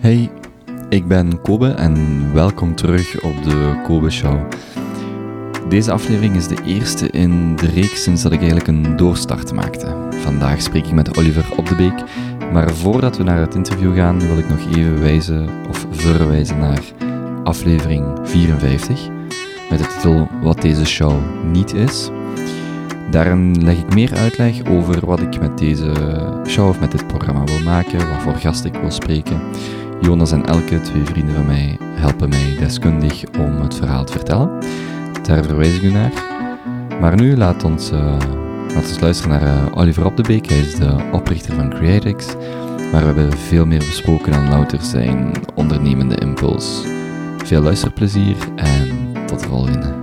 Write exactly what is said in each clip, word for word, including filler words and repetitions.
Hey, ik ben Kobe en welkom terug op de Kobe Show. Deze aflevering is de eerste in de reeks sinds dat ik eigenlijk een doorstart maakte. Vandaag spreek ik met Oliver Op de Beek, maar voordat we naar het interview gaan wil ik nog even wijzen of verwijzen naar aflevering vierenvijftig met de titel Wat deze show niet is. Daarin leg ik meer uitleg over wat ik met deze show of met dit programma wil maken, wat voor gast ik wil spreken. Jonas en Elke, twee vrienden van mij, helpen mij deskundig om het verhaal te vertellen. Daar verwijs ik u naar. Maar nu laat ons, uh, laat ons luisteren naar uh, Oliver Op de Beek. Hij is de oprichter van Creatix. Maar we hebben veel meer besproken dan louter zijn ondernemende impuls. Veel luisterplezier en tot de volgende.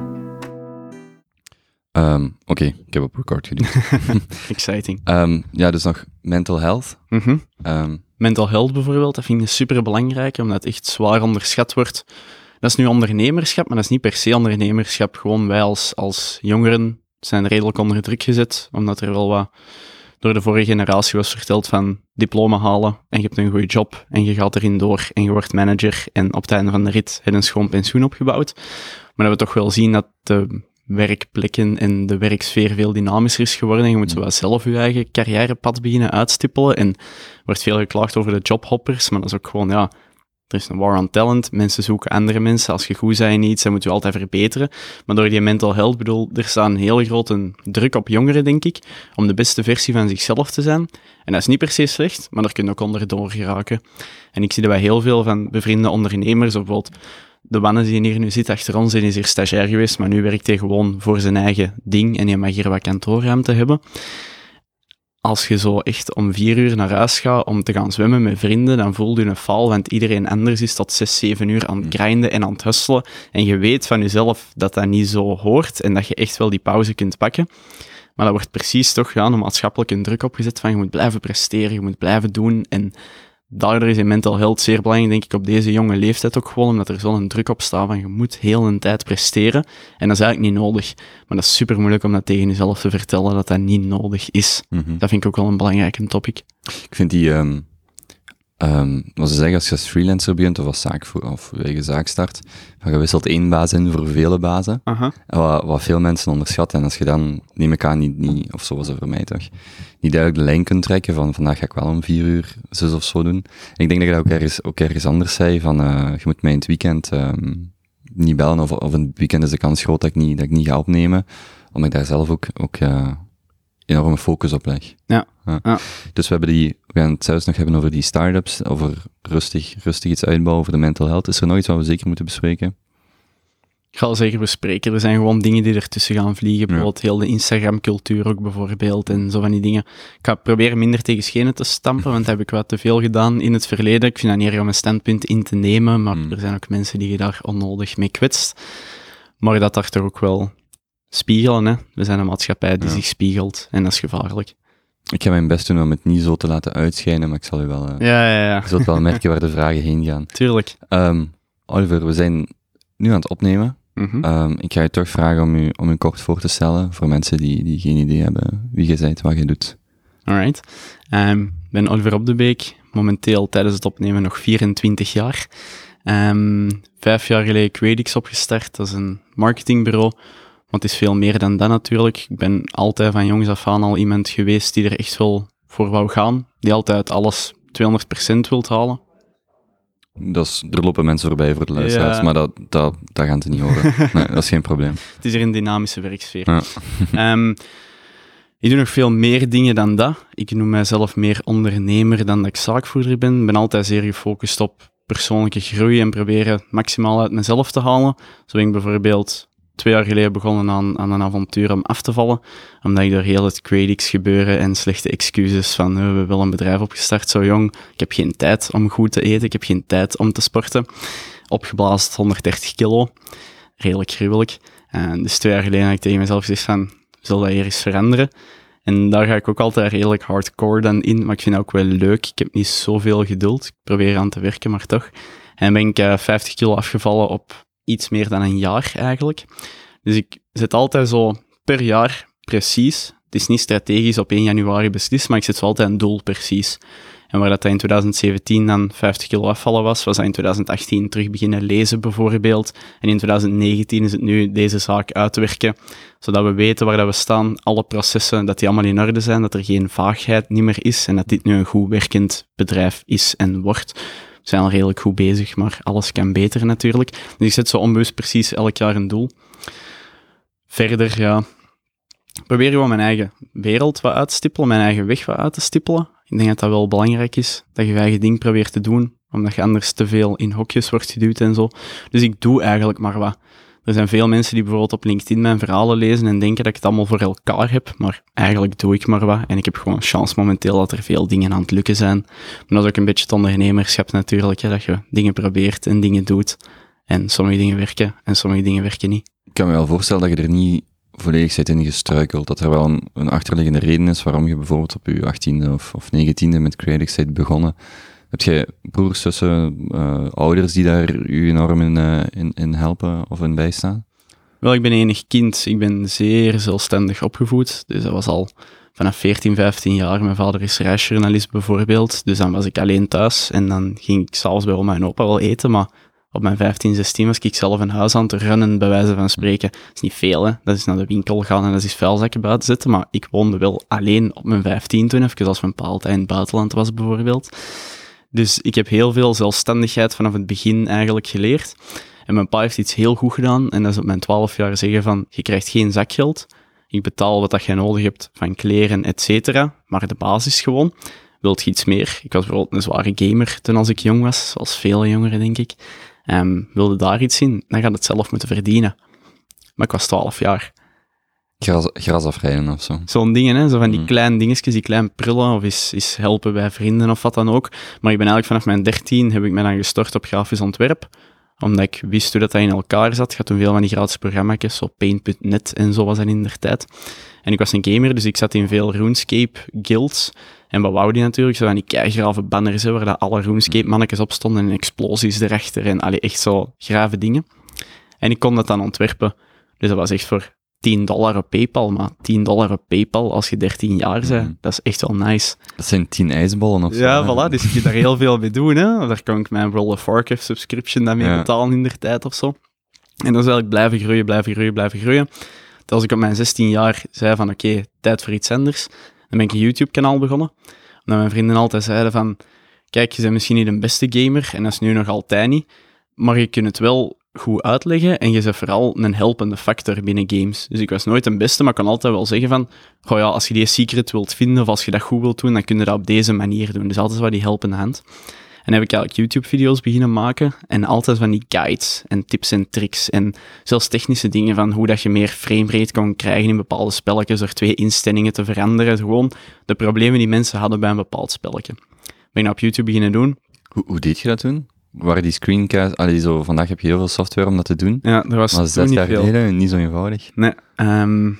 Um, Oké, okay, ik heb op record geduwd. Exciting. Um, ja, dus nog mental health. Mm-hmm. Um, mental health bijvoorbeeld, dat vind ik super belangrijk, omdat het echt zwaar onderschat wordt. Dat is nu ondernemerschap, maar dat is niet per se ondernemerschap. Gewoon wij als, als jongeren zijn redelijk onder druk gezet, omdat er wel wat door de vorige generatie was verteld van diploma halen en je hebt een goede job en je gaat erin door en je wordt manager en op het einde van de rit heb je een schoon pensioen opgebouwd. Maar dat we toch wel zien dat de werkplekken en de werksfeer veel dynamischer is geworden en je moet zo wel zelf je eigen carrièrepad beginnen uitstippelen en er wordt veel geklaagd over de jobhoppers, maar dat is ook gewoon, ja, er is een war on talent, mensen zoeken andere mensen, als je goed bent in iets, dan moet je altijd verbeteren, maar door die mental health, bedoel, er staat een heel grote druk op jongeren, denk ik, om de beste versie van zichzelf te zijn, en dat is niet per se slecht, maar daar kun je ook onderdoor geraken. En ik zie dat bij heel veel van bevriende ondernemers, of bijvoorbeeld de Wannes die hier nu zit achter ons, die is hier stagiair geweest, maar nu werkt hij gewoon voor zijn eigen ding en je mag hier wat kantoorruimte hebben. Als je zo echt om vier uur naar huis gaat om te gaan zwemmen met vrienden, dan voel je een faal, want iedereen anders is tot zes, zeven uur aan het grinden en aan het hustelen. En je weet van jezelf dat dat niet zo hoort en dat je echt wel die pauze kunt pakken. Maar dat wordt precies toch ja, een maatschappelijke druk opgezet van je moet blijven presteren, je moet blijven doen en daardoor is in mental health zeer belangrijk, denk ik, op deze jonge leeftijd ook gewoon, omdat er zo'n druk op staat van je moet heel een tijd presteren. En dat is eigenlijk niet nodig. Maar dat is super moeilijk om dat tegen jezelf te vertellen, dat dat niet nodig is. Mm-hmm. Dat vind ik ook wel een belangrijke topic. Ik vind die, um, um, wat ze zeggen, als je als freelancer begint of als zaak of je eigen zaak start, van je wisselt één baas in voor vele bazen. Uh-huh. Wat, wat veel mensen onderschatten. En als je dan, neem ik aan, niet, niet, of zo was het voor mij toch, niet duidelijk de lijn kunt trekken van vandaag ga ik wel om vier uur zus of zo doen. En ik denk dat je dat ook ergens, ook ergens anders zei, van uh, je moet mij in het weekend um, niet bellen, of, of in het weekend is de kans groot dat ik niet, dat ik niet ga opnemen, omdat ik daar zelf ook, ook uh, enorme focus op leg. Ja. Ja. Ja. Dus we hebben die, we gaan het zelfs nog hebben over die start-ups, over rustig, rustig iets uitbouwen, over de mental health. Is er nog iets wat we zeker moeten bespreken? Ik ga het zeker bespreken. Er zijn gewoon dingen die ertussen gaan vliegen. Bijvoorbeeld ja. heel de Instagram-cultuur ook bijvoorbeeld en zo van die dingen. Ik ga proberen minder tegen schenen te stampen, want dat heb ik wat te veel gedaan in het verleden. Ik vind dat niet erg om een standpunt in te nemen, maar mm. er zijn ook mensen die je daar onnodig mee kwetst. Maar dat daar toch ook wel spiegelen, hè. We zijn een maatschappij die ja. zich spiegelt en dat is gevaarlijk. Ik ga mijn best doen om het niet zo te laten uitschijnen, maar ik zal u wel... Uh, ja, ja, ja. Je zult wel merken waar de vragen heen gaan. Tuurlijk. Um, Oliver, we zijn nu aan het opnemen. Mm-hmm. Um, ik ga je toch vragen om u, om u kort voor te stellen, voor mensen die, die geen idee hebben wie je bent, wat je doet. Alright. Um, ik ben Oliver Op de Beek, momenteel tijdens het opnemen nog vierentwintig jaar. Um, vijf jaar geleden Creatix opgestart, dat is een marketingbureau. Want het is veel meer dan dat natuurlijk. Ik ben altijd van jongs af aan al iemand geweest die er echt wel voor wou gaan. Die altijd alles tweehonderd procent wilt halen. Dat is, er lopen mensen voorbij voor de luisteraars, ja. maar dat, dat, dat gaan ze niet horen. Nee, dat is geen probleem. Het is er een dynamische werksfeer. Ja. um, ik doe nog veel meer dingen dan dat. Ik noem mijzelf meer ondernemer dan dat ik zaakvoerder ben. Ik ben altijd zeer gefocust op persoonlijke groei en proberen maximaal uit mezelf te halen. Zo ben ik bijvoorbeeld twee jaar geleden begonnen aan, aan een avontuur om af te vallen, omdat ik door heel het Creatix gebeuren en slechte excuses van uh, we hebben wel een bedrijf opgestart, zo jong, ik heb geen tijd om goed te eten, ik heb geen tijd om te sporten, opgeblazen honderddertig kilo, redelijk gruwelijk. En dus twee jaar geleden had ik tegen mezelf gezegd van, zal dat hier eens veranderen? En daar ga ik ook altijd redelijk hardcore dan in, maar ik vind het ook wel leuk, ik heb niet zoveel geduld, ik probeer aan te werken, maar toch. En ben ik uh, vijftig kilo afgevallen op iets meer dan een jaar eigenlijk. Dus ik zet altijd zo per jaar precies. Het is niet strategisch op één januari beslist, maar ik zet zo altijd een doel precies. En waar dat in twintig zeventien dan vijftig kilo afvallen was, was dat in twintig achttien terug beginnen lezen bijvoorbeeld. En in twintig negentien is het nu deze zaak uitwerken, zodat we weten waar dat we staan, alle processen, dat die allemaal in orde zijn, dat er geen vaagheid niet meer is en dat dit nu een goed werkend bedrijf is en wordt. We zijn al redelijk goed bezig, maar alles kan beter natuurlijk. Dus ik zet zo onbewust precies elk jaar een doel. Verder, ja, probeer gewoon mijn eigen wereld wat uit te stippelen, mijn eigen weg wat uit te stippelen. Ik denk dat dat wel belangrijk is, dat je je eigen ding probeert te doen, omdat je anders te veel in hokjes wordt geduwd en zo. Dus ik doe eigenlijk maar wat. Er zijn veel mensen die bijvoorbeeld op LinkedIn mijn verhalen lezen en denken dat ik het allemaal voor elkaar heb, maar eigenlijk doe ik maar wat. En ik heb gewoon chance momenteel dat er veel dingen aan het lukken zijn. Maar dat is ook een beetje het ondernemerschap natuurlijk, hè, dat je dingen probeert en dingen doet. En sommige dingen werken en sommige dingen werken niet. Ik kan me wel voorstellen dat je er niet volledig bent in gestruikeld, dat er wel een, een achterliggende reden is waarom je bijvoorbeeld op je achttiende of, of negentiende met Creatix bent begonnen. Heb jij broers, zussen, uh, ouders die daar u enorm in, uh, in, in helpen of in bijstaan? Wel, ik ben enig kind. Ik ben zeer zelfstandig opgevoed. Dus dat was al vanaf veertien, vijftien jaar. Mijn vader is reisjournalist bijvoorbeeld. Dus dan was ik alleen thuis. En dan ging ik s'avonds bij oma en opa wel eten. Maar op mijn vijftien, zestien was ik zelf een huis aan te runnen, bij wijze van spreken. Dat is niet veel, hè. Dat is naar de winkel gaan en dat is vuilzakken buiten zetten. Maar ik woonde wel alleen op mijn vijftien toen, even als mijn pa altijd in het buitenland was bijvoorbeeld. Dus ik heb heel veel zelfstandigheid vanaf het begin eigenlijk geleerd. En mijn pa heeft iets heel goed gedaan. En dat is op mijn twaalf jaar zeggen van, je krijgt geen zakgeld. Ik betaal wat dat je nodig hebt van kleren, et cetera. Maar de basis gewoon. Wilt je iets meer? Ik was bijvoorbeeld een zware gamer toen als ik jong was. Zoals vele jongeren, denk ik. Um, wilde daar iets in? Dan gaat het zelf moeten verdienen. Maar ik was twaalf jaar. Gras, gras afrijden of zo. Zo'n dingen, hè. Zo van die mm. kleine dingetjes, die klein prullen, of is, is helpen bij vrienden of wat dan ook. Maar ik ben eigenlijk vanaf mijn dertien, heb ik me dan gestort op grafisch ontwerp. Omdat ik wist hoe dat, dat in elkaar zat. Ik had toen veel van die gratis programma's, zo paint punt net en zo was dat in der tijd. En ik was een gamer, dus ik zat in veel RuneScape guilds. En wat wou die natuurlijk? Zo van die keigrave banners, hè, waar dat alle RuneScape-mannetjes op stonden en explosies erachter en allee, echt zo grave dingen. En ik kon dat dan ontwerpen. Dus dat was echt voor tien dollar op PayPal, maar tien dollar op PayPal als je dertien jaar bent, mm. dat is echt wel nice. Dat zijn tien ijsballen of zo. Ja, voilà, dus je kunt daar heel veel mee doen, hè. Daar kan ik mijn World of Warcraft subscription dan mee ja. betalen in der tijd of zo. En dan is eigenlijk blijven groeien, blijven groeien, blijven groeien. Dat als ik op mijn zestien jaar zei van oké, okay, tijd voor iets anders, dan ben ik een YouTube-kanaal begonnen. Omdat mijn vrienden altijd zeiden van, kijk, je bent misschien niet de beste gamer, en dat is nu nog altijd niet, maar je kunt het wel goed uitleggen en je bent vooral een helpende factor binnen games. Dus ik was nooit de beste, maar ik kan altijd wel zeggen van, goh ja, als je die secret wilt vinden of als je dat goed wilt doen, dan kun je dat op deze manier doen. Dus altijd wel die helpende hand. En heb ik eigenlijk YouTube-video's beginnen maken en altijd van die guides en tips en tricks en zelfs technische dingen van hoe dat je meer framerate kan krijgen in bepaalde spelletjes door twee instellingen te veranderen. Gewoon de problemen die mensen hadden bij een bepaald spelletje. Ben ik nou op YouTube beginnen doen. Hoe, hoe deed je dat toen? Waren die screencasts... Allee, zo, vandaag heb je heel veel software om dat te doen. Ja, er was maar toen zes niet jaar veel. geleden niet zo eenvoudig. Nee. Um,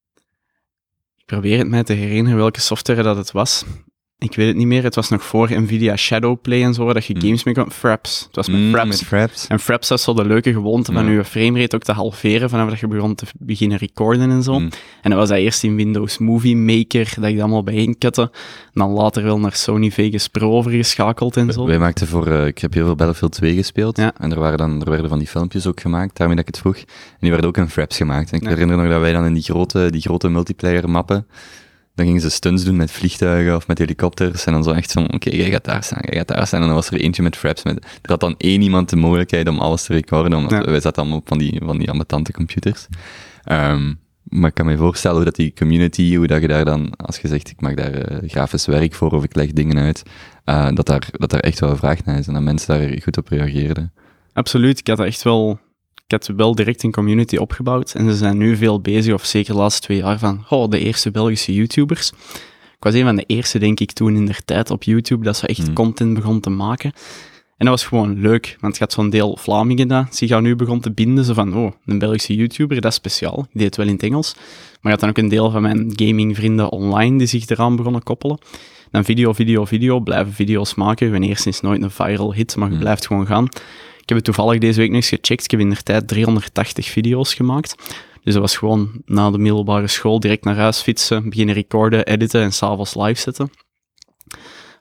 ik probeer het mij te herinneren welke software dat het was. Ik weet het niet meer. Het was nog voor Nvidia Shadowplay en zo, dat je games mee kon... Fraps. Het was met mm, Fraps. Met Fraps. En Fraps was zo de leuke gewoonte van ja. je framerate ook te halveren vanaf dat je begon te beginnen recorden en zo. Mm. En dat was dat eerst in Windows Movie Maker, dat ik dat allemaal bijeenkutte. En dan later wel naar Sony Vegas Pro overgeschakeld en zo. Wij maakten voor... Uh, ik heb heel veel Battlefield twee gespeeld. Ja. En er, waren dan, er werden van die filmpjes ook gemaakt, daarmee dat ik het vroeg. En die werden ook in Fraps gemaakt. En ik ja. herinner nog dat wij dan in die grote, die grote multiplayer mappen... Dan gingen ze stunts doen met vliegtuigen of met helikopters. En dan zo echt van, oké, okay, jij gaat daar staan, jij gaat daar staan. En dan was er eentje met Fraps. Met, er had dan één iemand de mogelijkheid om alles te recorden. Omdat ja. wij zaten allemaal op van die, van die ambetante computers. Um, maar ik kan me voorstellen hoe dat die community, hoe dat je daar dan, als je zegt, ik maak daar uh, grafisch werk voor of ik leg dingen uit, uh, dat, daar, dat daar echt wel vraag naar is. En dat mensen daar goed op reageerden. Absoluut, ik had echt wel... Ik had wel direct een community opgebouwd en ze zijn nu veel bezig, of zeker de laatste twee jaar, van oh, de eerste Belgische YouTubers. Ik was een van de eerste, denk ik, toen in der tijd op YouTube, dat ze echt mm. content begon te maken. En dat was gewoon leuk, want je had zo'n deel Vlamingen dat zich aan nu begon te binden, zo van, oh, een Belgische YouTuber, dat is speciaal. Ik deed het wel in het Engels. Maar je had dan ook een deel van mijn gamingvrienden online die zich eraan begonnen koppelen. Dan video, video, video, blijven video's maken. Je bent eerst eens nooit een viral hit, maar je mm. blijft gewoon gaan. Ik heb het toevallig deze week nog eens gecheckt. Ik heb in der tijd driehonderdtachtig video's gemaakt. Dus dat was gewoon na de middelbare school direct naar huis fietsen, beginnen recorden, editen en s'avonds live zetten.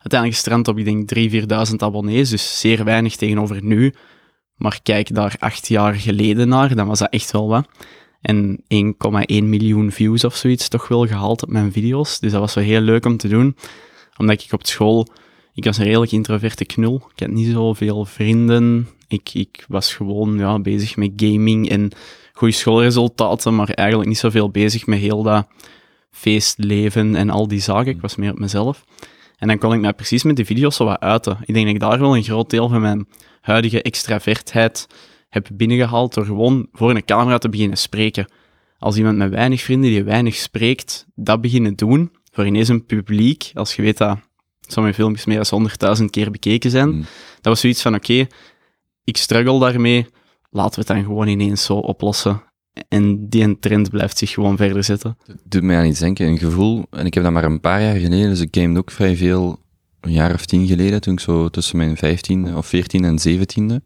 uiteindelijk gestrand op, ik denk, drieduizend, vierduizend abonnees, dus zeer weinig tegenover nu. Maar kijk daar acht jaar geleden naar, dan was dat echt wel wat. En één komma één miljoen views of zoiets toch wel gehaald op mijn video's. Dus dat was wel heel leuk om te doen. Omdat ik op school... Ik was een redelijk introverte knul. Ik had niet zoveel vrienden. Ik, ik was gewoon ja, bezig met gaming en goede schoolresultaten, maar eigenlijk niet zoveel bezig met heel dat feestleven en al die zaken. Ik was meer op mezelf. En dan kon ik mij precies met die video's zo wat uiten. Ik denk dat ik daar wel een groot deel van mijn huidige extravertheid heb binnengehaald door gewoon voor een camera te beginnen spreken. Als iemand met weinig vrienden die weinig spreekt, dat beginnen doen, voor ineens een publiek, als je weet dat sommige filmpjes meer dan honderdduizend keer bekeken zijn, mm. dat was zoiets van, oké, okay, ik struggle daarmee, laten we het dan gewoon ineens zo oplossen. En die trend blijft zich gewoon verder zetten. Het doet mij aan iets denken, een gevoel, en ik heb dat maar een paar jaar geleden, dus ik gamede ook vrij veel, een jaar of tien geleden, toen ik zo tussen mijn vijftiende of veertiende en zeventiende.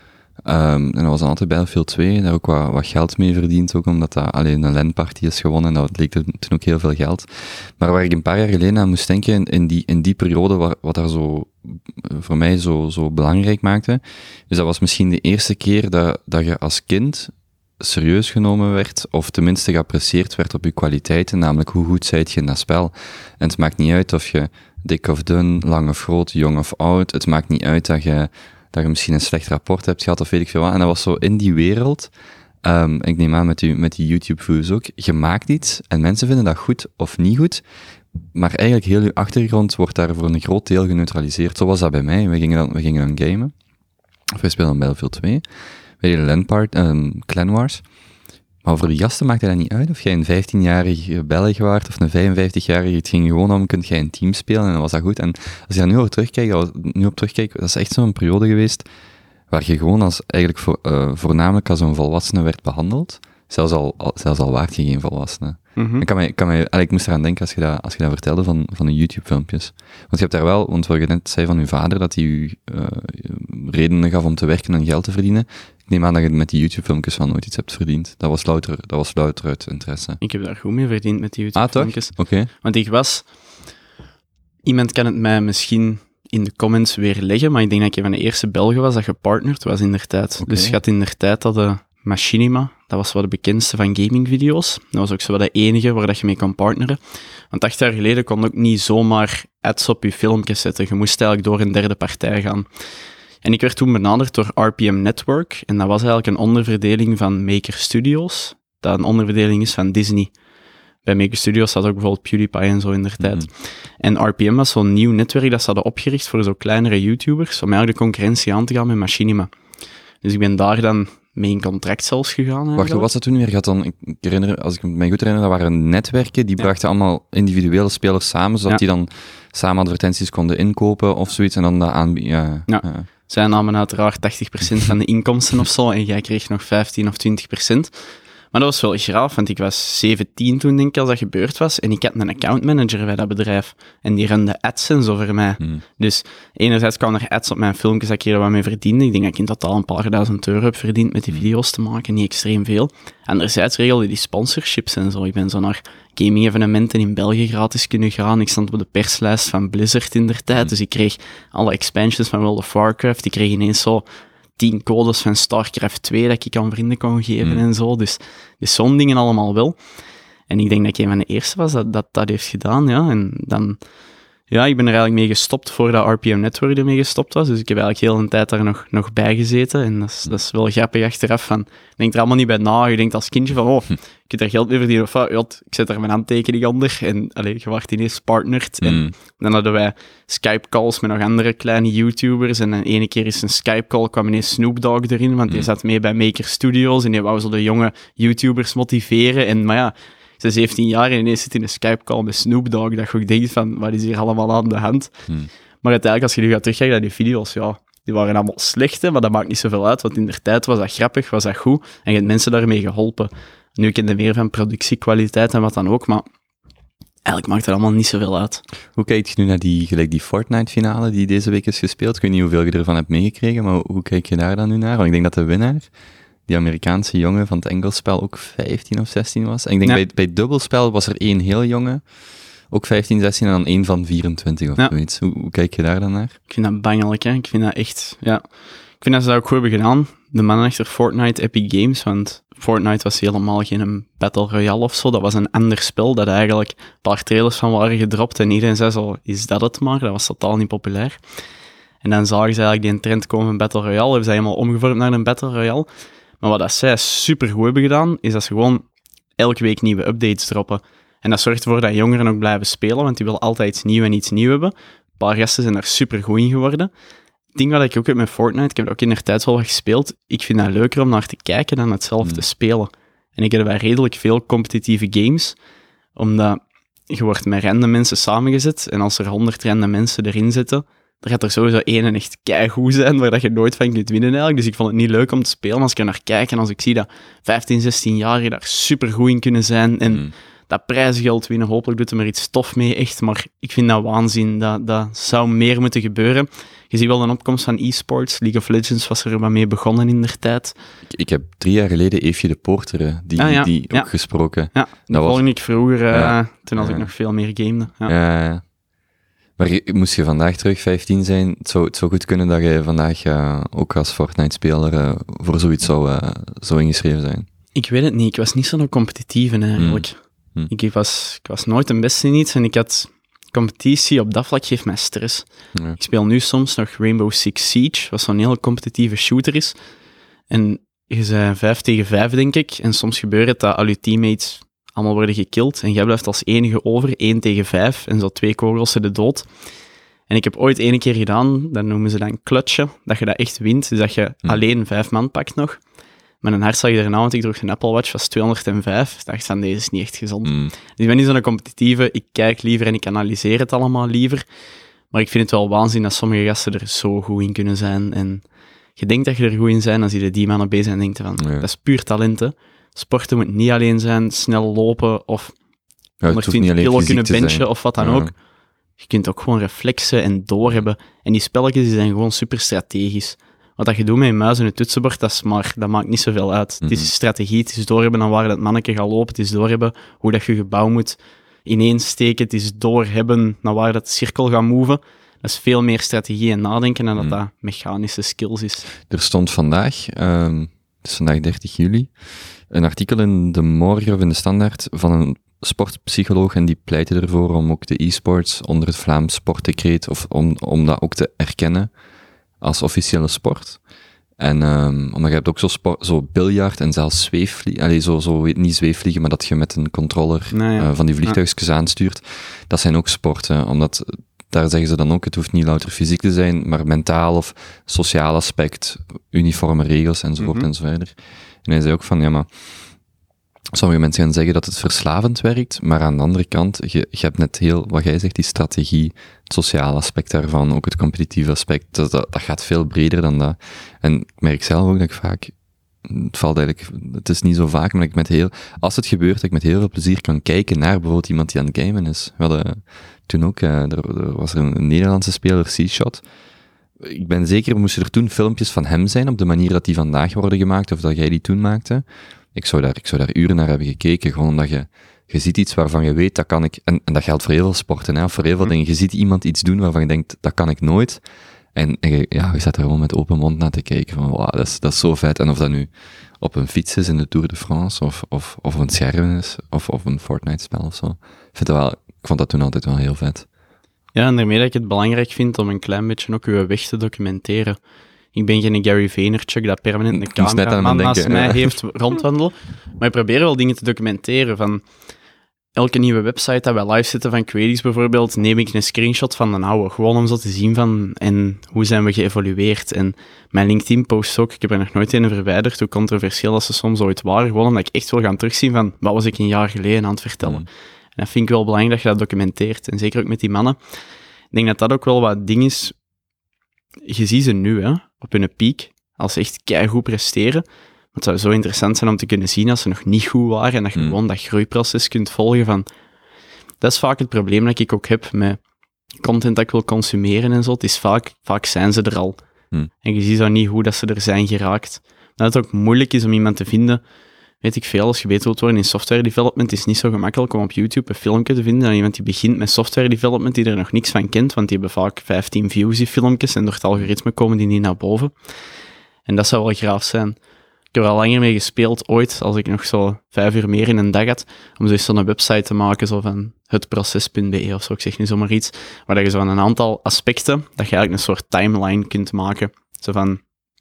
Um, en dat was dan altijd Battlefield twee, daar ook wat, wat geld mee verdiend, ook omdat dat alleen een LAN-party is gewonnen, en dat leek toen ook heel veel geld. Maar waar ik een paar jaar geleden aan moest denken, in, in, die, in die periode, waar, wat daar zo, voor mij zo, zo belangrijk maakte, dus dat was misschien de eerste keer dat, dat je als kind serieus genomen werd, of tenminste geapprecieerd werd op je kwaliteiten, namelijk hoe goed zijt je in dat spel. En het maakt niet uit of je dik of dun, lang of groot, jong of oud, het maakt niet uit dat je dat je misschien een slecht rapport hebt gehad, of weet ik veel wat. En dat was zo in die wereld, um, ik neem aan met die, met die YouTube-views ook, je maakt iets, en mensen vinden dat goed of niet goed, maar eigenlijk heel je achtergrond wordt daar voor een groot deel geneutraliseerd. Zo was dat bij mij. We gingen dan, we gingen dan gamen, of we speelden Battlefield twee, bij de LAN-part, um, Clan Wars. Maar voor die gasten maakte dat niet uit of jij een vijftienjarige Belg waart of een vijfenvijftigjarige. Het ging gewoon om, kunt jij een team spelen en dan was dat goed. En als je daar nu op terugkijkt, nu op terugkijkt, dat is echt zo'n periode geweest waar je gewoon als, eigenlijk voor, uh, voornamelijk als een volwassene werd behandeld. Zelfs al, al, zelfs al waart je geen volwassene. Mm-hmm. Ik, kan mij, kan mij, ik moest eraan denken als je dat, als je dat vertelde van, van de YouTube-filmpjes. Want je hebt daar wel, want wat je net zei van je vader, dat hij je uh, redenen gaf om te werken en geld te verdienen. Ik neem aan dat je met die YouTube-filmpjes van nooit iets hebt verdiend. Dat was louter, dat was louter uit interesse. Ik heb daar goed mee verdiend met die YouTube-filmpjes. Ah, toch? Oké. Okay. Want ik was... Iemand kan het mij misschien in de comments weerleggen, maar ik denk dat ik een van de eerste Belgen was dat gepartnerd was in der tijd. Okay. Dus je had in der tijd dat de Machinima, dat was wel de bekendste van gamingvideo's. Dat was ook zo de enige waar dat je mee kon partneren. Want acht jaar geleden kon je ook niet zomaar ads op je filmpjes zetten. Je moest eigenlijk door een derde partij gaan. En ik werd toen benaderd door R P M Network. En dat was eigenlijk een onderverdeling van Maker Studios. Dat een onderverdeling is van Disney. Bij Maker Studios zat ook bijvoorbeeld PewDiePie en zo in der tijd. Mm-hmm. En R P M was zo'n nieuw netwerk dat ze hadden opgericht voor zo kleinere YouTubers, om eigenlijk de concurrentie aan te gaan met Machinima. Dus ik ben daar dan mee in contract zelfs gegaan. Eigenlijk. Wacht, hoe was dat toen weer? Je had dan, ik herinner, als ik me goed herinner, dat waren netwerken, die ja. brachten allemaal individuele spelers samen, zodat ja. die dan samen advertenties konden inkopen of zoiets, en dan dat aanbieden. Ja. Ja. Ja. Zij namen uiteraard tachtig procent van de inkomsten of zo, en jij kreeg nog vijftien of twintig procent. Maar dat was wel graaf, want ik was zeventien toen, denk ik, als dat gebeurd was. En ik had een accountmanager bij dat bedrijf. En die runde ads en zo voor mij. Mm. Dus enerzijds kwamen er ads op mijn filmpjes dat ik hier wat mee verdiende. Ik denk dat ik in totaal een paar duizend euro heb verdiend met die video's te maken. Niet extreem veel. Anderzijds regelde die sponsorships en zo. Ik ben zo naar gaming-evenementen in België gratis kunnen gaan. Ik stond op de perslijst van Blizzard in der tijd. Mm. Dus ik kreeg alle expansions van World of Warcraft. Ik kreeg ineens zo tien codes van StarCraft twee dat ik aan vrienden kon geven mm. en zo. Dus, dus zo'n dingen allemaal wel. En ik denk dat ik een van de eerste was dat dat, dat heeft gedaan, ja. En dan... Ja, ik ben er eigenlijk mee gestopt voordat R P M Network ermee gestopt was. Dus ik heb eigenlijk heel een tijd daar nog, nog bij gezeten. En dat is, dat is wel grappig achteraf. Van, je denkt er allemaal niet bij na. Je denkt als kindje van, oh, ik kunt er geld mee verdienen. Of ja, ik zet er mijn handtekening onder. En allee, je wordt ineens partnered. Mm. En dan hadden wij Skype-calls met nog andere kleine YouTubers. En dan ene keer is een Skype-call, kwam ineens Snoop Dogg erin. Want die mm. zat mee bij Maker Studios. En die wou zo de jonge YouTubers motiveren. En, maar ja... Ze is zeventien jaar en ineens zit in een Skype-call met Snoop Dogg, dat je ook denkt van, wat is hier allemaal aan de hand? Hmm. Maar uiteindelijk, als je nu gaat terugkijken naar die video's, ja, die waren allemaal slecht, hè, maar dat maakt niet zoveel uit, want in der tijd was dat grappig, was dat goed, en je hebt mensen daarmee geholpen. Nu ken je meer van productiekwaliteit en wat dan ook, maar eigenlijk maakt het allemaal niet zoveel uit. Hoe kijk je nu naar die, gelijk die Fortnite-finale die deze week is gespeeld? Ik weet niet hoeveel je ervan hebt meegekregen, maar hoe kijk je daar dan nu naar? Want ik denk dat de winnaar... die Amerikaanse jongen van het enkelspel ook vijftien of zestien was. En ik denk ja. bij, bij het dubbelspel was er één heel jonge. ook vijftien, zestien en dan één van vierentwintig of ja. zoiets. Hoe, hoe kijk je daar dan naar? Ik vind dat bangelijk, hè. Ik vind dat echt, ja. Ik vind dat ze dat ook goed hebben gedaan. De mannen achter Fortnite, Epic Games, want Fortnite was helemaal geen Battle Royale of zo. Dat was een ander spel, dat eigenlijk een paar trailers van waren gedropt en iedereen zei zo, is dat het maar? Dat was totaal niet populair. En dan zagen ze eigenlijk die trend komen van Battle Royale, hebben ze helemaal omgevormd naar een Battle Royale. Maar wat dat zij super goed hebben gedaan, is dat ze gewoon elke week nieuwe updates droppen. En dat zorgt ervoor dat jongeren ook blijven spelen, want die willen altijd iets nieuws en iets nieuws hebben. Een paar gasten zijn daar super goed in geworden. Het ding wat ik ook heb met Fortnite, ik heb er ook in de tijd wel wat gespeeld, ik vind dat leuker om naar te kijken dan het zelf mm. te spelen. En ik heb bij redelijk veel competitieve games, omdat je wordt met random mensen samengezet, en als er honderd random mensen erin zitten, er gaat er sowieso één echt keigoed zijn, waar dat je nooit van kunt winnen eigenlijk. Dus ik vond het niet leuk om te spelen, maar als ik er naar kijk en als ik zie dat vijftien, zestien-jarigen daar super goed in kunnen zijn, en mm. dat prijzengeld winnen, hopelijk doet er maar iets tof mee, echt. Maar ik vind dat waanzin. Dat, dat zou meer moeten gebeuren. Je ziet wel een opkomst van e-sports. League of Legends was er wat mee begonnen in der tijd. Ik, ik heb drie jaar geleden Eefje de Poorter, die, ah, ja. die ook ja. gesproken. Ja, dat volgde was... ik vroeger, ja. uh, toen als ja. ik nog veel meer gamede. Ja. Ja. Maar je, moest je vandaag terug vijftien zijn, het zou, het zou goed kunnen dat je vandaag uh, ook als Fortnite-speler uh, voor zoiets zou, uh, zou ingeschreven zijn. Ik weet het niet. Ik was niet zo'n competitieve eigenlijk. Mm. Hm. Ik, was, ik was nooit een beste in iets en ik had competitie op dat vlak geeft mij stress. Ja. Ik speel nu soms nog Rainbow Six Siege, wat zo'n heel competitieve shooter is. En je bent vijf tegen vijf, denk ik. En soms gebeurt het dat al je teammates allemaal worden gekillt en jij blijft als enige over, één tegen vijf, en zo twee kogels zijn de dood. En ik heb ooit ene keer gedaan, dat noemen ze dan clutchen, dat je dat echt wint, dus dat je hm. alleen vijf man pakt nog. Met een hartslag erna, want ik droeg een Apple Watch, was tweehonderdvijf. Ik dacht van, deze is niet echt gezond. Mm. Dus ik ben niet zo'n competitieve, ik kijk liever en ik analyseer het allemaal liever. Maar ik vind het wel waanzin dat sommige gasten er zo goed in kunnen zijn. En je denkt dat je er goed in bent, dan zie je die mannen bezig en denkt van, ja. dat is puur talent, hè. Sporten moet niet alleen zijn, snel lopen of ja, honderdtwintig kilo kunnen benchen of wat dan ja. ook. Je kunt ook gewoon reflexen en doorhebben. En die spelletjes die zijn gewoon super strategisch. Wat dat je doet met je muis en je toetsenbord, dat, is maar, dat maakt niet zoveel uit. Mm-hmm. Het is strategie, het is doorhebben aan waar dat manneke gaat lopen, het is doorhebben hoe dat je gebouw moet ineensteken, het is doorhebben naar waar dat cirkel gaat moven. Dat is veel meer strategie en nadenken dan dat mm. dat mechanische skills is. Er stond vandaag, um, het is vandaag dertig juli, een artikel in De Morgen of in De Standaard van een sportpsycholoog en die pleitte ervoor om ook de e-sports onder het Vlaams sportdecreet, of om, om dat ook te erkennen als officiële sport. En um, omdat je hebt ook zo, sport, zo biljart en zelfs zweefvliegen, allee, zo, zo niet zweefvliegen, maar dat je met een controller nou ja. uh, van die vliegtuigjes ja. aanstuurt, dat zijn ook sporten, omdat daar zeggen ze dan ook, het hoeft niet louter fysiek te zijn, maar mentaal of sociaal aspect, uniforme regels enzovoort mm-hmm. enzoverder. En hij zei ook van, ja maar, sommige mensen gaan zeggen dat het verslavend werkt, maar aan de andere kant, je, je hebt net heel, wat jij zegt, die strategie, het sociale aspect daarvan, ook het competitieve aspect, dat, dat, dat gaat veel breder dan dat. En ik merk zelf ook dat ik vaak, het valt eigenlijk, het is niet zo vaak, maar ik met heel, als het gebeurt, dat ik met heel veel plezier kan kijken naar bijvoorbeeld iemand die aan het gamen is. We hadden toen ook, uh, er, er was er een, een Nederlandse speler, C-Shot. Ik ben zeker, moesten er toen filmpjes van hem zijn, op de manier dat die vandaag worden gemaakt, of dat jij die toen maakte. Ik zou daar, ik zou daar uren naar hebben gekeken, gewoon omdat je, je ziet iets waarvan je weet, dat kan ik, en, en dat geldt voor heel veel sporten, hè, of voor heel veel mm. dingen. Je ziet iemand iets doen waarvan je denkt, dat kan ik nooit. En, en je, ja, je staat er gewoon met open mond naar te kijken, van wow, dat is, dat is zo vet. En of dat nu op een fiets is in de Tour de France, of, of, of een scherm is, of, of een Fortnite-spel of zo. Ik, vind dat wel, ik vond dat toen altijd wel heel vet. Ja, en daarmee dat ik het belangrijk vind om een klein beetje ook uw weg te documenteren. Ik ben geen Gary Vaynerchuk dat permanent een cameraman naast mij heeft rondwandelen. Maar ik probeer wel dingen te documenteren. Van elke nieuwe website dat wij live zetten van Queries bijvoorbeeld, neem ik een screenshot van de oude. Gewoon om zo te zien van, en hoe zijn we geëvolueerd. En mijn LinkedIn-posts ook, ik heb er nog nooit een verwijderd, hoe controversieel dat ze soms ooit waren. Gewoon omdat ik echt wil gaan terugzien van, wat was ik een jaar geleden aan het vertellen. Mm. En dat vind ik wel belangrijk dat je dat documenteert. En zeker ook met die mannen. Ik denk dat dat ook wel wat ding is. Je ziet ze nu, hè, op hun piek, als ze echt keigoed presteren. Maar het zou zo interessant zijn om te kunnen zien als ze nog niet goed waren en dat je mm. gewoon dat groeiproces kunt volgen van... Dat is vaak het probleem dat ik ook heb met content dat ik wil consumeren en zo. Het is vaak, vaak zijn ze er al. Mm. En je ziet zo niet hoe dat ze er zijn geraakt. Dat het ook moeilijk is om iemand te vinden. weet ik veel, als je beter wilt worden in software development, is het niet zo gemakkelijk om op YouTube een filmpje te vinden dan iemand die begint met software development, die er nog niks van kent, want die hebben vaak vijftien views, die filmpjes, en door het algoritme komen die niet naar boven. En dat zou wel graaf zijn. Ik heb er al langer mee gespeeld, ooit, als ik nog zo vijf uur meer in een dag had, om zo zo'n website te maken, zo van hetproces punt be of zo, ik zeg nu zomaar iets, waar je zo van een aantal aspecten, dat je eigenlijk een soort timeline kunt maken. Zo van,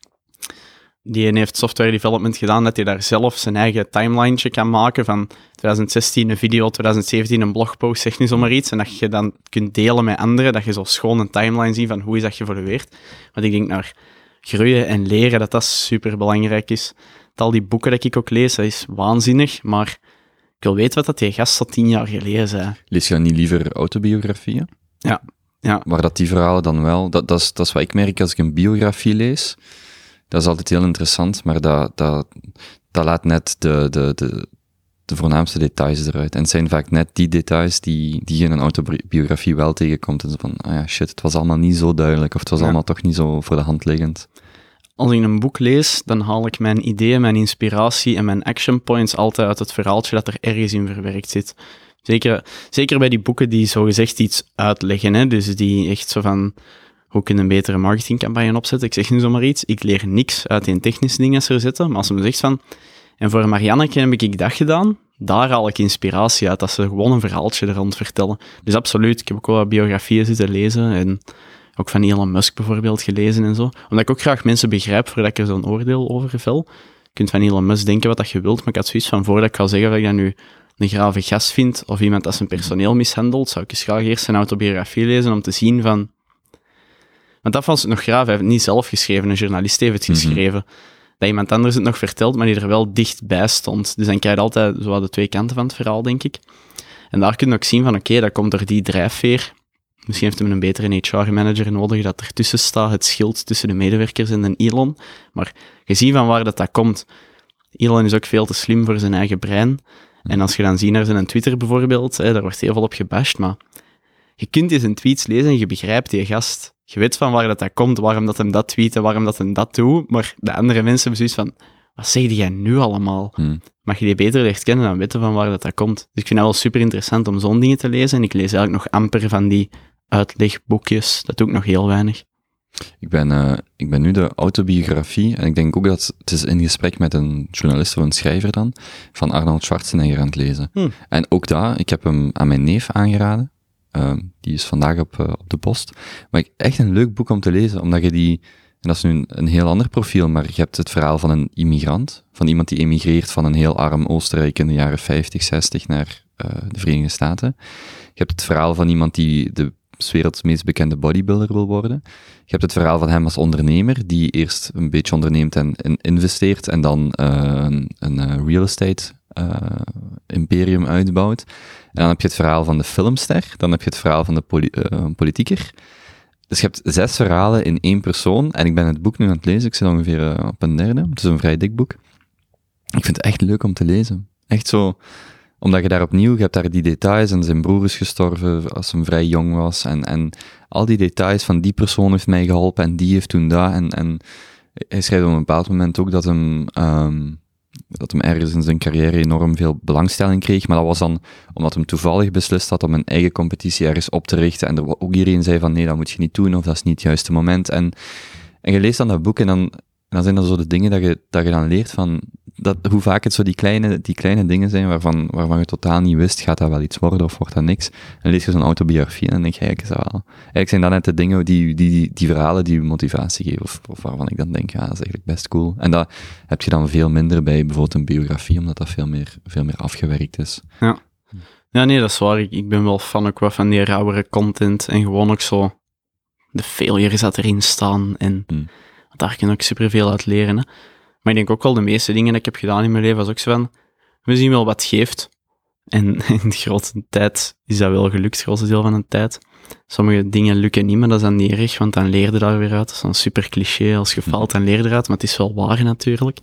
die een heeft software development gedaan, dat hij daar zelf zijn eigen timeline kan maken van twintig zestien een video, twintig zeventien een blogpost, zeg nu zomaar iets, en dat je dan kunt delen met anderen, dat je zo schoon een timeline ziet van hoe is dat geëvolueerd. Want ik denk naar groeien en leren, dat dat super belangrijk is. Dat al die boeken dat ik ook lees, dat is waanzinnig, maar ik wil weten wat dat die gast al tien jaar geleden zei. Lees je dan niet liever autobiografieën? Ja. ja. Waar dat die verhalen dan wel... Dat, dat, is, dat is wat ik merk als ik een biografie lees. Dat is altijd heel interessant, maar dat, dat, dat laat net de, de, de, de voornaamste details eruit. En het zijn vaak net die details die, die je in een autobiografie wel tegenkomt. En zo van, ah ja, shit, het was allemaal niet zo duidelijk, of het was ja. allemaal toch niet zo voor de hand liggend. Als ik een boek lees, dan haal ik mijn ideeën, mijn inspiratie en mijn action points altijd uit het verhaaltje dat er ergens in verwerkt zit. Zeker, zeker bij die boeken die zogezegd iets uitleggen, hè? Dus die echt zo van, hoe kun je een betere marketingcampagne opzetten? Ik zeg nu zomaar iets, ik leer niks uit die technische dingen er zitten, maar als ze me zegt van, en voor Marianneke heb ik dat gedaan, daar haal ik inspiratie uit, dat ze gewoon een verhaaltje er rond vertellen. Dus absoluut, ik heb ook wel wat biografieën zitten lezen en ook van Elon Musk bijvoorbeeld gelezen en zo. Omdat ik ook graag mensen begrijp voordat ik er zo'n oordeel over vel. Je kunt van Elon Musk denken wat dat je wilt, maar ik had zoiets van, voordat ik ga zeggen dat ik dat nu een grave gast vind, of iemand dat zijn personeel mishandelt, zou ik eens graag eerst zijn autobiografie lezen om te zien van... Want dat was nog graaf, hij heeft het niet zelf geschreven, een journalist heeft het geschreven. Mm-hmm. Dat iemand anders het nog vertelt, maar die er wel dichtbij stond. Dus dan krijg je altijd zo de twee kanten van het verhaal, denk ik. En daar kun je ook zien van, oké, okay, dat komt door die drijfveer. Misschien heeft hij een betere H R-manager nodig dat ertussen staat, het schild tussen de medewerkers en de Elon. Maar je ziet van waar dat, dat komt. Elon is ook veel te slim voor zijn eigen brein. En als je dan ziet naar zijn Twitter bijvoorbeeld, hè, daar wordt heel veel op gebashed, maar je kunt eens een tweets lezen en je begrijpt die gast. Je weet van waar dat, dat komt, waarom dat hem dat tweet en waarom dat hem dat doet, maar de andere mensen hebben zoiets van, wat zeg jij nu allemaal? Hmm. Mag je die beter leert kennen dan weten van waar dat, dat komt? Dus ik vind het wel super interessant om zo'n dingen te lezen en ik lees eigenlijk nog amper van die uitlegboekjes, dat doe ik nog heel weinig. Ik ben, uh, ik ben nu de autobiografie, en ik denk ook dat het is in gesprek met een journalist of een schrijver dan, van Arnold Schwarzenegger aan het lezen. Hmm. En ook daar, ik heb hem aan mijn neef aangeraden, uh, die is vandaag op, uh, op de post, maar echt een leuk boek om te lezen, omdat je die, en dat is nu een, een heel ander profiel, maar je hebt het verhaal van een immigrant, van iemand die emigreert van een heel arm Oostenrijk in de jaren vijftig, zestig naar uh, de Verenigde Staten. Je hebt het verhaal van iemand die de 's werelds meest bekende bodybuilder wil worden. Je hebt het verhaal van hem als ondernemer, die eerst een beetje onderneemt en, en investeert en dan uh, een, een uh, real estate uh, imperium uitbouwt. En dan heb je het verhaal van de filmster, dan heb je het verhaal van de poli- uh, politieker. Dus je hebt zes verhalen in één persoon, en ik ben het boek nu aan het lezen, ik zit ongeveer uh, op een derde, het is een vrij dik boek. Ik vind het echt leuk om te lezen. Echt zo... Omdat je daar opnieuw, je hebt daar die details, en zijn broer is gestorven als hij vrij jong was, en, en al die details van die persoon heeft mij geholpen, en die heeft toen dat, en, en hij schrijft op een bepaald moment ook dat hem, um, dat hem ergens in zijn carrière enorm veel belangstelling kreeg, maar dat was dan omdat hem toevallig beslist had om een eigen competitie ergens op te richten, en er ook iedereen zei van nee, dat moet je niet doen, of dat is niet het juiste moment, en, en je leest dan dat boek, en dan, en dan zijn dat zo de dingen dat je, dat je dan leert van, dat, hoe vaak het zo die kleine, die kleine dingen zijn waarvan, waarvan je totaal niet wist, gaat dat wel iets worden of wordt dat niks? En dan lees je zo'n autobiografie en dan denk je, eigenlijk is dat wel. Eigenlijk zijn dat net de dingen, die, die, die, die verhalen die je motivatie geven, of, of waarvan ik dan denk, ja, dat is eigenlijk best cool. En dat heb je dan veel minder bij bijvoorbeeld een biografie, omdat dat veel meer, veel meer afgewerkt is. Ja. Ja, nee, dat is waar. Ik, ik ben wel fan ook wat van die rauwere content en gewoon ook zo de failures dat erin staan en hmm. daar kan ik superveel uit leren, hè. Maar ik denk ook wel, de meeste dingen die ik heb gedaan in mijn leven was ook zo van, we zien wel wat het geeft. En in de grootste tijd is dat wel gelukt, het grootste deel van de tijd. Sommige dingen lukken niet, maar dat is dan niet erg, want dan leer je daar weer uit. Dat is een super cliché, als je faalt, dan leer je eruit, maar het is wel waar natuurlijk.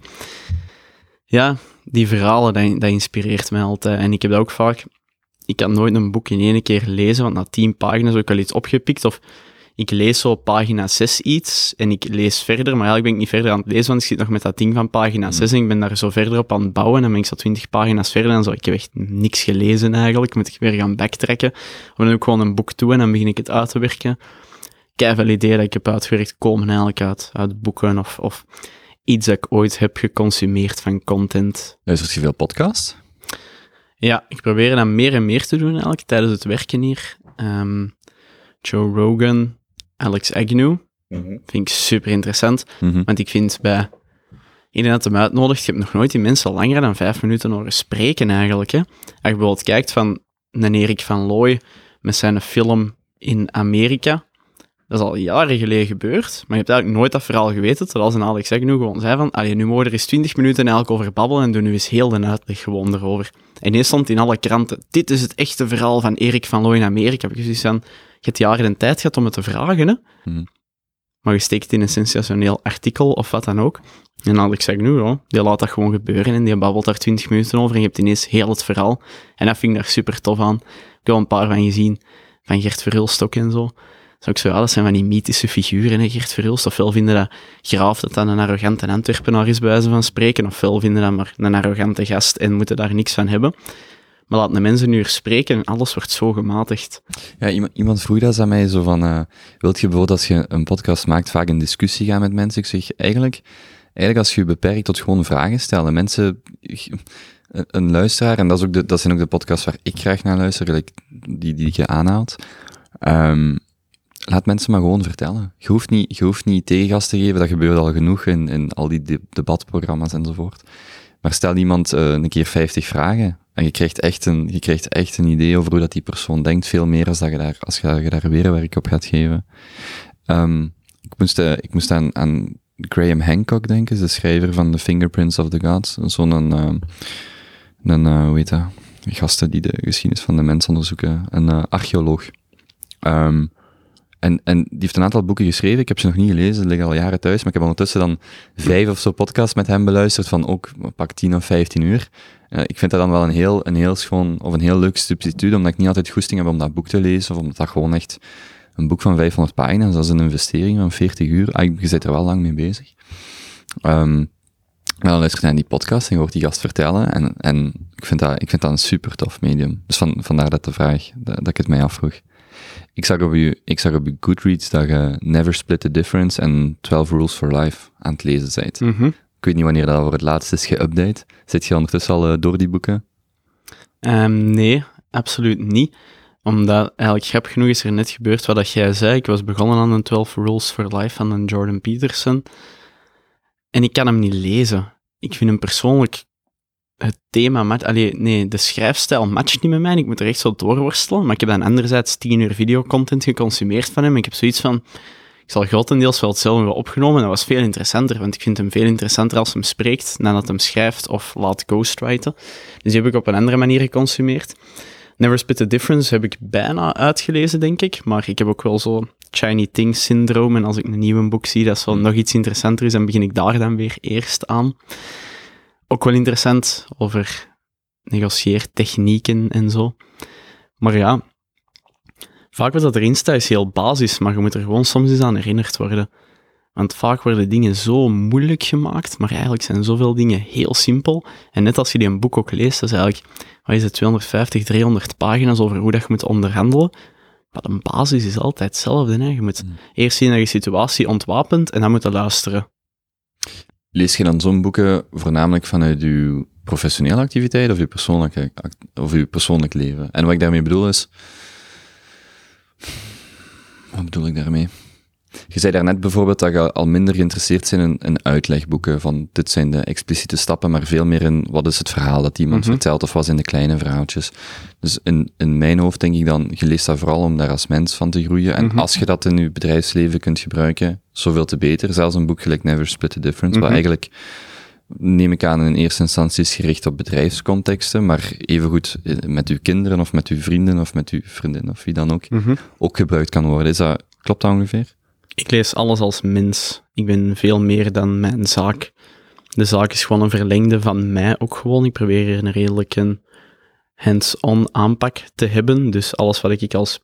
Ja, die verhalen, dat, dat inspireert mij altijd. En ik heb dat ook vaak, ik kan nooit een boek in één keer lezen, want na tien pagina's heb ik al iets opgepikt, of ik lees zo op pagina zes iets en ik lees verder, maar eigenlijk ben ik niet verder aan het lezen, want ik zit nog met dat ding van pagina zes mm. en ik ben daar zo verder op aan het bouwen en dan ben ik zo twintig pagina's verder en zo. Ik heb echt niks gelezen eigenlijk, moet ik weer gaan backtracken. Of dan doe ik gewoon een boek toe en dan begin ik het uit te werken. Keiveel ideeën dat ik heb uitgewerkt komen eigenlijk uit, uit boeken of, of iets dat ik ooit heb geconsumeerd van content. Luistert je veel podcasts? Ja, ik probeer dat meer en meer te doen eigenlijk tijdens het werken hier. Um, Joe Rogan, Alex Agnew, mm-hmm. vind ik super interessant. Mm-hmm. Want ik vind bij iedereen dat hem uitnodigt, je hebt nog nooit die mensen langer dan vijf minuten horen spreken eigenlijk. Hè. Als je bijvoorbeeld kijkt van een Erik van Looy met zijn film in Amerika, dat is al jaren geleden gebeurd, maar je hebt eigenlijk nooit dat verhaal geweten, terwijl zijn Alex Agnew gewoon zei van, allee, nu mogen er eens twintig minuten eigenlijk over babbelen en doen nu eens heel de uitleg gewoon erover. En ineens stond in alle kranten, dit is het echte verhaal van Erik van Looy in Amerika. Heb ik gezegd van, je hebt jaren de tijd gehad om het te vragen, hè? Mm. Maar je steekt het in een sensationeel artikel of wat dan ook. En Alex Agnew, hoor, die laat dat gewoon gebeuren en die babbelt daar twintig minuten over en je hebt ineens heel het verhaal. En dat vind ik daar super tof aan. Ik heb wel een paar van gezien, van Gert Verhulstok en zo. Zou ik zo, ja, dat zijn van die mythische figuren, hè, Gert Verhulst. Ofwel vinden dat Graaf dat dan een arrogante Antwerpenaar is, bij wijze van spreken, ofwel vinden dat maar een arrogante gast en moeten daar niks van hebben. Maar laat de mensen nu eens spreken en alles wordt zo gematigd. Ja, iemand, iemand vroeg dat aan mij, zo van, uh, wilt je bijvoorbeeld als je een podcast maakt vaak in discussie gaan met mensen? Ik zeg, eigenlijk, eigenlijk als je je beperkt tot gewoon vragen stellen, mensen, een luisteraar, en dat, is ook de, dat zijn ook de podcasts waar ik graag naar luister, like die, die je aanhaalt, um, laat mensen maar gewoon vertellen. Je hoeft niet, je hoeft niet tegengas te geven, dat gebeurt al genoeg in, in al die de, debatprogramma's enzovoort. Maar stel iemand uh, een keer vijftig vragen en je krijgt echt een, je krijgt echt een idee over hoe dat die persoon denkt, veel meer als dat je daar, als je, je daar weer werk op gaat geven. Um, ik moest, uh, ik moest aan, aan Graham Hancock denken, de schrijver van The Fingerprints of the Gods. Zo'n, uh, een, uh, hoe heet dat? Gasten die de geschiedenis van de mens onderzoeken. Een uh, archeoloog. Um, En, en die heeft een aantal boeken geschreven, ik heb ze nog niet gelezen, ze liggen al jaren thuis, maar ik heb ondertussen dan vijf of zo podcasts met hem beluisterd van ook pak tien of vijftien uur. Uh, ik vind dat dan wel een heel, een heel schoon, of een heel leuk substituut, omdat ik niet altijd goesting heb om dat boek te lezen, of omdat dat gewoon echt een boek van vijfhonderd pagina's, dat is een investering van veertig uur. Ah, je zit er wel lang mee bezig. Um, maar dan luister ik naar die podcast en je hoort die gast vertellen, en, en ik vind dat, ik vind dat een super tof medium. Dus van, vandaar dat de vraag, dat, dat ik het mij afvroeg. Ik zag op je, ik zag op je Goodreads dat je Never Split the Difference en twelve Rules for Life aan het lezen bent. Mm-hmm. Ik weet niet wanneer dat voor het laatst is geüpdate. Zit je ondertussen al uh, door die boeken? Um, nee, absoluut niet. Omdat, eigenlijk grappig genoeg is er net gebeurd wat dat jij zei. Ik was begonnen aan een twelve Rules for Life van een Jordan Peterson. En ik kan hem niet lezen. Ik vind hem persoonlijk... Het thema, mat- allee, nee, de schrijfstijl matcht niet met mij. Ik moet er echt zo doorworstelen. Maar ik heb dan anderzijds tien uur videocontent geconsumeerd van hem. Ik heb zoiets van... Ik zal grotendeels wel hetzelfde hebben opgenomen. Dat was veel interessanter, want ik vind hem veel interessanter als hem spreekt, dan dat hem schrijft of laat ghostwriten. Dus die heb ik op een andere manier geconsumeerd. Never Split the Difference heb ik bijna uitgelezen, denk ik. Maar ik heb ook wel zo Shiny Things syndroom. En als ik een nieuw boek zie dat zo nog iets interessanter is, dan begin ik daar dan weer eerst aan. Ook wel interessant over negocieertechnieken en zo. Maar ja, vaak wat dat erin staat is heel basis, maar je moet er gewoon soms eens aan herinnerd worden. Want vaak worden dingen zo moeilijk gemaakt, maar eigenlijk zijn zoveel dingen heel simpel. En net als je die een boek ook leest, dat is eigenlijk, wat is het, tweehonderdvijftig, driehonderd pagina's over hoe dat je moet onderhandelen. Maar de basis is altijd hetzelfde. Hè? Je moet mm. eerst zien dat je situatie ontwapent en dan moet je luisteren. Lees je dan zo'n boeken voornamelijk vanuit je professionele activiteit of je persoonlijke, of je persoonlijk leven? En wat ik daarmee bedoel is... Wat bedoel ik daarmee? Je zei daarnet bijvoorbeeld dat je al minder geïnteresseerd bent in, in uitlegboeken, van dit zijn de expliciete stappen, maar veel meer in wat is het verhaal dat iemand mm-hmm. vertelt, of wat zijn de kleine verhaaltjes. Dus in, in mijn hoofd denk ik dan, je leest dat vooral om daar als mens van te groeien, en mm-hmm. als je dat in je bedrijfsleven kunt gebruiken, zoveel te beter. Zelfs een boek gelijk Never Split the Difference, mm-hmm. wat eigenlijk, neem ik aan, in eerste instantie is gericht op bedrijfscontexten, maar evengoed met uw kinderen, of met uw vrienden, of met uw vriendin, of wie dan ook, mm-hmm. ook gebruikt kan worden. Is dat, klopt dat ongeveer? Ik lees alles als mens. Ik ben veel meer dan mijn zaak. De zaak is gewoon een verlengde van mij ook gewoon. Ik probeer hier een redelijk een hands-on aanpak te hebben. Dus alles wat ik als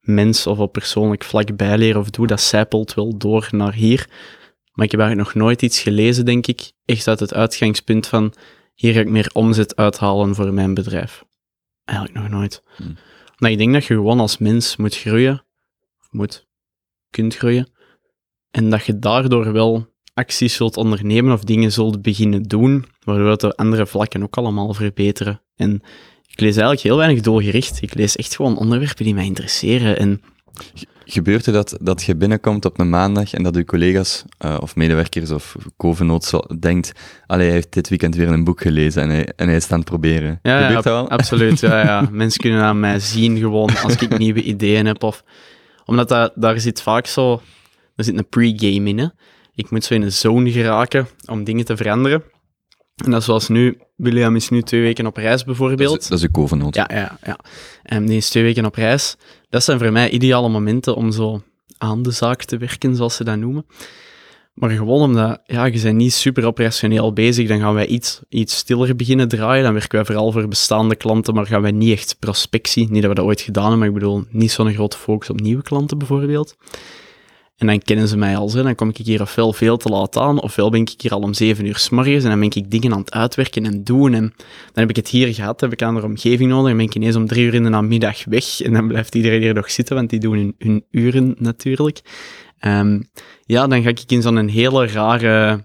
mens of op persoonlijk vlak bijleren of doe, dat zijpelt wel door naar hier. Maar ik heb eigenlijk nog nooit iets gelezen, denk ik, echt uit het uitgangspunt van hier ga ik meer omzet uithalen voor mijn bedrijf. Eigenlijk nog nooit. Hmm. Nou, ik denk dat je gewoon als mens moet groeien, moet, kunt groeien, en dat je daardoor wel acties zult ondernemen of dingen zult beginnen doen, waardoor de andere vlakken ook allemaal verbeteren. En ik lees eigenlijk heel weinig doelgericht. Ik lees echt gewoon onderwerpen die mij interesseren. En gebeurt er dat, dat je binnenkomt op een maandag en dat je collega's uh, of medewerkers of co-venoots denkt, allee, hij heeft dit weekend weer een boek gelezen en hij, en hij is het aan het proberen. Ja, gebeurt ja, dat wel? Absoluut. Ja, ja. Mensen kunnen aan mij zien gewoon als ik nieuwe ideeën heb. Of, omdat dat, daar zit vaak zo, er zit een pre-game in. Hè. Ik moet zo in een zone geraken om dingen te veranderen. En dat is zoals nu, William is nu twee weken op reis bijvoorbeeld. Dat is, dat is een co-venoot. Ja, ja, ja. En die is twee weken op reis. Dat zijn voor mij ideale momenten om zo aan de zaak te werken, zoals ze dat noemen. Maar gewoon omdat, ja, je bent niet super operationeel bezig, dan gaan wij iets, iets stiller beginnen draaien. Dan werken wij vooral voor bestaande klanten, maar gaan wij niet echt prospectie. Niet dat we dat ooit gedaan hebben, maar ik bedoel, niet zo'n grote focus op nieuwe klanten bijvoorbeeld. En dan kennen ze mij al zo, dan kom ik hier ofwel veel te laat aan, ofwel ben ik hier al om zeven uur 's morgens en dan ben ik dingen aan het uitwerken en doen. En dan heb ik het hier gehad, heb ik aan de omgeving nodig, en ben ik ineens om drie uur in de namiddag weg. En dan blijft iedereen hier nog zitten, want die doen hun, hun uren natuurlijk. Um, ja, dan ga ik in zo'n hele rare,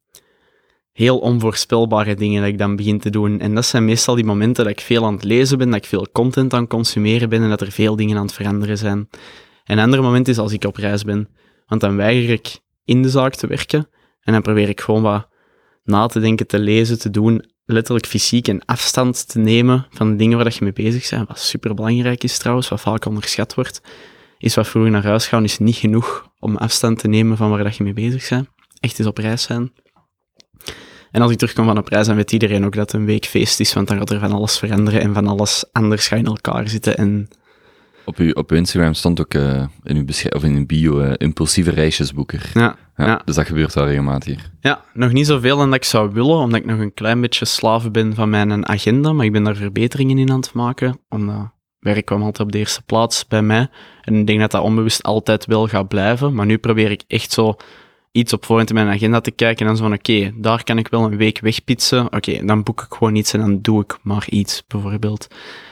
heel onvoorspelbare dingen dat ik dan begin te doen. En dat zijn meestal die momenten dat ik veel aan het lezen ben, dat ik veel content aan het consumeren ben en dat er veel dingen aan het veranderen zijn. En een ander moment is als ik op reis ben. Want dan weiger ik in de zaak te werken en dan probeer ik gewoon wat na te denken, te lezen, te doen, letterlijk fysiek en afstand te nemen van de dingen waar je mee bezig bent. Wat superbelangrijk is trouwens, wat vaak onderschat wordt, is wat vroeger naar huis gaan is niet genoeg om afstand te nemen van waar dat je mee bezig bent. Echt eens op reis zijn. En als ik terugkom van op reis, dan weet iedereen ook dat het een week feest is, want dan gaat er van alles veranderen en van alles anders gaat in elkaar zitten en... Op uw, op uw Instagram stond ook uh, in, uw beschrijf, of in uw bio uh, impulsieve reisjesboeker. Ja, ja, ja. Dus dat gebeurt wel regelmatig hier. Ja, nog niet zoveel dan dat ik zou willen, omdat ik nog een klein beetje slaaf ben van mijn agenda, maar ik ben daar verbeteringen in aan het maken, omdat werk kwam altijd op de eerste plaats bij mij. En ik denk dat dat onbewust altijd wel gaat blijven, maar nu probeer ik echt zo iets op voorhand in mijn agenda te kijken en dan zo van, oké, okay, daar kan ik wel een week wegpitsen. Oké, okay, dan boek ik gewoon iets en dan doe ik maar iets, bijvoorbeeld.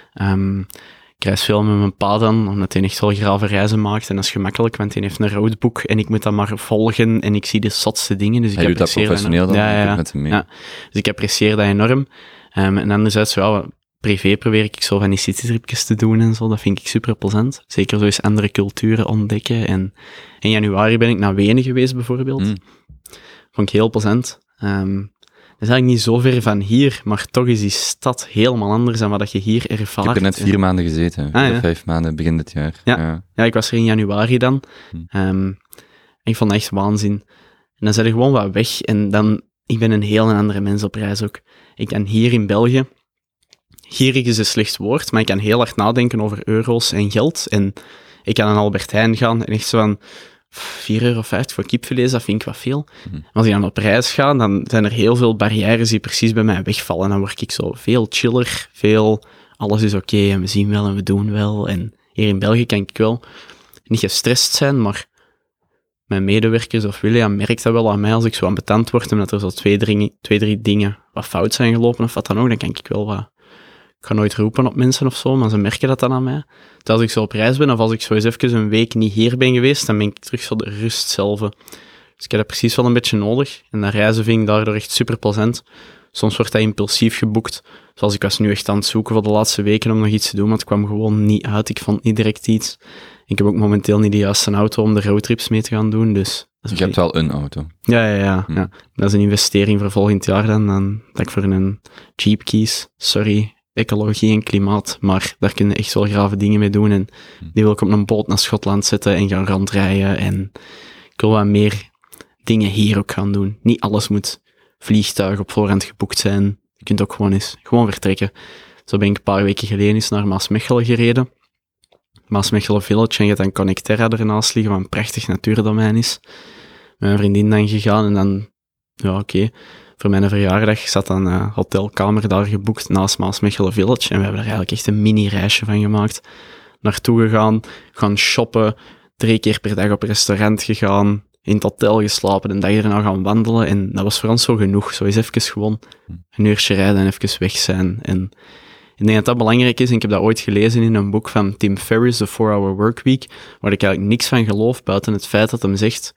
Um, Ik reis veel met mijn pa dan, omdat hij echt wel grave reizen maakt. En dat is gemakkelijk, want hij heeft een roadbook en ik moet dat maar volgen en ik zie de zotste dingen. Dus ik hij doet dat professioneel dan? Ja, ja, ja. Met hem mee. Ja. Dus ik apprecieer dat enorm. Um, en anderzijds, ja, privé probeer ik zo van die citytripjes te doen en zo. Dat vind ik super plezant. Zeker zo eens andere culturen ontdekken. En in januari ben ik naar Wenen geweest, bijvoorbeeld. Mm. Vond ik heel plezant. Um, Dat is eigenlijk niet zo ver van hier, maar toch is die stad helemaal anders dan wat je hier ervaart. Ik heb er net vier en... maanden gezeten, ah, ja. vijf maanden begin dit jaar. Ja, ja. ja ik was er in januari dan. Hm. Um, ik vond het echt waanzin. En dan zet je gewoon wat weg en dan... Ik ben een heel andere mens op reis ook. Ik kan hier in België... Gierig is een slecht woord, maar ik kan heel hard nadenken over euro's en geld. En ik kan naar Albert Heijn gaan en echt zo van... vier euro vijftig voor kipfilet, dat vind ik wat veel. Mm-hmm. Als ik dan op reis ga, dan zijn er heel veel barrières die precies bij mij wegvallen. Dan word ik zo veel chiller, veel... Alles is oké okay, en we zien wel en we doen wel. En hier in België kan ik wel niet gestrest zijn, maar mijn medewerkers of William merkt dat wel aan mij als ik zo ambetant word, omdat er zo twee, drie, twee, drie dingen wat fout zijn gelopen of wat dan ook, dan kan ik wel wat... Ik ga nooit roepen op mensen of zo, maar ze merken dat dan aan mij. Dus als ik zo op reis ben, of als ik zo eens even een week niet hier ben geweest, dan ben ik terug zo de rust zelf. Dus ik heb dat precies wel een beetje nodig. En dat reizen vind ik daardoor echt super plezant. Soms wordt dat impulsief geboekt. Zoals ik was nu echt aan het zoeken voor de laatste weken om nog iets te doen, maar het kwam gewoon niet uit. Ik vond niet direct iets. Ik heb ook momenteel niet de juiste auto om de roadtrips mee te gaan doen, dus... Je hebt wel een auto. Ja, ja, ja, hm. ja. Dat is een investering voor volgend jaar dan, dan dat ik voor een Jeep kies. Sorry... ecologie en klimaat, maar daar kun je echt wel grave dingen mee doen en die wil ik op een boot naar Schotland zetten en gaan rondrijden en ik wil wat meer dingen hier ook gaan doen. Niet alles moet vliegtuig op voorhand geboekt zijn. Je kunt ook gewoon eens gewoon vertrekken. Zo ben ik een paar weken geleden eens naar Maasmechelen gereden. Maasmechelen Village en je hebt dan Connecterra ernaast liggen, wat een prachtig natuurdomein is. Met mijn vriendin dan gegaan en dan, ja oké, okay. Voor mijn verjaardag zat dan een hotelkamer daar geboekt naast Maasmechelen Village en we hebben er eigenlijk echt een mini-reisje van gemaakt. naartoe gegaan, gaan shoppen, drie keer per dag op restaurant gegaan, in het hotel geslapen, en dag erna gaan wandelen. En dat was voor ons zo genoeg. Zo eens even gewoon een uurtje rijden en even weg zijn. En ik denk dat dat belangrijk is. En ik heb dat ooit gelezen in een boek van Tim Ferriss, The four hour Workweek, waar ik eigenlijk niks van geloof, buiten het feit dat hem zegt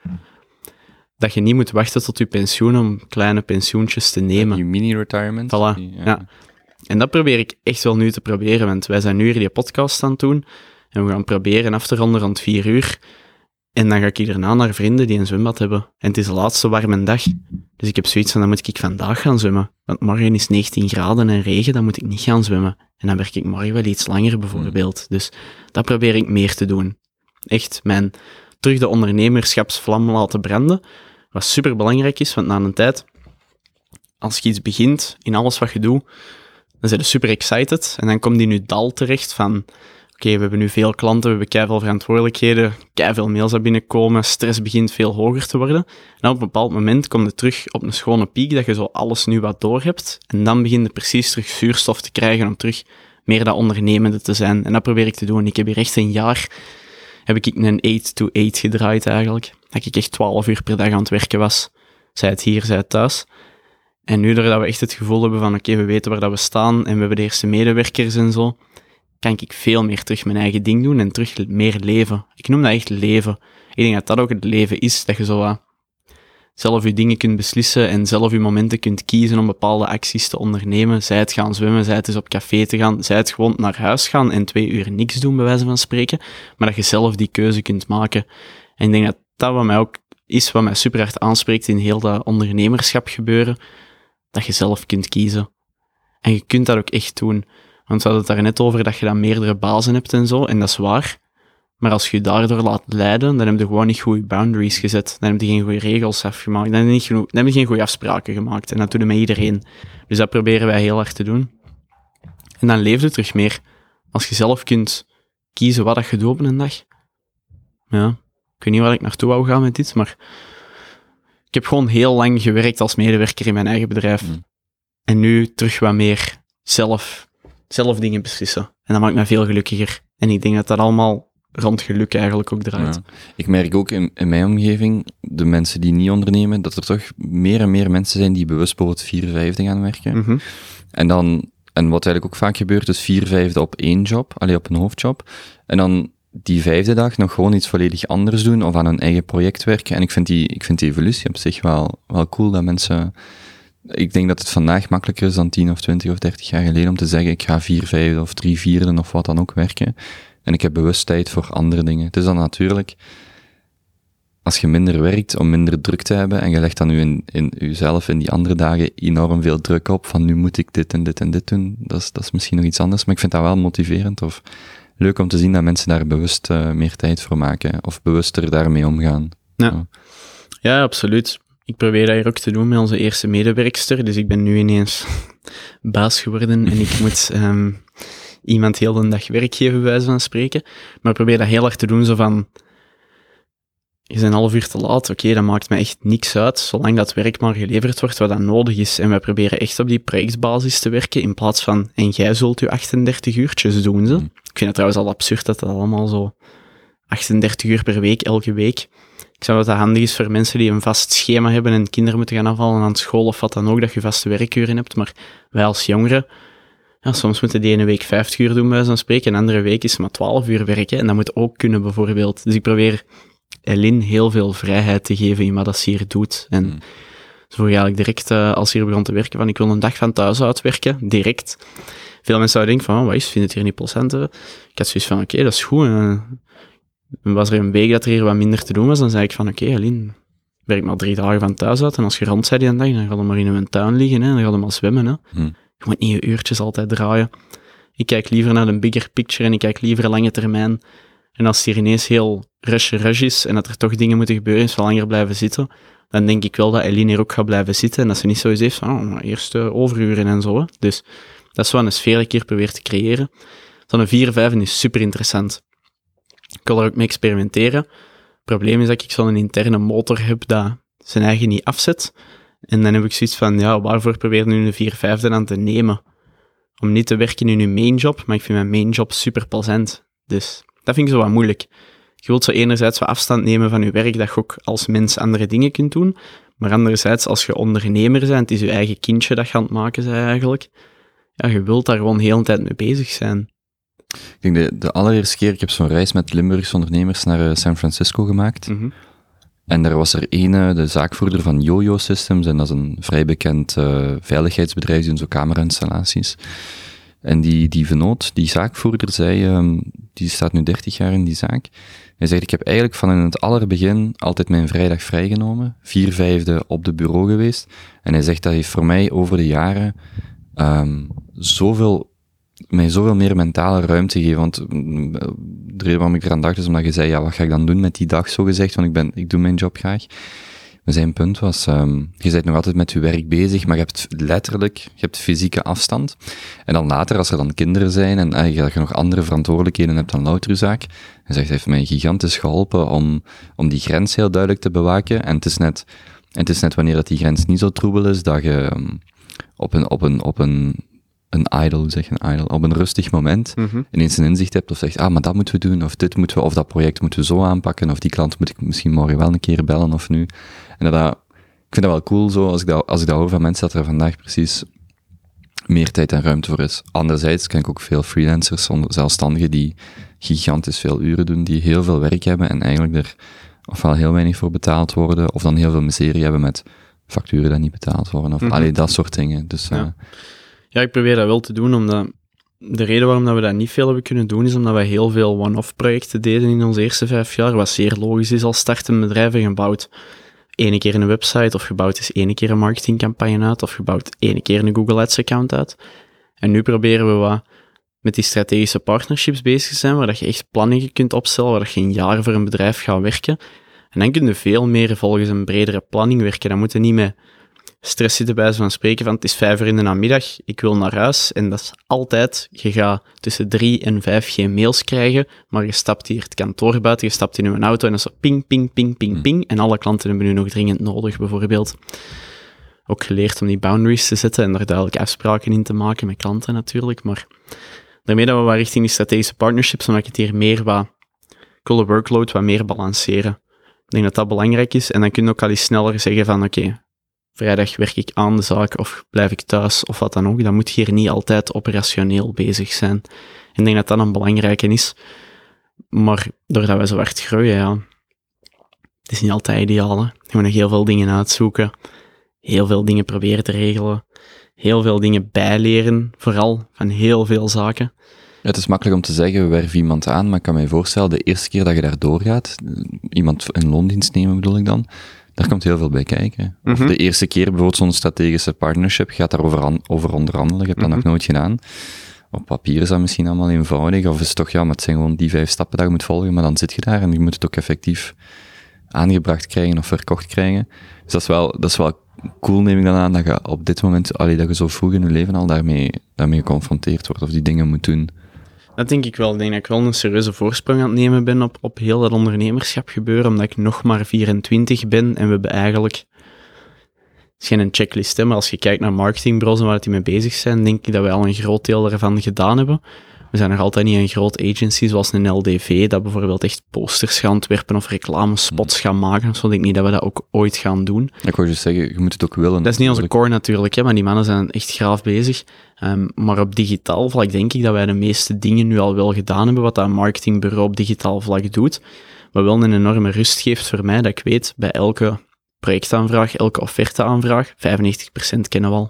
dat je niet moet wachten tot je pensioen om kleine pensioentjes te nemen. Je mini-retirement. Voilà, ja. ja. En dat probeer ik echt wel nu te proberen, want wij zijn nu hier die podcast aan het doen, en we gaan proberen af te ronden rond vier uur. En dan ga ik hierna naar vrienden die een zwembad hebben. En het is de laatste warme dag. Dus ik heb zoiets van, dan moet ik vandaag gaan zwemmen. Want morgen is negentien graden en regen, dan moet ik niet gaan zwemmen. En dan werk ik morgen wel iets langer, bijvoorbeeld. Dus dat probeer ik meer te doen. Echt, mijn terug de ondernemerschapsvlam laten branden. Wat superbelangrijk is, want na een tijd, als je iets begint, in alles wat je doet, dan ben je super excited. En dan komt die nu dal terecht van... Oké, okay, we hebben nu veel klanten, we hebben keiveel verantwoordelijkheden, keiveel mails dat binnenkomen, stress begint veel hoger te worden. En op een bepaald moment kom je terug op een schone piek, dat je zo alles nu wat door hebt. En dan begin je precies terug zuurstof te krijgen om terug meer dat ondernemende te zijn. En dat probeer ik te doen. Ik heb hier echt een jaar, heb ik een eight to eight gedraaid eigenlijk. Dat ik echt twaalf uur per dag aan het werken was. Zij het hier, zij het thuis. En nu dat we echt het gevoel hebben van, oké, okay, we weten waar dat we staan en we hebben de eerste medewerkers en zo, kan ik veel meer terug mijn eigen ding doen en terug meer leven. Ik noem dat echt leven. Ik denk dat dat ook het leven is, dat je zo uh, zelf je dingen kunt beslissen en zelf je momenten kunt kiezen om bepaalde acties te ondernemen. Zij het gaan zwemmen, zij het eens op café te gaan, zij het gewoon naar huis gaan en twee uur niks doen, bij wijze van spreken. Maar dat je zelf die keuze kunt maken. En ik denk dat dat wat mij ook is, wat mij super hard aanspreekt in heel dat ondernemerschap gebeuren, dat je zelf kunt kiezen. En je kunt dat ook echt doen. Want we hadden het daar net over dat je dan meerdere bazen hebt en zo, en dat is waar. Maar als je je daardoor laat leiden, dan heb je gewoon niet goede boundaries gezet. Dan heb je geen goede regels afgemaakt. Dan heb je, niet genoeg, dan heb je geen goede afspraken gemaakt. En dat doen we met iedereen. Dus dat proberen wij heel hard te doen. En dan leef je terug meer. Als je zelf kunt kiezen wat dat je doet op een dag. Ja, ik weet niet waar ik naartoe wou gaan met dit, maar ik heb gewoon heel lang gewerkt als medewerker in mijn eigen bedrijf. Mm. En nu terug wat meer zelf... zelf dingen beslissen. En dat maakt mij veel gelukkiger. En ik denk dat dat allemaal rond geluk eigenlijk ook draait. Ja. Ik merk ook in, in mijn omgeving, de mensen die niet ondernemen, dat er toch meer en meer mensen zijn die bewust bijvoorbeeld vier vijfde gaan werken. Mm-hmm. En dan, en wat eigenlijk ook vaak gebeurt, is vier vijfde op één job, alleen op een hoofdjob. En dan die vijfde dag nog gewoon iets volledig anders doen, of aan hun eigen project werken. En ik vind die, ik vind die evolutie op zich wel, wel cool, dat mensen... Ik denk dat het vandaag makkelijker is dan tien of twintig of dertig jaar geleden om te zeggen, ik ga vier vijfde of drie vierde of wat dan ook werken. En ik heb bewust tijd voor andere dingen. Het is dan natuurlijk, als je minder werkt om minder druk te hebben, en je legt dan nu in, in jezelf in die andere dagen enorm veel druk op, van nu moet ik dit en dit en dit doen, dat is, dat is misschien nog iets anders, maar ik vind dat wel motiverend of leuk om te zien dat mensen daar bewust uh, meer tijd voor maken, of bewuster daarmee omgaan. Ja, ja. Ja, absoluut. Ik probeer dat hier ook te doen met onze eerste medewerkster, dus ik ben nu ineens baas geworden en ik moet um, iemand heel de dag werk geven, bij wijze van spreken. Maar ik probeer dat heel hard te doen, zo van, je bent een half uur te laat, oké, okay, dat maakt mij echt niks uit, zolang dat werk maar geleverd wordt wat dat nodig is. En wij proberen echt op die projectbasis te werken, in plaats van, en jij zult je achtendertig uurtjes doen, ze. Ik vind het trouwens al absurd dat dat allemaal zo achtendertig uur per week, elke week. Ik zou dat dat handig is voor mensen die een vast schema hebben en kinderen moeten gaan afhalen aan school of wat dan ook, dat je vaste werkuren hebt. Maar wij als jongeren, ja, soms moeten die ene week vijftig uur doen, bij wijze van spreken, en de andere week is het maar twaalf uur werken. En dat moet ook kunnen, bijvoorbeeld. Dus ik probeer Eline heel veel vrijheid te geven in wat dat ze hier doet. En mm. ze vroeg eigenlijk direct, uh, als ze hier begon te werken, van ik wil een dag van thuis uitwerken, direct. Veel mensen zouden denken van, oh, wat is, vind het hier niet plezant? Hè? Ik had zoiets van, oké, okay, dat is goed. Uh, was er een week dat er hier wat minder te doen was, dan zei ik van, oké, okay, Eline, werk maar drie dagen van thuis uit, en als je rond bent die een dag, dan ga je maar in een tuin liggen, hè, dan ga je maar zwemmen. Hè. Hm. Je moet niet je uurtjes altijd draaien. Ik kijk liever naar de bigger picture en ik kijk liever lange termijn. En als het hier ineens heel rush-rush is en dat er toch dingen moeten gebeuren, is wel langer blijven zitten, dan denk ik wel dat Eline hier ook gaat blijven zitten en dat ze niet zoiets heeft van, oh, maar eerst uh, overuren en zo. Hè. Dus dat is wel een sfeer die ik hier probeer te creëren. Zo'n vier vijf is super interessant. Ik wil er ook mee experimenteren. Het probleem is dat ik zo'n interne motor heb dat zijn eigen niet afzet. En dan heb ik zoiets van, ja, waarvoor probeer je nu een vier vijfde aan te nemen? Om niet te werken in je main job, maar ik vind mijn main job super plezant. Dus dat vind ik zo wat moeilijk. Je wilt zo enerzijds wat afstand nemen van je werk, dat je ook als mens andere dingen kunt doen, maar anderzijds, als je ondernemer bent, het is je eigen kindje dat je aan het maken bent eigenlijk, ja, je wilt daar gewoon de hele tijd mee bezig zijn. Ik denk de, de allereerste keer, ik heb zo'n reis met Limburgse ondernemers naar uh, San Francisco gemaakt. Mm-hmm. En daar was er ene, de zaakvoerder van Yo-Yo Systems, en dat is een vrij bekend uh, veiligheidsbedrijf, die doen zo camera-installaties. En die, die vennoot, die zaakvoerder, zei, um, die staat nu dertig jaar in die zaak. Hij zegt, ik heb eigenlijk van in het allerbegin altijd mijn vrijdag vrijgenomen, vier vijfde op de bureau geweest. En hij zegt, dat heeft voor mij over de jaren um, zoveel, mij zoveel meer mentale ruimte gegeven. Want um, de reden waarom ik eraan dacht is omdat je zei, ja, wat ga ik dan doen met die dag, zo gezegd, want ik ben, ik doe mijn job graag. Maar zijn punt was, um, je bent nog altijd met je werk bezig, maar je hebt letterlijk, je hebt fysieke afstand. En dan later, als er dan kinderen zijn en uh, je nog andere verantwoordelijkheden hebt dan louter je zaak, hij zegt, het heeft mij gigantisch geholpen om, om die grens heel duidelijk te bewaken. En het is net, en het is net wanneer dat die grens niet zo troebel is, dat je um, op een, op een, op een, een idle, hoe zeg je een idle, op een rustig moment Mm-hmm. ineens een inzicht hebt of zegt, ah, maar dat moeten we doen, of dit moeten we, of dat project moeten we zo aanpakken, of die klant moet ik misschien morgen wel een keer bellen, of nu. En dat, ik vind dat wel cool, zo, als ik dat, als ik dat hoor van mensen, dat er vandaag precies meer tijd en ruimte voor is. Anderzijds ken ik ook veel freelancers, zelfstandigen, die gigantisch veel uren doen, die heel veel werk hebben en eigenlijk er ofwel heel weinig voor betaald worden, of dan heel veel miserie hebben met facturen die niet betaald worden, of Mm-hmm. allee, dat soort dingen. Dus, Ja. uh, Ja, ik probeer dat wel te doen, omdat de reden waarom dat we dat niet veel hebben kunnen doen, is omdat wij heel veel one-off projecten deden in onze eerste vijf jaar, wat zeer logisch is als startend bedrijf. En je bouwt ene keer een website, of je bouwt eens ene keer een marketingcampagne uit, of je bouwt ene keer een Google Ads account uit. En nu proberen we wat met die strategische partnerships bezig te zijn, waar dat je echt planningen kunt opstellen, waar dat je een jaar voor een bedrijf gaat werken. En dan kun je veel meer volgens een bredere planning werken. Dan moet je niet met stress zitten bij wijze van spreken van het is vijf uur in de namiddag, ik wil naar huis. En dat is altijd, je gaat tussen drie en vijf geen mails krijgen, maar je stapt hier het kantoor buiten, je stapt in een auto en dan is zo ping, ping, ping, ping, ping. En alle klanten hebben nu nog dringend nodig, bijvoorbeeld. Ook geleerd om die boundaries te zetten en daar duidelijk afspraken in te maken met klanten natuurlijk. Maar daarmee dat we wat richting die strategische partnerships, omdat ik het hier meer wat, ik wil de workload wat meer balanceren. Ik denk dat dat belangrijk is. En dan kun je ook al eens sneller zeggen van oké, okay, vrijdag werk ik aan de zaak of blijf ik thuis of wat dan ook. Dan moet je hier niet altijd operationeel bezig zijn. Ik denk dat dat een belangrijke is. Maar doordat wij zo hard groeien, ja, het is niet altijd ideaal. Hè. Je moet nog heel veel dingen uitzoeken. Heel veel dingen proberen te regelen. Heel veel dingen bijleren, vooral van heel veel zaken. Ja, het is makkelijk om te zeggen, we werven iemand aan, maar ik kan me voorstellen, de eerste keer dat je daar doorgaat, iemand in loondienst nemen bedoel ik dan, daar komt heel veel bij kijken. Of Mm-hmm. de eerste keer bijvoorbeeld zo'n strategische partnership, je gaat daarover an- over onderhandelen, je hebt dat Mm-hmm. nog nooit gedaan. Op papier is dat misschien allemaal eenvoudig, of is het toch, ja, maar het zijn gewoon die vijf stappen dat je moet volgen, maar dan zit je daar en je moet het ook effectief aangebracht krijgen of verkocht krijgen. Dus dat is wel, dat is wel cool, neem ik dan aan, dat je op dit moment, allee, dat je zo vroeg in je leven al daarmee, daarmee geconfronteerd wordt, of die dingen moet doen. Dat denk ik wel. Ik denk dat ik wel een serieuze voorsprong aan het nemen ben op, op heel dat ondernemerschap gebeuren, omdat ik nog maar vierentwintig ben en we hebben eigenlijk... Het is geen checklist, hè, maar als je kijkt naar marketingbureaus en waar die mee bezig zijn, denk ik dat wij al een groot deel daarvan gedaan hebben. We zijn nog altijd niet een groot agency zoals een L D V, dat bijvoorbeeld echt posters gaat ontwerpen of reclamespots gaan maken. Zo denk ik niet dat we dat ook ooit gaan doen. Ik wou dus zeggen, je moet het ook willen. Dat is niet onze core natuurlijk, hè, maar die mannen zijn echt graaf bezig. Um, maar op digitaal vlak denk ik dat wij de meeste dingen nu al wel gedaan hebben, wat dat marketingbureau op digitaal vlak doet. Maar wel een enorme rust geeft voor mij, dat ik weet, bij elke projectaanvraag, elke offerteaanvraag, vijfennegentig procent kennen we al.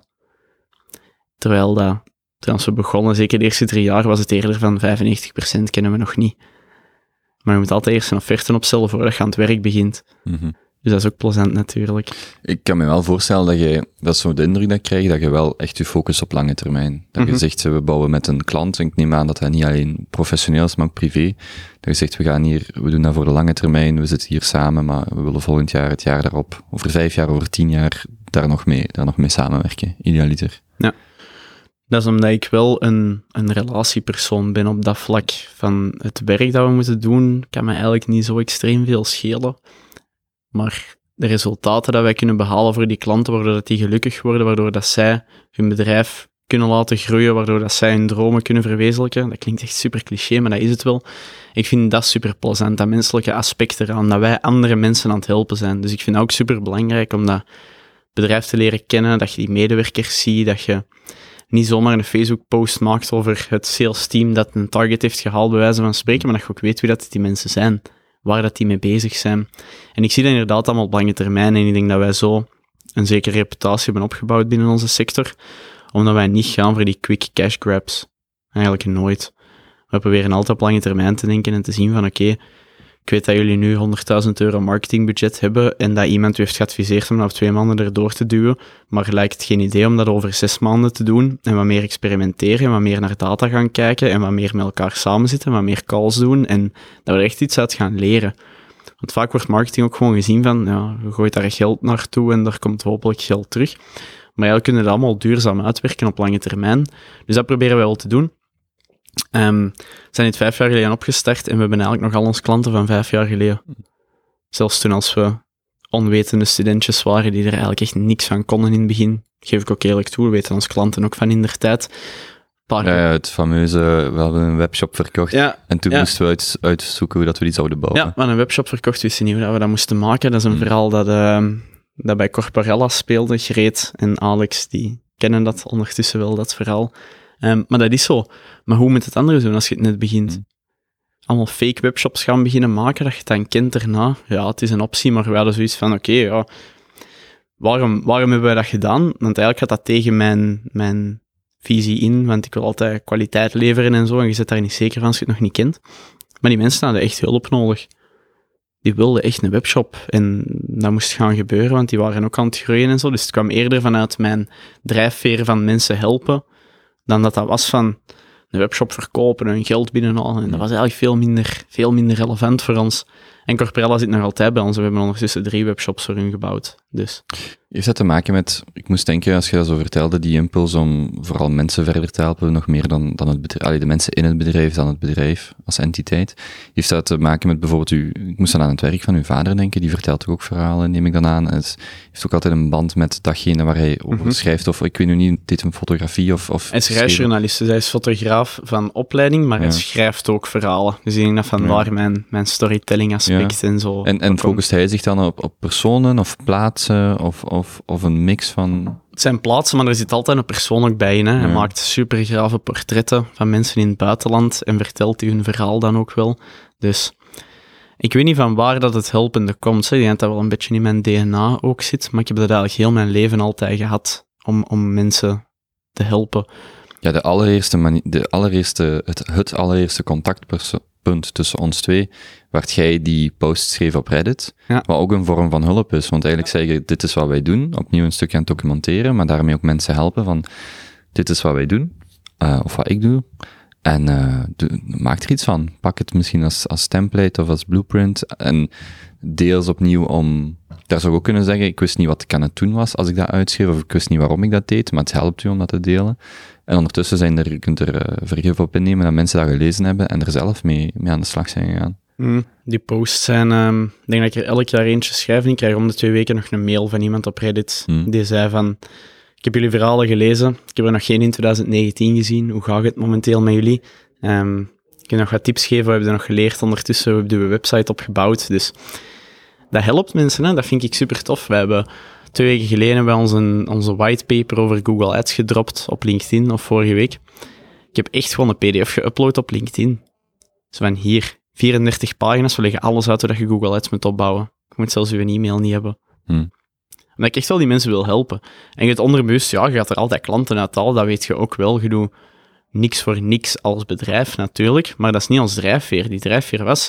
Terwijl dat, toen we begonnen, zeker de eerste drie jaar, was het eerder van vijfennegentig procent kennen we nog niet. Maar je moet altijd eerst een offerte opstellen voordat je aan het werk begint. Mm-hmm. Dus dat is ook plezant natuurlijk. Ik kan me wel voorstellen dat je, dat is zo de indruk dat ik krijg, dat je wel echt je focust op lange termijn. Dat Mm-hmm. je zegt, we bouwen met een klant, en ik neem aan dat dat niet alleen professioneel is, maar ook privé. Dat je zegt, we gaan hier, we doen dat voor de lange termijn, we zitten hier samen, maar we willen volgend jaar, het jaar daarop, over vijf jaar, over tien jaar, daar nog mee, daar nog mee samenwerken, idealiter. Ja. Dat is omdat ik wel een, een relatiepersoon ben op dat vlak. Van het werk dat we moeten doen, kan me eigenlijk niet zo extreem veel schelen. Maar de resultaten dat wij kunnen behalen voor die klanten, waardoor dat die gelukkig worden, waardoor dat zij hun bedrijf kunnen laten groeien, waardoor dat zij hun dromen kunnen verwezenlijken. Dat klinkt echt super cliché, maar dat is het wel. Ik vind dat super plezant, dat menselijke aspect eraan, dat wij andere mensen aan het helpen zijn. Dus ik vind dat ook super belangrijk om dat bedrijf te leren kennen, dat je die medewerkers ziet, dat je niet zomaar een Facebook-post maakt over het sales team dat een target heeft gehaald, bij wijze van spreken, maar dat je ook weet wie dat die mensen zijn, waar dat die mee bezig zijn. En ik zie dat inderdaad allemaal op lange termijn en ik denk dat wij zo een zekere reputatie hebben opgebouwd binnen onze sector, omdat wij niet gaan voor die quick cash grabs. Eigenlijk nooit. We proberen altijd op lange termijn te denken en te zien van oké, okay, ik weet dat jullie nu honderdduizend euro marketingbudget hebben en dat iemand u heeft geadviseerd om dat op twee maanden erdoor te duwen, maar lijkt het geen idee om dat over zes maanden te doen en wat meer experimenteren en wat meer naar data gaan kijken en wat meer met elkaar samenzitten, wat meer calls doen en dat we er echt iets uit gaan leren. Want vaak wordt marketing ook gewoon gezien van, ja, je gooit daar geld naartoe en daar komt hopelijk geld terug. Maar eigenlijk kunnen we dat allemaal duurzaam uitwerken op lange termijn. Dus dat proberen wij wel te doen. Um, we zijn dit vijf jaar geleden opgestart en we hebben eigenlijk nog al onze klanten van vijf jaar geleden. Zelfs toen als we onwetende studentjes waren die er eigenlijk echt niks van konden in het begin, geef ik ook eerlijk toe, we weten onze klanten ook van in der tijd. Ja, ja, het fameuze, we hadden een webshop verkocht ja, en toen ja. moesten we uit, uitzoeken hoe dat we die zouden bouwen. Ja, we hadden een webshop verkocht, wisten niet hoe dat we dat moesten maken. Dat is een hmm. verhaal dat, uh, dat bij Corporella speelde. Greet en Alex, die kennen dat ondertussen wel, dat verhaal. Um, maar dat is zo. Maar hoe moet het anders doen als je het net begint? Hmm. Allemaal fake webshops gaan beginnen maken, dat je het dan kent daarna. Ja, het is een optie, maar we hadden zoiets van, oké, okay, ja, waarom, waarom hebben wij dat gedaan? Want eigenlijk gaat dat tegen mijn... mijn visie in, want ik wil altijd kwaliteit leveren en zo, en je zit daar niet zeker van als je het nog niet kent. Maar die mensen hadden echt hulp nodig. Die wilden echt een webshop en dat moest gaan gebeuren, want die waren ook aan het groeien en zo. Dus het kwam eerder vanuit mijn drijfveer van mensen helpen, dan dat dat was van een webshop verkopen en geld binnenhalen. En dat was eigenlijk veel minder, veel minder relevant voor ons. En Corporella zit nog altijd bij ons. We hebben ondertussen drie webshops voor hun gebouwd. Dus. Heeft dat te maken met, ik moest denken, als je dat zo vertelde, die impuls om vooral mensen verder te helpen, nog meer dan, dan het bedrijf, allee, de mensen in het bedrijf dan het bedrijf als entiteit. Heeft dat te maken met bijvoorbeeld, u, ik moest dan aan het werk van uw vader denken, die vertelt toch ook verhalen, neem ik dan aan. Het heeft ook altijd een band met datgene waar hij over mm-hmm. schrijft, of ik weet nu niet, dit een fotografie of... of hij is reisjournalist, dus hij is fotograaf van opleiding, maar ja. hij schrijft ook verhalen. Dus ik denk dat van ja. waar mijn, mijn storytelling aspect ja. en zo... En, en focust hij zich dan op, op personen of plaatsen of, of, of een mix van... Het zijn plaatsen, maar er zit altijd een persoon ook bij in. Hè. Hij ja. maakt super grave portretten van mensen in het buitenland en vertelt hun verhaal dan ook wel. Dus ik weet niet van waar dat het helpende komt. Hè. Ik denk dat dat wel een beetje in mijn D N A ook zit, maar ik heb dat eigenlijk heel mijn leven altijd gehad om, om mensen te helpen. Ja, de allereerste, mani- de allereerste het, het allereerste contactpunt tussen ons twee, waar jij die post schreef op Reddit, ja. wat ook een vorm van hulp is. Want eigenlijk ja. zeg je, dit is wat wij doen, opnieuw een stukje aan het documenteren, maar daarmee ook mensen helpen van, dit is wat wij doen, uh, of wat ik doe, en uh, de, maak er iets van. Pak het misschien als, als template of als blueprint, en deels opnieuw om, daar zou ik ook kunnen zeggen, ik wist niet wat ik aan het doen was als ik dat uitschreef, of ik wist niet waarom ik dat deed, maar het helpt u om dat te delen. En ondertussen zijn er, je kunt er uh, vergif op innemen dat mensen dat gelezen hebben en er zelf mee, mee aan de slag zijn gegaan. Mm, die posts zijn, um, ik denk dat ik er elk jaar eentje schrijf en ik krijg om de twee weken nog een mail van iemand op Reddit mm. die zei van, ik heb jullie verhalen gelezen, ik heb er nog geen in twintig negentien gezien, hoe gaat het momenteel met jullie? Um, ik kan nog wat tips geven, we hebben er nog geleerd ondertussen, we hebben de website opgebouwd, dus dat helpt mensen, hè? Dat vind ik super tof. We hebben twee weken geleden bij ons een, onze whitepaper over Google Ads gedropt op LinkedIn, of vorige week. Ik heb echt gewoon een P D F geüpload op LinkedIn. Zo van hier, vierendertig pagina's, we leggen alles uit hoe je Google Ads moet opbouwen. Je moet zelfs je e-mail niet hebben. Hmm. Omdat ik echt wel die mensen wil helpen. En je het onderbewust, ja, je gaat er altijd klanten uit halen, dat weet je ook wel. Je doet niks voor niks als bedrijf natuurlijk, maar dat is niet ons drijfveer. Die drijfveer was,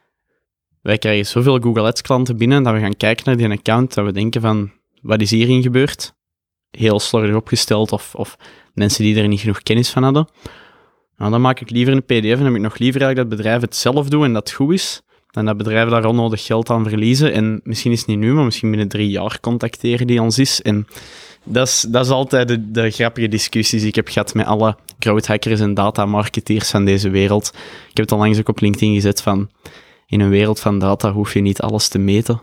wij krijgen zoveel Google Ads klanten binnen, dat we gaan kijken naar die account, dat we denken van, wat is hierin gebeurd? Heel slordig opgesteld, of, of mensen die er niet genoeg kennis van hadden. Nou, dan maak ik liever een P D F en heb ik nog liever eigenlijk dat het bedrijf het zelf doet en dat het goed is, dan dat bedrijven daar onnodig geld aan verliezen. En misschien is het niet nu, maar misschien binnen drie jaar contacteren die ons is. En dat is, dat is altijd de, de grappige discussies die ik heb gehad met alle crowdhackers en datamarketeers van deze wereld. Ik heb het al langs ook op LinkedIn gezet van, in een wereld van data hoef je niet alles te meten.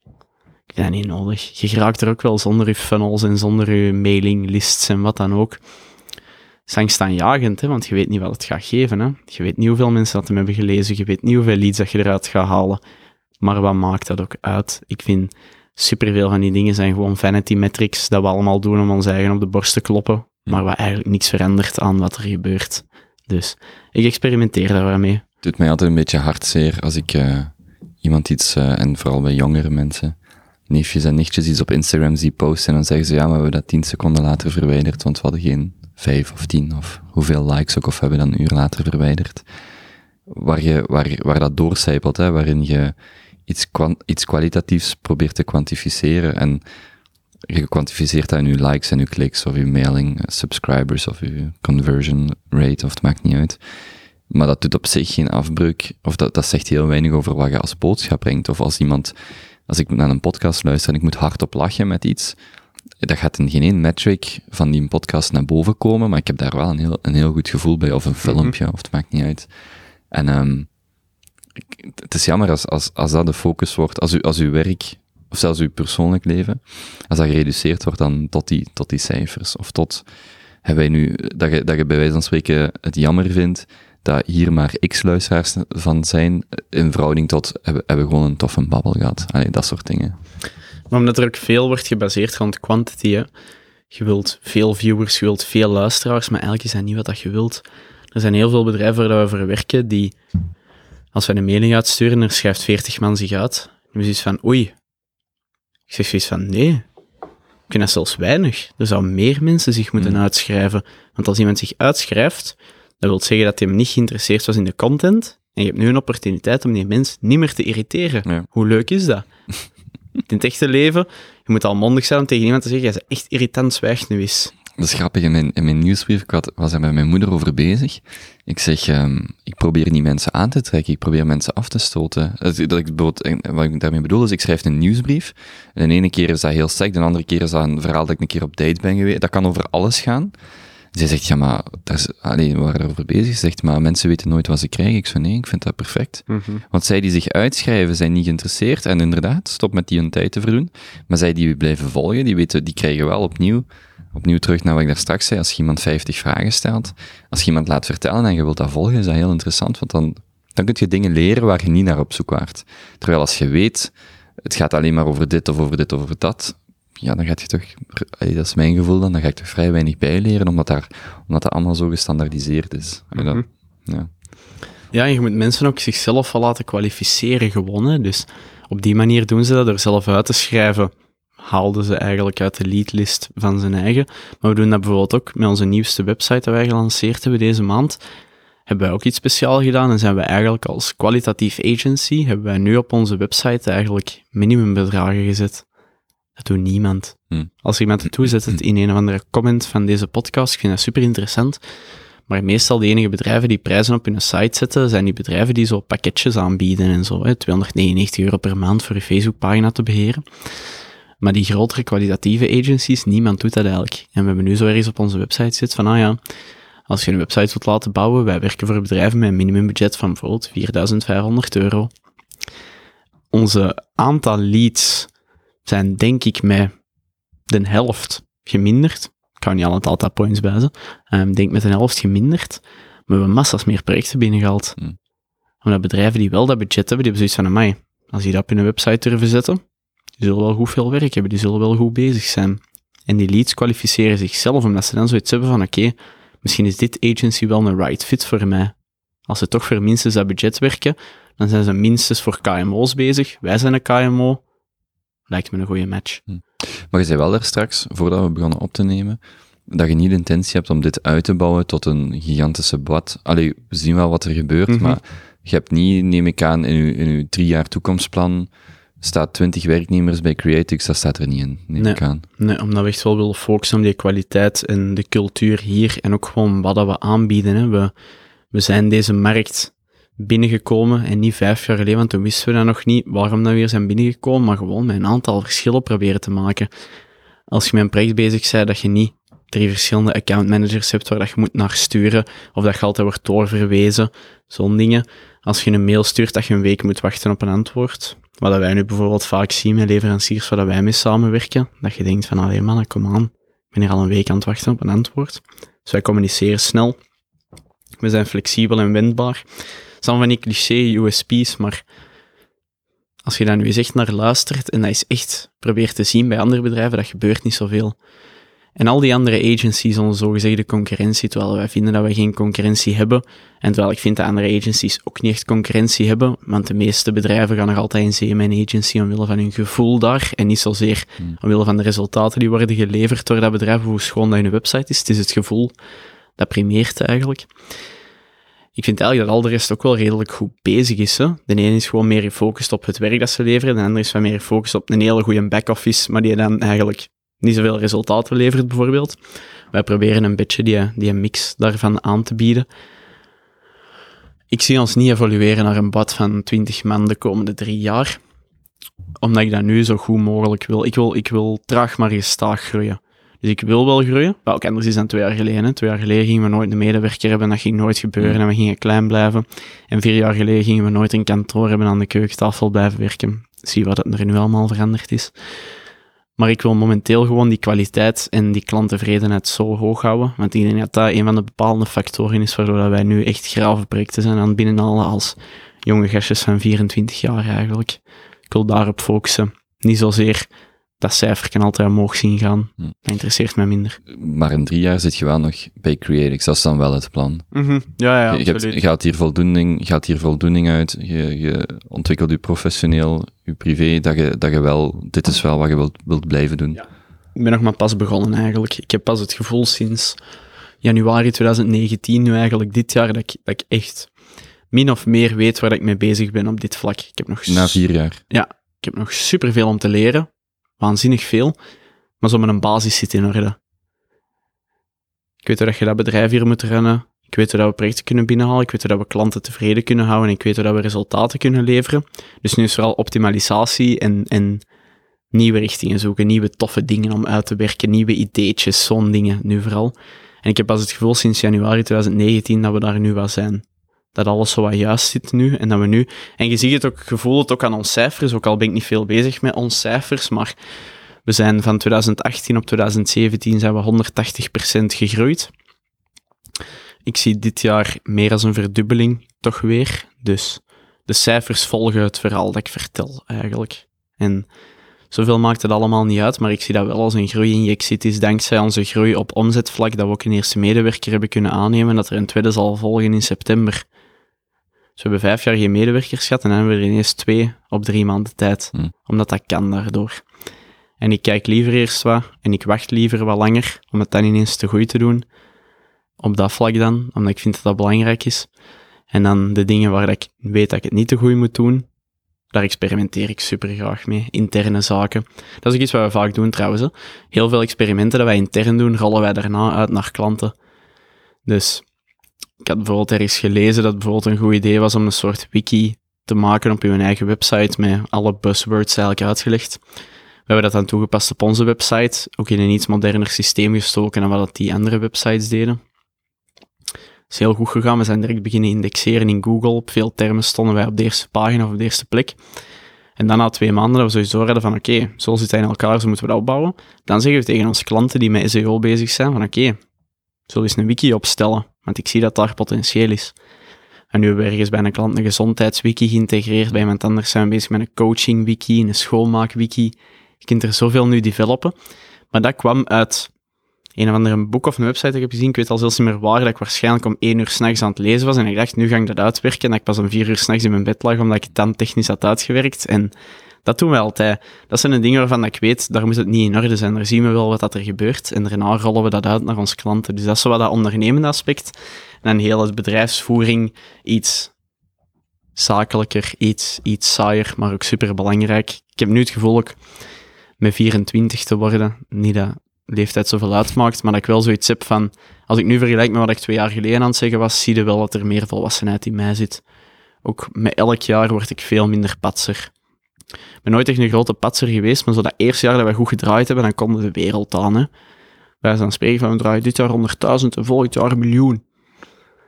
Ik vind dat niet nodig. Je geraakt er ook wel zonder je funnels en zonder je mailinglists en wat dan ook. is angstaanjagend, hè, want je weet niet wat het gaat geven. Hè. Je weet niet hoeveel mensen dat hem hebben gelezen, je weet niet hoeveel leads dat je eruit gaat halen. Maar wat maakt dat ook uit? Ik vind superveel van die dingen zijn gewoon vanity metrics dat we allemaal doen om ons eigen op de borst te kloppen, maar wat eigenlijk niks verandert aan wat er gebeurt. Dus ik experimenteer daar wel mee. Het doet mij altijd een beetje hartzeer als ik uh, iemand iets, uh, en vooral bij jongere mensen, neefjes en nichtjes iets op Instagram zie posten en dan zeggen ze, ja, maar we hebben dat tien seconden later verwijderd, want we hadden geen vijf of tien of hoeveel likes ook, of hebben dan een uur later verwijderd. Waar, je, waar, waar dat doorcijpelt, hè, waarin je iets, kwant, iets kwalitatiefs probeert te kwantificeren en je kwantificeert dat in je likes en je kliks of je mailing, subscribers of je conversion rate, of het maakt niet uit. Maar dat doet op zich geen afbreuk, of dat, dat zegt heel weinig over wat je als boodschap brengt. Of als iemand, als ik naar een podcast luister en ik moet hardop lachen met iets, dat gaat in geen één metric van die podcast naar boven komen, maar ik heb daar wel een heel, een heel goed gevoel bij, of een filmpje, mm-hmm. of het maakt niet uit. En um, het is jammer als, als, als dat de focus wordt, als u, als uw werk, of zelfs uw persoonlijk leven, als dat gereduceerd wordt dan tot die, tot die cijfers, of tot, hebben wij nu, dat je, dat je bij wijze van spreken het jammer vindt, dat hier maar x luisteraars van zijn, in verhouding tot, hebben, hebben gewoon een toffe babbel gehad. Allee, dat soort dingen. Maar omdat er ook veel wordt gebaseerd rond quantity, hè. Je wilt veel viewers, je wilt veel luisteraars, maar eigenlijk is dat niet wat dat je wilt. Er zijn heel veel bedrijven waar we voor werken, die, als we een mailing uitsturen, er schrijft veertig man zich uit. Dan heb je zoiets van, oei. Ik zeg zoiets van, nee. Ik vind dat zelfs weinig. Er zouden meer mensen zich moeten mm. uitschrijven. Want als iemand zich uitschrijft, dat wil zeggen dat hij niet geïnteresseerd was in de content, en je hebt nu een opportuniteit om die mens niet meer te irriteren. Ja. Hoe leuk is dat? In het echte leven, je moet al mondig zijn om tegen iemand te zeggen, jij bent echt irritant, zwijg nu eens. Dat is grappig, in mijn, in mijn nieuwsbrief, ik had, was er met mijn moeder over bezig. Ik zeg, um, ik probeer niet mensen aan te trekken, ik probeer mensen af te stoten. Dat, dat ik, wat ik daarmee bedoel is, ik schrijf een nieuwsbrief, en de ene keer is dat heel sterk, de andere keer is dat een verhaal dat ik een keer op date ben geweest. Dat kan over alles gaan. Zij zegt, ja, maar daar is, allee, we waren erover bezig. Ze zegt, maar mensen weten nooit wat ze krijgen. Ik zo, nee, ik vind dat perfect. Mm-hmm. Want zij die zich uitschrijven, zijn niet geïnteresseerd. En inderdaad, stop met die hun tijd te verdoen. Maar zij die blijven volgen, die weten, die krijgen wel opnieuw, opnieuw terug naar wat ik daar straks zei. Als je iemand vijftig vragen stelt, als je iemand laat vertellen en je wilt dat volgen, is dat heel interessant. Want dan, dan kun je dingen leren waar je niet naar op zoek waart. Terwijl als je weet, het gaat alleen maar over dit of over dit of over dat, ja, dan gaat je toch, dat is mijn gevoel dan, dan ga ik toch vrij weinig bijleren, omdat, daar, omdat dat allemaal zo gestandaardiseerd is. Mm-hmm. Dan, ja. ja, en je moet mensen ook zichzelf wel laten kwalificeren gewoon, hè. Dus op die manier doen ze dat, door zelf uit te schrijven, haalden ze eigenlijk uit de leadlist van zijn eigen. Maar we doen dat bijvoorbeeld ook met onze nieuwste website dat wij gelanceerd hebben deze maand. Hebben wij ook iets speciaals gedaan en zijn wij eigenlijk als kwalitatief agency, hebben wij nu op onze website eigenlijk minimumbedragen gezet. Dat doet niemand. Hmm. Als iemand het doet, zet het in een of andere comment van deze podcast. Ik vind dat super interessant. Maar meestal de enige bedrijven die prijzen op hun site zetten, zijn die bedrijven die zo pakketjes aanbieden en zo. Hè, tweehonderdnegenennegentig euro per maand voor je Facebookpagina te beheren. Maar die grotere kwalitatieve agencies, niemand doet dat eigenlijk. En we hebben nu zo ergens op onze website zitten van, ah ja, als je een website wilt laten bouwen, wij werken voor bedrijven met een minimumbudget van bijvoorbeeld vierduizend vijfhonderd euro. Onze aantal leads zijn denk ik met de helft geminderd. Ik kan niet altijd data points bijzen. Um, denk met een helft geminderd. Maar we hebben massa's meer projecten binnengehaald. Mm. Omdat bedrijven die wel dat budget hebben, die hebben zoiets van, amai, als die dat op hun website durven zetten, die zullen wel goed veel werk hebben, die zullen wel goed bezig zijn. En die leads kwalificeren zichzelf, omdat ze dan zoiets hebben van, oké, okay, misschien is dit agency wel een right fit voor mij. Als ze toch voor minstens dat budget werken, dan zijn ze minstens voor K M O's bezig. Wij zijn een K M O. Lijkt me een goede match. Hm. Maar je zei wel daar straks, voordat we begonnen op te nemen, dat je niet de intentie hebt om dit uit te bouwen tot een gigantische bad. Allee, we zien wel wat er gebeurt, mm-hmm. maar je hebt niet, neem ik aan, in je, in je drie jaar toekomstplan staat twintig werknemers bij Creatix, dat staat er niet in, neem nee, ik aan. Nee, omdat we echt wel willen focussen op die kwaliteit en de cultuur hier en ook gewoon wat dat we aanbieden. Hè. We, we zijn deze markt binnengekomen en niet vijf jaar geleden, want toen wisten we dat nog niet waarom dat we weer zijn binnengekomen, maar gewoon met een aantal verschillen proberen te maken. Als je met een project bezig bent, dat je niet drie verschillende accountmanagers hebt waar dat je moet naar sturen, of dat je altijd wordt doorverwezen, zo'n dingen. Als je een mail stuurt, dat je een week moet wachten op een antwoord. Wat wij nu bijvoorbeeld vaak zien met leveranciers waar wij mee samenwerken, dat je denkt van, allee man, kom aan, ik ben hier al een week aan het wachten op een antwoord. Dus wij communiceren snel. We zijn flexibel en wendbaar. Dat zijn van die cliché U S P's, maar als je daar nu eens echt naar luistert en dat is echt probeert te zien bij andere bedrijven, dat gebeurt niet zoveel. En al die andere agencies, onze zogezegde concurrentie, terwijl wij vinden dat wij geen concurrentie hebben, en terwijl ik vind dat andere agencies ook niet echt concurrentie hebben, want de meeste bedrijven gaan nog altijd in zee met een agency omwille van hun gevoel daar, en niet zozeer hmm. omwille van de resultaten die worden geleverd door dat bedrijf, hoe schoon dat hun website is. Het is het gevoel dat primeert eigenlijk. Ik vind eigenlijk dat al de rest ook wel redelijk goed bezig is. Hè? De ene is gewoon meer gefocust op het werk dat ze leveren, de andere is wat meer gefocust op een hele goede back-office, maar die dan eigenlijk niet zoveel resultaten levert, bijvoorbeeld. Wij proberen een beetje die, die mix daarvan aan te bieden. Ik zie ons niet evolueren naar een bad van twintig man de komende drie jaar, omdat ik dat nu zo goed mogelijk wil. Ik wil, ik wil traag maar gestaag groeien. Dus ik wil wel groeien, wat ook anders is dan twee jaar geleden. Hè. Twee jaar geleden gingen we nooit een medewerker hebben, dat ging nooit gebeuren en we gingen klein blijven. En vier jaar geleden gingen we nooit een kantoor hebben aan de keukentafel blijven werken. Zie wat het er nu allemaal veranderd is. Maar ik wil momenteel gewoon die kwaliteit en die klanttevredenheid zo hoog houden. Want ik denk dat dat een van de bepalende factoren is waardoor wij nu echt grave projecten zijn aan het binnenhalen als jonge gastjes van vierentwintig jaar eigenlijk. Ik wil daarop focussen. Niet zozeer dat cijfer kan altijd omhoog zien gaan. Hm. Dat interesseert mij minder. Maar in drie jaar zit je wel nog bij Creatix. Dat is dan wel het plan. Mm-hmm. Ja, ja, je, je hebt, gaat, hier voldoening, gaat hier voldoening uit. Je, je ontwikkelt je professioneel, je privé, dat je, dat je wel, dit is wel wat je wilt, wilt blijven doen. Ja. Ik ben nog maar pas begonnen eigenlijk. Ik heb pas het gevoel sinds januari twintig negentien, nu eigenlijk dit jaar, dat ik, dat ik echt min of meer weet waar ik mee bezig ben op dit vlak. Ik heb nog Na vier jaar? Ja, ik heb nog superveel om te leren. Waanzinnig veel. Maar zo met een basis zit in orde. Ik weet dat je dat bedrijf hier moet runnen. Ik weet dat we projecten kunnen binnenhalen. Ik weet dat we klanten tevreden kunnen houden. En ik weet dat we resultaten kunnen leveren. Dus nu is vooral optimalisatie en, en nieuwe richtingen zoeken. Nieuwe toffe dingen om uit te werken. Nieuwe ideetjes, zo'n dingen nu vooral. En ik heb pas het gevoel sinds januari twintig negentien dat we daar nu wel zijn. Dat alles zo wat juist zit nu. En dat we nu... En je ziet het ook, je voelt het ook aan ons cijfers. Ook al ben ik niet veel bezig met ons cijfers. Maar we zijn van twintig achttien op twintig zeventien zijn we honderdtachtig procent gegroeid. Ik zie dit jaar meer als een verdubbeling toch weer. Dus de cijfers volgen het verhaal dat ik vertel, eigenlijk. En zoveel maakt het allemaal niet uit, maar ik zie dat wel als een groeiinjectie. Het is dankzij onze groei op omzetvlak dat we ook een eerste medewerker hebben kunnen aannemen, dat er een tweede zal volgen in september. Dus we hebben vijf jaar geen medewerkers gehad en dan hebben we er ineens twee op drie maanden tijd. Hmm. Omdat dat kan daardoor. En ik kijk liever eerst wat en ik wacht liever wat langer om het dan ineens te goed te doen. Op dat vlak dan, omdat ik vind dat dat belangrijk is. En dan de dingen waar ik weet dat ik het niet te goed moet doen, daar experimenteer ik super graag mee. Interne zaken. Dat is ook iets wat we vaak doen trouwens. Hè. Heel veel experimenten dat wij intern doen, rollen wij daarna uit naar klanten. Dus ik had bijvoorbeeld ergens gelezen dat het bijvoorbeeld een goed idee was om een soort wiki te maken op je eigen website met alle buzzwords eigenlijk uitgelegd. We hebben dat dan toegepast op onze website, ook in een iets moderner systeem gestoken dan wat die andere websites deden. Het is heel goed gegaan, we zijn direct beginnen indexeren in Google. Op veel termen stonden wij op de eerste pagina of op de eerste plek. En dan na twee maanden dat we sowieso hadden van oké, okay, zo zit hij in elkaar, zo moeten we dat opbouwen. Dan zeggen we tegen onze klanten die met S E O bezig zijn van oké, okay, zullen we eens een wiki opstellen, want ik zie dat daar potentieel is. En nu hebben we ergens bij een klant een gezondheidswiki geïntegreerd, bij iemand anders zijn we bezig met een coaching-wiki, een schoonmaak-wiki. Je kunt er zoveel nu developen. Maar dat kwam uit een of andere boek of een website dat ik heb gezien. Ik weet al zelfs niet meer waar, dat ik waarschijnlijk om één uur s'nachts aan het lezen was. En ik dacht, nu ga ik dat uitwerken. En dat ik pas om vier uur s'nachts in mijn bed lag, omdat ik het dan technisch had uitgewerkt. En dat doen we altijd. Dat zijn de dingen waarvan ik weet, daar moet het niet in orde zijn. Daar zien we wel wat er gebeurt. En daarna rollen we dat uit naar onze klanten. Dus dat is zo wat dat ondernemende aspect. En dan heel het bedrijfsvoering, iets zakelijker, iets, iets saaier, maar ook superbelangrijk. Ik heb nu het gevoel ook met vierentwintig te worden, niet dat leeftijd zoveel uitmaakt, maar dat ik wel zoiets heb van, als ik nu vergelijk met wat ik twee jaar geleden aan het zeggen was, zie je wel dat er meer volwassenheid in mij zit. Ook met elk jaar word ik veel minder patser. Ik ben nooit echt een grote patser geweest, maar zo dat eerste jaar dat wij goed gedraaid hebben, dan konden we de wereld aan. Hè. Wij zijn spreken van, we draaien dit jaar honderdduizend en volgend jaar een miljoen.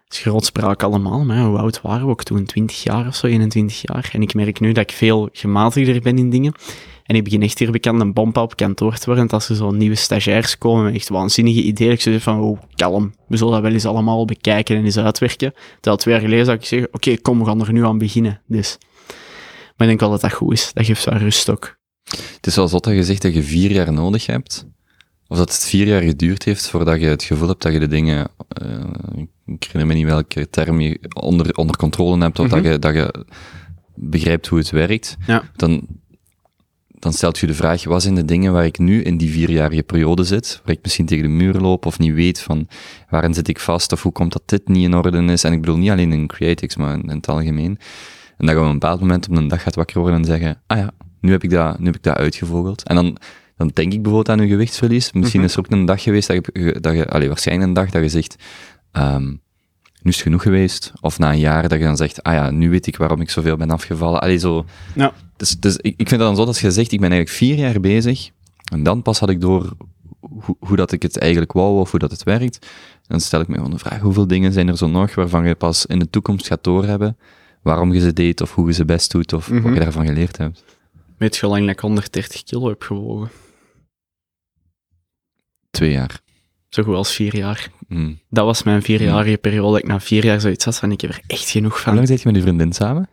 is grootspraak allemaal, maar hoe oud waren we ook toen? twintig jaar of zo, eenentwintig jaar. En ik merk nu dat ik veel gematigder ben in dingen. En ik begin echt hier bekend een bompa op kantoor te worden. En als er zo nieuwe stagiairs komen met echt waanzinnige ideeën, ik zeg van, oh, kalm, we zullen dat wel eens allemaal bekijken en eens uitwerken. Terwijl twee jaar geleden zou ik zeggen, oké, okay, kom, we gaan er nu aan beginnen. Dus. Maar ik denk wel dat dat goed is. Dat geeft wel rust ook. Het is wel zot dat je zegt dat je vier jaar nodig hebt. Of dat het vier jaar geduurd heeft voordat je het gevoel hebt dat je de dingen, uh, ik herinner me niet welke term je onder, onder controle hebt, of mm-hmm. dat, je, dat je begrijpt hoe het werkt. Ja. Dan, dan stelt je de vraag, wat zijn de dingen waar ik nu in die vierjarige periode zit, waar ik misschien tegen de muur loop, of niet weet van, waarin zit ik vast, of hoe komt dat dit niet in orde is. En ik bedoel niet alleen in Creatix, maar in, in het algemeen. En dat je op een bepaald moment op een dag gaat wakker worden en zeggen, ah ja, nu heb ik dat, nu heb ik dat uitgevogeld. En dan, dan denk ik bijvoorbeeld aan je gewichtsverlies. Misschien mm-hmm. is er ook een dag geweest dat je, dat je allee, waarschijnlijk een dag dat je zegt, um, nu is het genoeg geweest. Of na een jaar dat je dan zegt, ah ja, nu weet ik waarom ik zoveel ben afgevallen. Allee, zo. Ja. Dus, dus ik, ik vind dat dan zo dat je zegt, ik ben eigenlijk vier jaar bezig. En dan pas had ik door hoe, hoe dat ik het eigenlijk wou of hoe dat het werkt. En dan stel ik me gewoon de vraag, hoeveel dingen zijn er zo nog waarvan je pas in de toekomst gaat doorhebben waarom je ze deed of hoe je ze best doet of mm-hmm. wat je daarvan geleerd hebt. Weet je hoe lang ik honderddertig kilo heb gewogen? Twee jaar. Zo goed als vier jaar. Mm. Dat was mijn vierjarige periode. Dat ik na vier jaar zoiets had van, ik heb er echt genoeg van. Hoe lang zit je met die vriendin samen?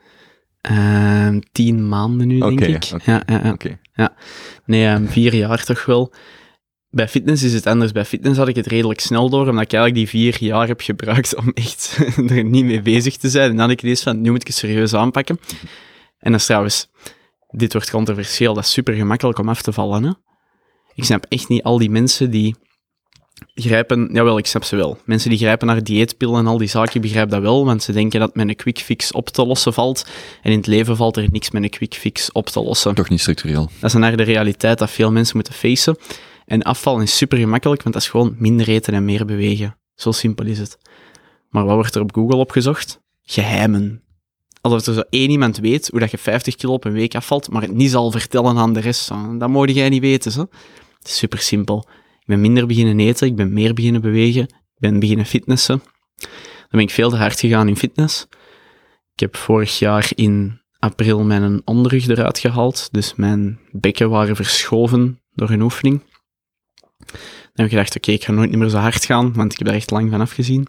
Uh, tien maanden nu, denk okay, ik. Okay, ja, ja, ja. Okay. ja. Nee, um, vier jaar toch wel. Bij fitness is het anders. Bij fitness had ik het redelijk snel door, omdat ik eigenlijk die vier jaar heb gebruikt om echt er niet mee bezig te zijn. En dan had ik ineens van, nu moet ik het serieus aanpakken. En dat is trouwens, dit wordt controversieel, dat is super gemakkelijk om af te vallen. Hè? Ik snap echt niet al die mensen die grijpen, jawel, ik snap ze wel. Mensen die grijpen naar dieetpillen en al die zaken, ik begrijp dat wel, want ze denken dat met een quick fix op te lossen valt. En in het leven valt er niks met een quick fix op te lossen. Toch niet structureel. Dat is naar de realiteit dat veel mensen moeten facen. En afvallen is super gemakkelijk, want dat is gewoon minder eten en meer bewegen. Zo simpel is het. Maar wat wordt er op Google opgezocht? Geheimen. Alsof er zo één iemand weet hoe dat je vijftig kilo op een week afvalt, maar het niet zal vertellen aan de rest. Dat moet jij niet weten. Zo. Het is super simpel. Ik ben minder beginnen eten, ik ben meer beginnen bewegen, ik ben beginnen fitnessen. Dan ben ik veel te hard gegaan in fitness. Ik heb vorig jaar in april mijn onderrug eruit gehaald, dus mijn bekken waren verschoven door een oefening. Dan heb ik gedacht, oké, okay, ik ga nooit meer zo hard gaan, want ik heb daar echt lang van afgezien.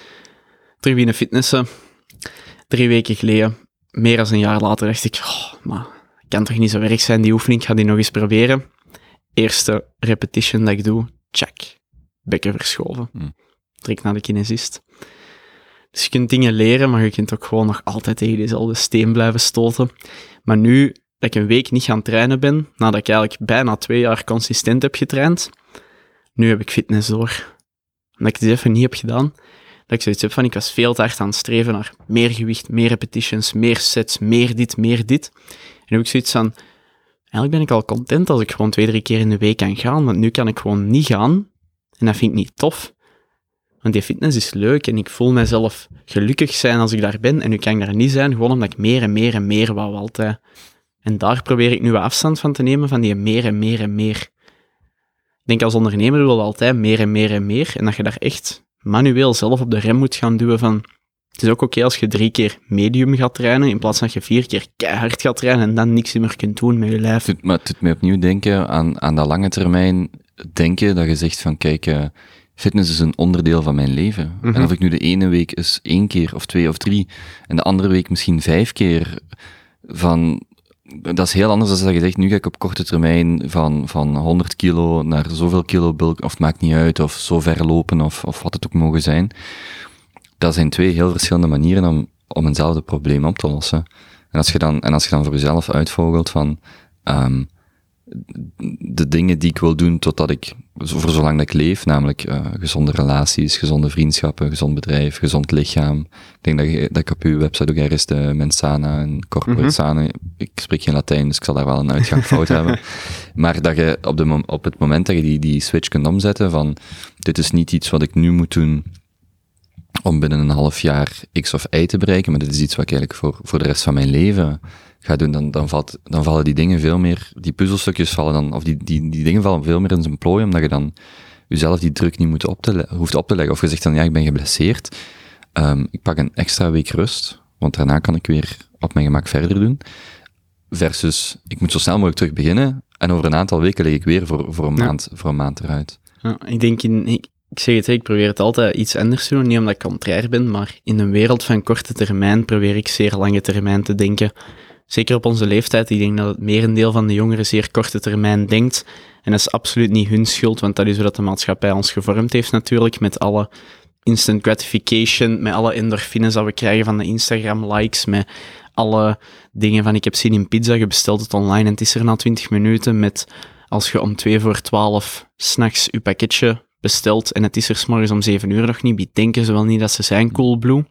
Terug beginnen fitnessen. Drie weken geleden, meer dan een jaar later, dacht ik, oh, maar het kan toch niet zo erg zijn, die oefening, ik ga die nog eens proberen. Eerste repetition dat ik doe, check, bekken verschoven. Hmm. Direct naar de kinesist. Dus je kunt dingen leren, maar je kunt ook gewoon nog altijd tegen dezelfde steen blijven stoten. Maar nu dat ik een week niet gaan trainen ben, nadat ik eigenlijk bijna twee jaar consistent heb getraind, nu heb ik fitness door. Omdat ik het even niet heb gedaan, dat ik zoiets heb van, ik was veel te hard aan het streven naar meer gewicht, meer repetitions, meer sets, meer dit, meer dit. En nu heb ik zoiets van, eigenlijk ben ik al content als ik gewoon twee, drie keer in de week kan gaan, want nu kan ik gewoon niet gaan. En dat vind ik niet tof. Want die fitness is leuk en ik voel mezelf gelukkig zijn als ik daar ben. En nu kan ik daar niet zijn, gewoon omdat ik meer en meer en meer wou altijd. En daar probeer ik nu wat afstand van te nemen, van die meer en meer en meer. Ik denk als ondernemer wil je altijd meer en meer en meer. En dat je daar echt manueel zelf op de rem moet gaan duwen van... Het is ook oké okay als je drie keer medium gaat trainen, in plaats van dat je vier keer keihard gaat trainen en dan niks meer kunt doen met je lijf. Het, maar het doet mij opnieuw denken aan, aan dat lange termijn denken, dat je zegt van kijk, uh, fitness is een onderdeel van mijn leven. Mm-hmm. En of ik nu de ene week eens één keer of twee of drie en de andere week misschien vijf keer van... Dat is heel anders dan dat je zegt, nu ga ik op korte termijn van, van honderd kilo naar zoveel kilo bulk, of het maakt niet uit, of zo ver lopen, of, of wat het ook mogen zijn. Dat zijn twee heel verschillende manieren om, om eenzelfde probleem op te lossen. En als je dan, en als je dan voor jezelf uitvogelt van, um, de dingen die ik wil doen totdat ik, voor zolang dat ik leef, namelijk uh, gezonde relaties, gezonde vriendschappen, gezond bedrijf, gezond lichaam. Ik denk dat, je, dat ik op uw website ook ergens de Mensana en Corporate mm-hmm. Sana, ik spreek geen Latijn, dus ik zal daar wel een uitgangfout hebben. Maar dat je op, de, op het moment dat je die, die switch kunt omzetten van, dit is niet iets wat ik nu moet doen om binnen een half jaar X of Y te bereiken, maar dit is iets wat ik eigenlijk voor, voor de rest van mijn leven ga doen, dan, dan, valt, dan vallen die dingen veel meer, die puzzelstukjes vallen dan, of die, die, die dingen vallen veel meer in zijn plooi, omdat je dan jezelf die druk niet moet op te, hoeft op te leggen. Of je zegt dan, ja, ik ben geblesseerd. Um, ik pak een extra week rust, want daarna kan ik weer op mijn gemak verder doen. Versus, ik moet zo snel mogelijk terug beginnen, en over een aantal weken lig ik weer voor, voor, een, ja. maand, voor een maand eruit. Ja, ik denk, in, ik, ik zeg het, ik probeer het altijd iets anders te doen, niet omdat ik contrair ben, maar in een wereld van korte termijn probeer ik zeer lange termijn te denken. Zeker op onze leeftijd, ik denk dat het merendeel van de jongeren zeer korte termijn denkt. En dat is absoluut niet hun schuld, want dat is hoe dat de maatschappij ons gevormd heeft natuurlijk, met alle instant gratification, met alle endorfines dat we krijgen van de Instagram-likes, met alle dingen van ik heb zin in pizza, je bestelt het online en het is er na twintig minuten, met als je om twee voor twaalf s'nachts je pakketje bestelt en het is er 's morgens om zeven uur nog niet, die denken ze wel niet dat ze zijn Coolblue.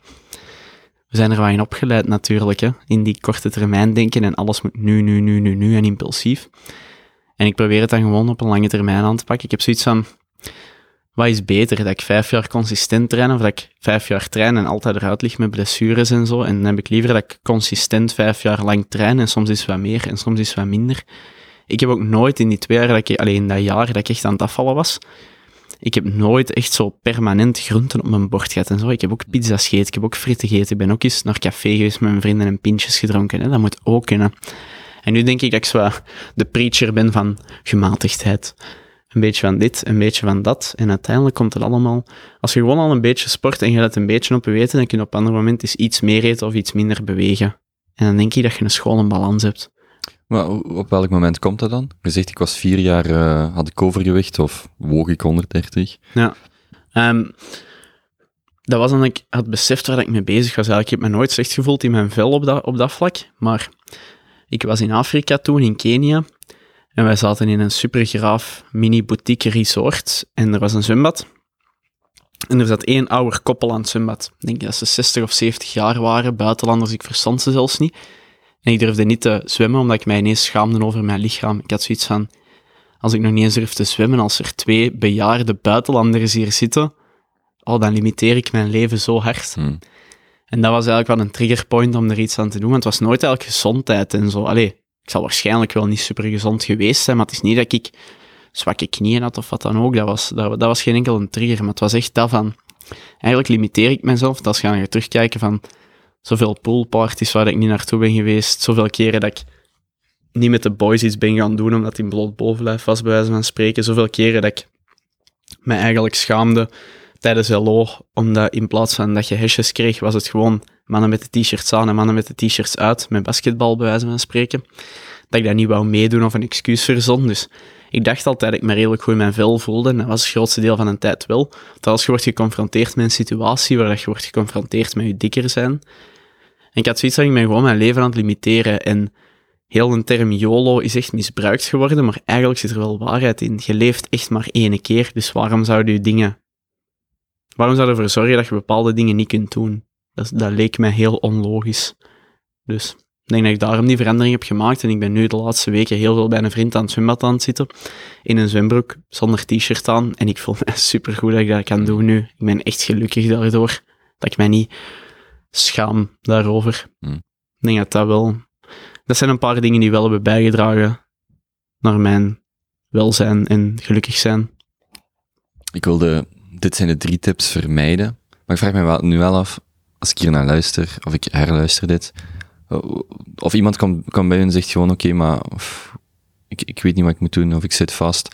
We zijn er wel in opgeleid natuurlijk, hè, in die korte termijn denken en alles moet nu, nu, nu, nu, nu en impulsief. En ik probeer het dan gewoon op een lange termijn aan te pakken. Ik heb zoiets van, wat is beter, dat ik vijf jaar consistent train of dat ik vijf jaar train en altijd eruit lig met blessures en zo. En dan heb ik liever dat ik consistent vijf jaar lang train en soms is het wat meer en soms is het wat minder. Ik heb ook nooit in die twee jaar, dat ik, alleen in dat jaar dat ik echt aan het afvallen was, ik heb nooit echt zo permanent groenten op mijn bord gehad en zo. Ik heb ook pizza's gegeten, ik heb ook frieten gegeten. Ik ben ook eens naar café geweest met mijn vrienden en pintjes gedronken. Hè. Dat moet ook kunnen. En nu denk ik dat ik zo de preacher ben van gematigdheid. Een beetje van dit, een beetje van dat. En uiteindelijk komt het allemaal... Als je gewoon al een beetje sport en je let een beetje op je eten, dan kun je op een ander moment eens iets meer eten of iets minder bewegen. En dan denk ik dat je een schone balans hebt. Maar op welk moment komt dat dan? Je zegt, ik was vier jaar, uh, had ik overgewicht of woog ik honderddertig? Ja. Um, dat was dan ik had beseft waar ik mee bezig was. Ik heb me nooit slecht gevoeld in mijn vel op dat, op dat vlak, maar ik was in Afrika toen, in Kenia, en wij zaten in een supergraaf mini-boutique resort, en er was een zwembad. En er zat één ouder koppel aan het zwembad. Ik denk dat ze zestig of zeventig jaar waren, buitenlanders, ik verstond ze zelfs niet. En ik durfde niet te zwemmen, omdat ik mij ineens schaamde over mijn lichaam. Ik had zoiets van, als ik nog niet eens durf te zwemmen, als er twee bejaarde buitenlanders hier zitten, oh, dan limiteer ik mijn leven zo hard. Hmm. En dat was eigenlijk wel een triggerpoint om er iets aan te doen, want het was nooit eigenlijk gezondheid en zo. Allee, ik zal waarschijnlijk wel niet super gezond geweest zijn, maar het is niet dat ik zwakke knieën had of wat dan ook. Dat was, dat, dat was geen enkel een trigger, maar het was echt dat van, eigenlijk limiteer ik mezelf, dat als je gaat terugkijken van zoveel poolparties waar ik niet naartoe ben geweest, zoveel keren dat ik niet met de boys iets ben gaan doen, omdat het in bloot bovenlijf was, bij wijze van spreken, zoveel keren dat ik mij eigenlijk schaamde tijdens L O, omdat in plaats van dat je hesjes kreeg, was het gewoon mannen met de t-shirts aan en mannen met de t-shirts uit, met basketbal, bij wijze van spreken, dat ik dat niet wou meedoen of een excuus verzon. Dus ik dacht altijd dat ik me redelijk goed in mijn vel voelde, en dat was het grootste deel van de tijd wel. Want als je wordt geconfronteerd met een situatie waar je wordt geconfronteerd met je dikker zijn, en ik had zoiets dat ik me gewoon mijn leven aan het limiteren, en heel een term YOLO is echt misbruikt geworden, maar eigenlijk zit er wel waarheid in. Je leeft echt maar één keer, dus waarom zou je dingen... Waarom zou je ervoor zorgen dat je bepaalde dingen niet kunt doen? Dat, dat leek mij heel onlogisch. Dus ik denk dat ik daarom die verandering heb gemaakt, en ik ben nu de laatste weken heel veel bij een vriend aan het zwembad aan het zitten, in een zwembroek, zonder t-shirt aan, en ik voel me supergoed dat ik dat kan doen nu. Ik ben echt gelukkig daardoor, dat ik mij niet schaam daarover. Hmm. Ik denk dat dat wel... Dat zijn een paar dingen die wel hebben bijgedragen naar mijn welzijn en gelukkig zijn. Ik wilde... Dit zijn de drie tips vermijden. Maar ik vraag me wel, nu wel af, als ik hier naar luister, of ik herluister dit, of iemand komt kan bij u en zegt gewoon, oké, okay, maar of, ik, ik weet niet wat ik moet doen, of ik zit vast.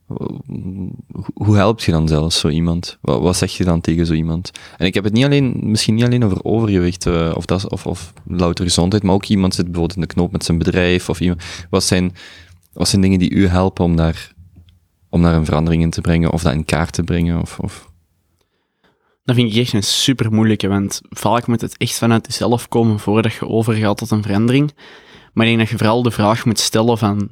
Hoe help je dan zelfs zo iemand? Wat, wat zeg je dan tegen zo iemand? En ik heb het niet alleen, misschien niet alleen over overgewicht, uh, of, dat, of, of louter gezondheid, maar ook iemand zit bijvoorbeeld in de knoop met zijn bedrijf, of iemand. Wat zijn, wat zijn dingen die u helpen om daar... om daar een verandering in te brengen, of dat in kaart te brengen, of... of... Dat vind ik echt een super moeilijke, want vaak moet het echt vanuit jezelf komen voordat je overgaat tot een verandering. Maar ik denk dat je vooral de vraag moet stellen van...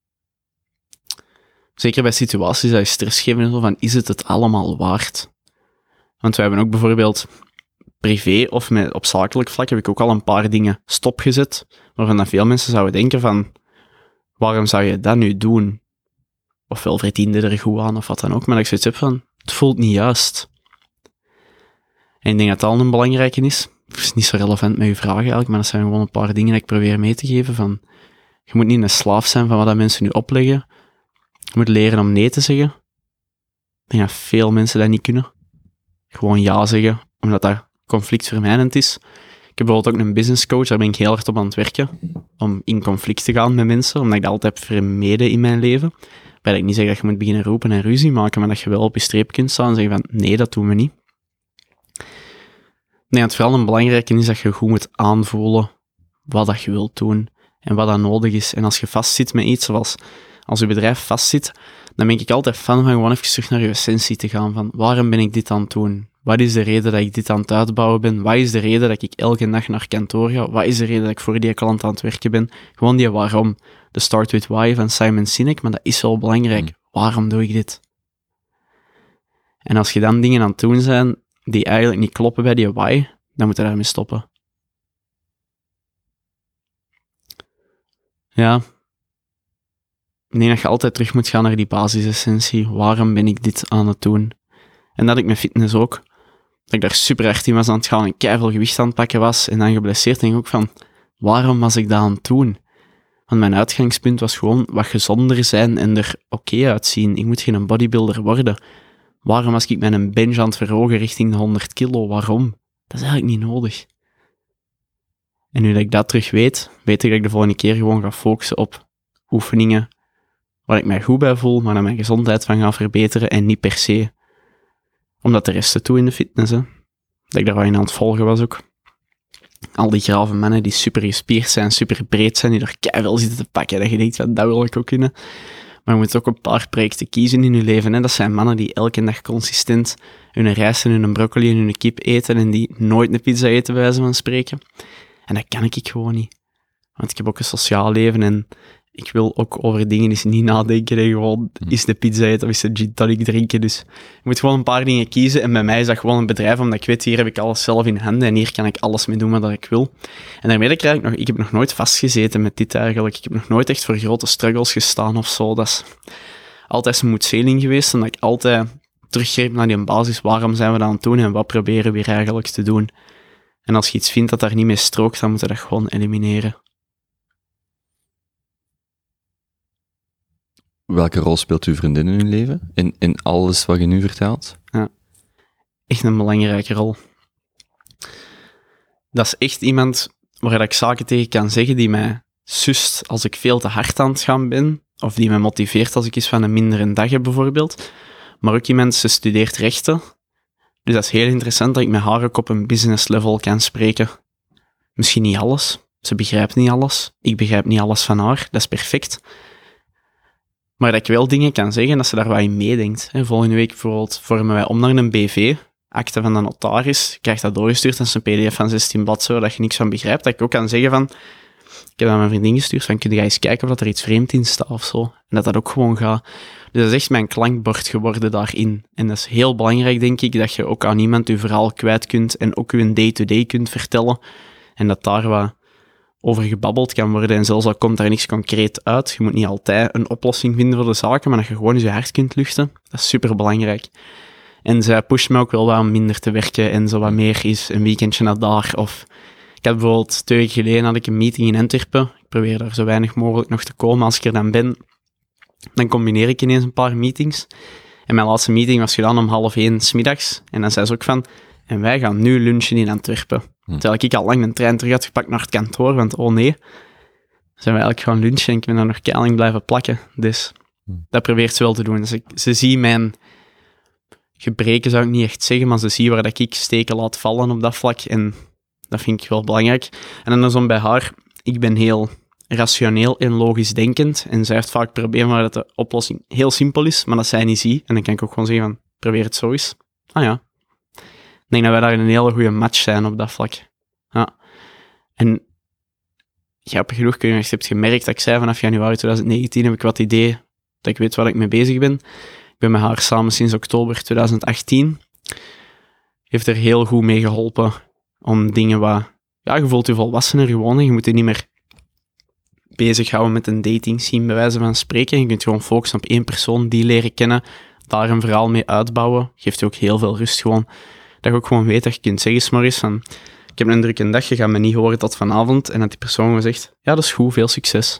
Zeker bij situaties dat je stress geven en zo, van is het het allemaal waard? Want wij hebben ook bijvoorbeeld privé of met, op zakelijk vlak heb ik ook al een paar dingen stopgezet, waarvan dat veel mensen zouden denken van, waarom zou je dat nu doen? Ofwel verdiende er goed aan, of wat dan ook. Maar dat ik zoiets heb van, het voelt niet juist. En ik denk dat dat al een belangrijke is. Het is niet zo relevant met je vragen eigenlijk, maar dat zijn gewoon een paar dingen dat ik probeer mee te geven. Van, je moet niet een slaaf zijn van wat dat mensen nu opleggen. Je moet leren om nee te zeggen. Ik denk dat veel mensen dat niet kunnen. Gewoon ja zeggen, omdat dat conflictvermijdend is. Ik heb bijvoorbeeld ook een business coach, daar ben ik heel hard op aan het werken, om in conflict te gaan met mensen, omdat ik dat altijd heb vermeden in mijn leven. Waarbij ik niet zeg dat je moet beginnen roepen en ruzie maken, maar dat je wel op je streep kunt staan en zeggen van, nee, dat doen we niet. Nee, het vooral een belangrijke is dat je goed moet aanvoelen wat dat je wilt doen en wat dat nodig is. En als je vastzit met iets, zoals als je bedrijf vastzit, dan ben ik altijd fan van gewoon even terug naar je essentie te gaan, van waarom ben ik dit aan het doen? Wat is de reden dat ik dit aan het uitbouwen ben? Wat is de reden dat ik elke dag naar kantoor ga? Wat is de reden dat ik voor die klant aan het werken ben? Gewoon die waarom. De Start With Why van Simon Sinek, maar dat is wel belangrijk. Mm. Waarom doe ik dit? En als je dan dingen aan het doen zijn die eigenlijk niet kloppen bij die why, dan moet je daarmee stoppen. Ja. Ik denk dat je altijd terug moet gaan naar die basisessentie. Waarom ben ik dit aan het doen? En dat ik met fitness ook. Dat ik daar super hard in was aan het gaan en keiveel gewicht aan het pakken was. En dan geblesseerd denk ik ook van, waarom was ik dat aan het doen? Want mijn uitgangspunt was gewoon wat gezonder zijn en er oké okay uitzien. Ik moet geen bodybuilder worden. Waarom was ik mijn bench aan het verhogen richting de honderd kilo? Waarom? Dat is eigenlijk niet nodig. En nu dat ik dat terug weet, weet ik dat ik de volgende keer gewoon ga focussen op oefeningen waar ik mij goed bij voel, maar dat mijn gezondheid van ga verbeteren en niet per se omdat de rest te toe in de fitness, hè. Dat ik daar wel in aan het volgen was ook. Al die grave mannen die super gespierd zijn, super breed zijn, die er keiveel zitten te pakken, dat je denkt, van, dat wil ik ook kunnen. Maar je moet ook een paar projecten kiezen in je leven, hè. Dat zijn mannen die elke dag consistent hun rijst en hun broccoli en hun kip eten en die nooit een pizza eten, bij wijze van spreken. En dat kan ik gewoon niet. Want ik heb ook een sociaal leven en ik wil ook over dingen eens niet nadenken en gewoon is de pizza eten of is de gin tonic drinken. Dus je moet gewoon een paar dingen kiezen en bij mij is dat gewoon een bedrijf, omdat ik weet, hier heb ik alles zelf in handen en hier kan ik alles mee doen wat ik wil. En daarmee krijg ik nog, ik heb nog nooit vastgezeten met dit eigenlijk. Ik heb nog nooit echt voor grote struggles gestaan of zo. Dat is altijd een moedseling geweest en dat ik altijd teruggreep naar die basis. Waarom zijn we dat aan het doen en wat proberen we hier eigenlijk te doen? En als je iets vindt dat daar niet mee strookt, dan moet je dat gewoon elimineren. Welke rol speelt uw vriendin in uw leven? In, in alles wat je nu vertelt? Ja, echt een belangrijke rol. Dat is echt iemand waar ik zaken tegen kan zeggen die mij sust als ik veel te hard aan het gaan ben, of die mij motiveert als ik eens van een mindere dag heb bijvoorbeeld. Maar ook iemand, ze studeert rechten. Dus dat is heel interessant dat ik met haar ook op een business level kan spreken. Misschien niet alles. Ze begrijpt niet alles. Ik begrijp niet alles van haar. Dat is perfect. Maar dat ik wel dingen kan zeggen, dat ze daar wat in meedenkt. Volgende week bijvoorbeeld vormen wij om naar een B V, akte van de notaris. Je krijgt dat doorgestuurd, dat is een pdf van zestien bladzijden, waar je niks van begrijpt. Dat ik ook kan zeggen van, ik heb aan mijn vriendin gestuurd, van kun je eens kijken of er iets vreemd in staat of zo. En dat dat ook gewoon gaat. Dus dat is echt mijn klankbord geworden daarin. En dat is heel belangrijk, denk ik, dat je ook aan iemand je verhaal kwijt kunt en ook je day-to-day kunt vertellen. En dat daar wat over gebabbeld kan worden. En zelfs al komt daar niks concreet uit, je moet niet altijd een oplossing vinden voor de zaken, maar dat je gewoon eens je hart kunt luchten. Dat is super belangrijk. En zij pusht me ook wel wat om minder te werken en zo wat meer is een weekendje naar daar. Of ik had bijvoorbeeld twee weken geleden had ik een meeting in Antwerpen. Ik probeer daar zo weinig mogelijk nog te komen. Als ik er dan ben, dan combineer ik ineens een paar meetings. En mijn laatste meeting was gedaan om half één 's middags. En dan zei ze ook van, en wij gaan nu lunchen in Antwerpen. Hm. Terwijl ik al lang een trein terug had gepakt naar het kantoor, want oh nee, zijn we eigenlijk gaan lunchen en ik ben daar nog keiling blijven plakken. Dus hm. dat probeert ze wel te doen. Dus ik, ze zien mijn gebreken, zou ik niet echt zeggen, maar ze zien waar dat ik steken laat vallen op dat vlak. En dat vind ik wel belangrijk. En dan is om bij haar, ik ben heel rationeel en logisch denkend. En zij heeft vaak problemen waar dat de oplossing heel simpel is, maar dat zij niet ziet. En dan kan ik ook gewoon zeggen van, probeer het zo eens. Ah ja. Ik denk dat wij daar een hele goede match zijn op dat vlak. Ja. En grappig genoeg kun je nog hebt gemerkt dat ik zei vanaf januari twintig negentien heb ik wat idee dat ik weet waar ik mee bezig ben. Ik ben met haar samen sinds oktober twintig achttien. Heeft er heel goed mee geholpen om dingen wat... Ja, je voelt je volwassener gewoon en je moet je niet meer bezighouden met een dating scene, bij wijze van spreken. Je kunt gewoon focussen op één persoon, die leren kennen, daar een verhaal mee uitbouwen. Geeft je ook heel veel rust gewoon. Dat je ook gewoon weet dat je kunt zeggen 's morgens van, ik heb een drukke dag, je gaat me niet horen tot vanavond. En dat die persoon gewoon zegt, ja, dat is goed, veel succes.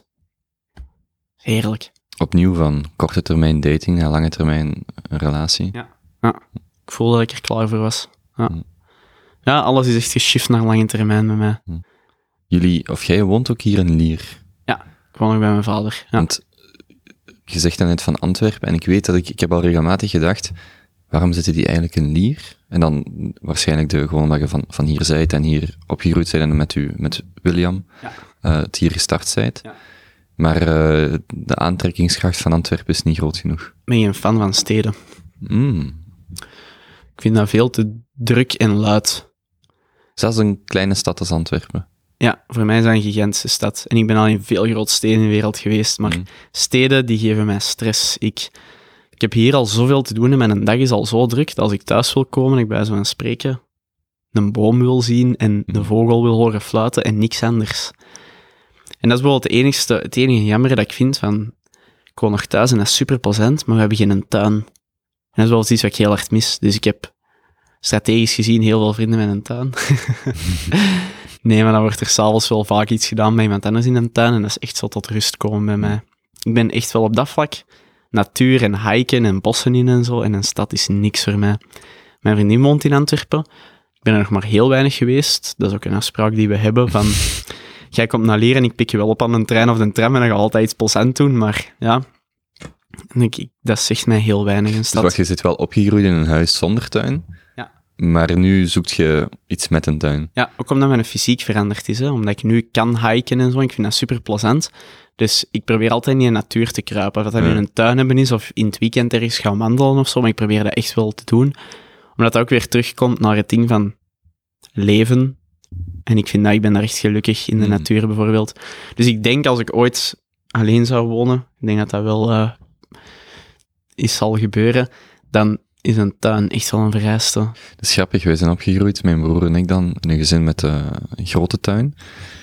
Heerlijk. Opnieuw van korte termijn dating naar lange termijn relatie. Ja, ja. Ik voelde dat ik er klaar voor was. Ja. Hm. Ja, alles is echt geshift naar lange termijn bij mij. Jullie, of jij woont ook hier in Lier? Ja, ik woon ook bij mijn vader. Ja. Want je zegt dan net van Antwerpen, en ik weet dat ik, ik heb al regelmatig gedacht, waarom zitten die eigenlijk in Lier? En dan waarschijnlijk de, gewoon omdat je van, van hier zijt en hier opgegroeid bent en met, u, met William Ja. uh, het hier gestart zijt. Ja. Maar uh, de aantrekkingskracht van Antwerpen is niet groot genoeg. Ik ben geen fan van steden. Mm. Ik vind dat veel te druk en luid. Zelfs een kleine stad als Antwerpen. Ja, voor mij is dat een gigantische stad. En ik ben al in veel grote steden in de wereld geweest, maar Mm. steden die geven mij stress. Ik, ik heb hier al zoveel te doen en mijn dag is al zo druk dat als ik thuis wil komen, ik bij zo'n spreken een boom wil zien en de Mm. vogel wil horen fluiten en niks anders. En dat is bijvoorbeeld het enigste, het enige jammer dat ik vind van, ik woon nog thuis en dat is super plezant, maar we hebben geen tuin. En dat is wel iets wat ik heel hard mis. Dus ik heb strategisch gezien heel veel vrienden met een tuin. Nee, maar dan wordt er s'avonds wel vaak iets gedaan bij iemand anders in een tuin en dat is echt zo tot rust komen bij mij. Ik ben echt wel op dat vlak natuur en hiken en bossen in en zo en een stad is niks voor mij. Mijn vriendin woont in Antwerpen. Ik ben er nog maar heel weinig geweest. Dat is ook een afspraak die we hebben van... Jij komt naar Lier en ik pik je wel op aan een trein of een tram en dan ga je altijd iets plezant doen, maar ja... En ik, dat zegt mij heel weinig een Dus stad. wacht, je zit wel opgegroeid in een huis zonder tuin, Ja. maar nu zoekt je iets met een tuin. Ja, ook omdat mijn fysiek veranderd is. Hè. Omdat ik nu kan hiken en zo. Ik vind dat super plezant. Dus ik probeer altijd in de natuur te kruipen. Of dat dat Ja. nu in een tuin hebben is of in het weekend ergens gaan wandelen of zo. Maar ik probeer dat echt wel te doen. Omdat dat ook weer terugkomt naar het ding van leven. En ik vind dat, ik ben daar echt gelukkig in de Mm. natuur bijvoorbeeld. Dus ik denk als ik ooit alleen zou wonen, ik denk dat dat wel uh, is zal gebeuren, dan is een tuin echt wel een vereiste. Dat is grappig, wij zijn opgegroeid, mijn broer en ik dan, in een gezin met uh, een grote tuin.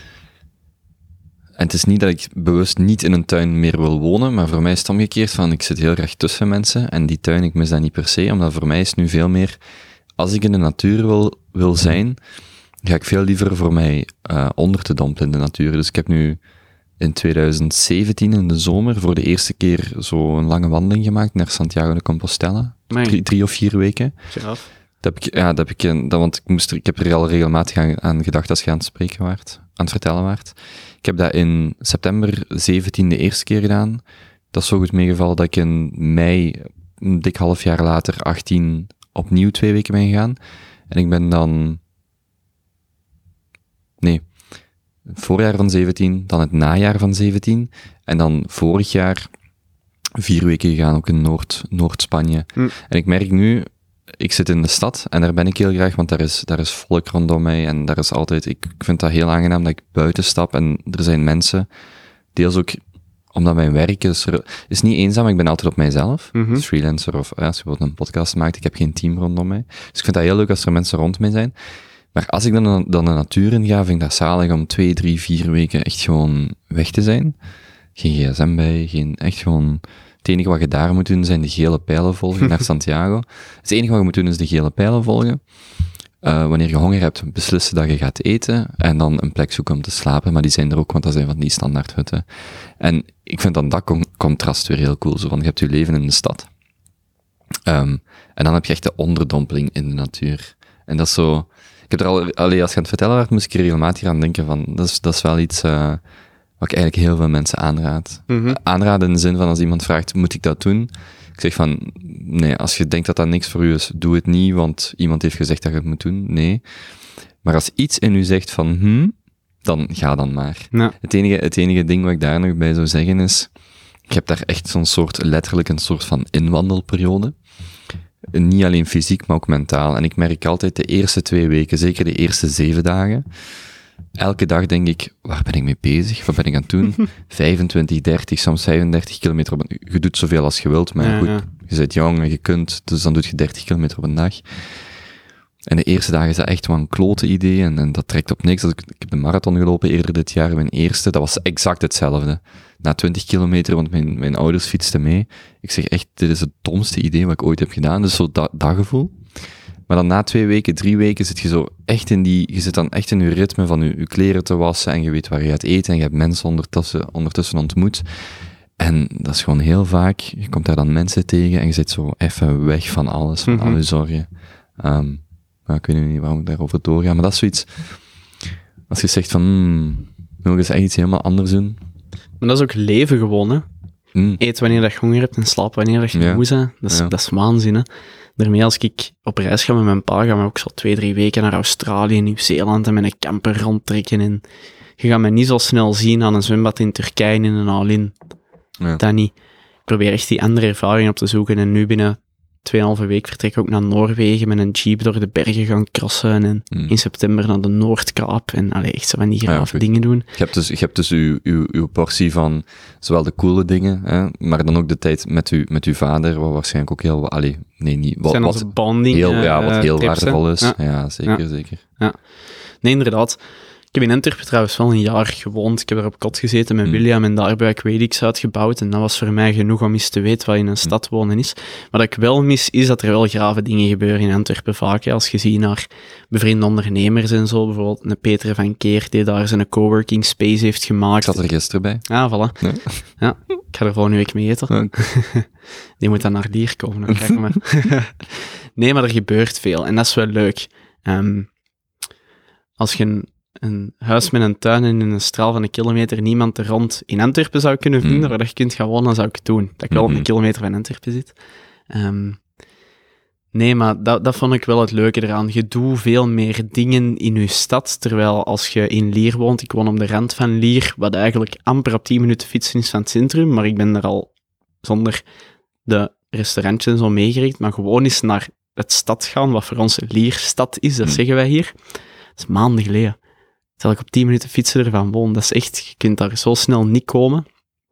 En het is niet dat ik bewust niet in een tuin meer wil wonen, maar voor mij is het omgekeerd van, ik zit heel graag tussen mensen, en die tuin, ik mis dat niet per se, omdat voor mij is het nu veel meer, als ik in de natuur wil, wil zijn, ga ik veel liever voor mij uh, onder te dompelen in de natuur. Dus ik heb nu in twintig zeventien in de zomer voor de eerste keer zo een lange wandeling gemaakt naar Santiago de Compostela. Maar Drie, drie of vier weken. Geraf. Dat heb ik, ja, dat heb ik, dat, want ik, moest er, ik heb er al regelmatig aan, aan gedacht als je aan het spreken waart, aan het vertellen waart. Ik heb dat in september zeventien de eerste keer gedaan. Dat is zo goed meegevallen dat ik in mei, een dik half jaar later, achttien, opnieuw twee weken ben gegaan. En ik ben dan... Nee, het voorjaar van zeventien, dan het najaar van zeventien, en dan vorig jaar vier weken gegaan, ook in Noord, Noord-Spanje. Hm. En ik merk nu, ik zit in de stad, en daar ben ik heel graag, want daar is, daar is volk rondom mij, en daar is altijd, ik, ik vind dat heel aangenaam dat ik buiten stap, en er zijn mensen, deels ook, omdat mijn werk is, is niet eenzaam, ik ben altijd op mijzelf, Mhm. als freelancer, of ja, als je bijvoorbeeld een podcast maakt, ik heb geen team rondom mij. Dus ik vind dat heel leuk als er mensen rond mij zijn. Maar als ik dan, dan de natuur in ga, vind ik dat zalig om twee, drie, vier weken echt gewoon weg te zijn. Geen gsm bij, geen, echt gewoon... Het enige wat je daar moet doen, zijn de gele pijlen volgen naar Santiago. Het enige wat je moet doen, is de gele pijlen volgen. Uh, wanneer je honger hebt, beslissen dat je gaat eten, en dan een plek zoeken om te slapen, maar die zijn er ook, want dat zijn van die standaardhutten. En ik vind dan dat con- contrast weer heel cool, zo van, je hebt je leven in de stad. Um, en dan heb je echt de onderdompeling in de natuur. En dat is zo... Ik heb er al, allee, als je aan het vertellen werd, moest ik er regelmatig aan denken van, dat is, dat is wel iets uh, wat ik eigenlijk heel veel mensen aanraad. Mhm. Aanraden in de zin van, als iemand vraagt, moet ik dat doen? Ik zeg van, nee, als je denkt dat dat niks voor u is, doe het niet, want iemand heeft gezegd dat je het moet doen. Nee. Maar als iets in u zegt van, hm, dan ga dan maar. Ja. Het enige, het enige ding wat ik daar nog bij zou zeggen is, ik heb daar echt zo'n soort, letterlijk een soort van inwandelperiode. Niet alleen fysiek, maar ook mentaal. En ik merk altijd de eerste twee weken, zeker de eerste zeven dagen, elke dag denk ik, waar ben ik mee bezig? Wat ben ik aan het doen? vijfentwintig, dertig, soms vijfendertig kilometer op een... Je doet zoveel als je wilt, maar Ja, goed, ja. je bent jong en je kunt, dus dan doe je dertig kilometer op een dag. En de eerste dagen is dat echt wel een klote idee, en, en dat trekt op niks. Dus ik, ik heb de marathon gelopen eerder dit jaar, mijn eerste, dat was exact hetzelfde. Na twintig kilometer, want mijn, mijn ouders fietsten mee. Ik zeg echt, dit is het domste idee wat ik ooit heb gedaan. Dus zo dat, dat gevoel. Maar dan na twee weken, drie weken zit je zo echt in die, je zit dan echt in je ritme van je, je kleren te wassen, en je weet waar je gaat eten, en je hebt mensen ondertussen, ondertussen ontmoet. En dat is gewoon heel vaak, je komt daar dan mensen tegen, en je zit zo even weg van alles, van Mhm. al je zorgen. Um, ja, ik weet niet waarom ik daarover doorga, maar dat is zoiets, als je zegt van, hmm, wil ik eens echt iets helemaal anders doen. Maar dat is ook leven gewoon, hè. Mm. Eet wanneer dat je honger hebt en slaap wanneer dat je Ja. moe bent. Dat is, Ja. dat is waanzin, hè. Daarmee, als ik op reis ga met mijn pa, gaan we ook zo twee, drie weken naar Australië, Nieuw-Zeeland en met een camper rondtrekken. En je gaat me niet zo snel zien aan een zwembad in Turkije in een all-in. Ja. Dat niet. Ik probeer echt die andere ervaring op te zoeken. En nu binnen tweeënhalve week vertrek ik ook naar Noorwegen met een jeep door de bergen gaan crossen. En Mm. in september naar de Noordkaap. En allee, echt zo van die Ja, grave goed. dingen doen. Je hebt dus, je hebt dus uw, uw, uw portie van zowel de coole dingen, hè, maar dan ook de tijd met, u, met uw vader, wat waarschijnlijk ook heel... Allee, nee, niet... Wat, zijn wat onze bonding heel, eh, ja, wat heel trips, hè. waardevol is. Ja. Ja, zeker, Ja. zeker. Nee, inderdaad. Ik heb in Antwerpen trouwens wel een jaar gewoond. Ik heb er op kot gezeten met Mm. William en daar heb ik Radix uitgebouwd. En dat was voor mij genoeg om eens te weten wat in een stad wonen is. Wat ik wel mis, is dat er wel grave dingen gebeuren in Antwerpen vaak. Hè. Als je ziet naar bevriende ondernemers en zo, bijvoorbeeld een Peter van Keer, die daar zijn coworking space heeft Ik gemaakt. zat er gisteren bij. Ah, voilà. Ja. Ja, ik ga er volgende week mee eten. Ja. Die moet dan naar Lier komen, dan krijgen we. Nee, maar er gebeurt veel. En dat is wel leuk. Ehm, als je een, een huis met een tuin en in een straal van een kilometer niemand er rond in Antwerpen zou kunnen vinden, Mm. waar dat je kunt gaan wonen, dan zou ik het doen. Dat ik wel op Mhm. een kilometer van Antwerpen zit. Ehm, nee, maar dat, dat vond ik wel het leuke eraan. Je doet veel meer dingen in je stad, terwijl als je in Lier woont, ik woon op de rand van Lier, wat eigenlijk amper op tien minuten fietsen is van het centrum, maar ik ben er al zonder de restaurantjes en zo meegerekend, maar gewoon eens naar het stad gaan, wat voor ons Lierstad is, dat Mm. zeggen wij hier. Dat is maanden geleden. Terwijl ik op tien minuten fietsen ervan woon. Dat is echt, je kunt daar zo snel niet komen.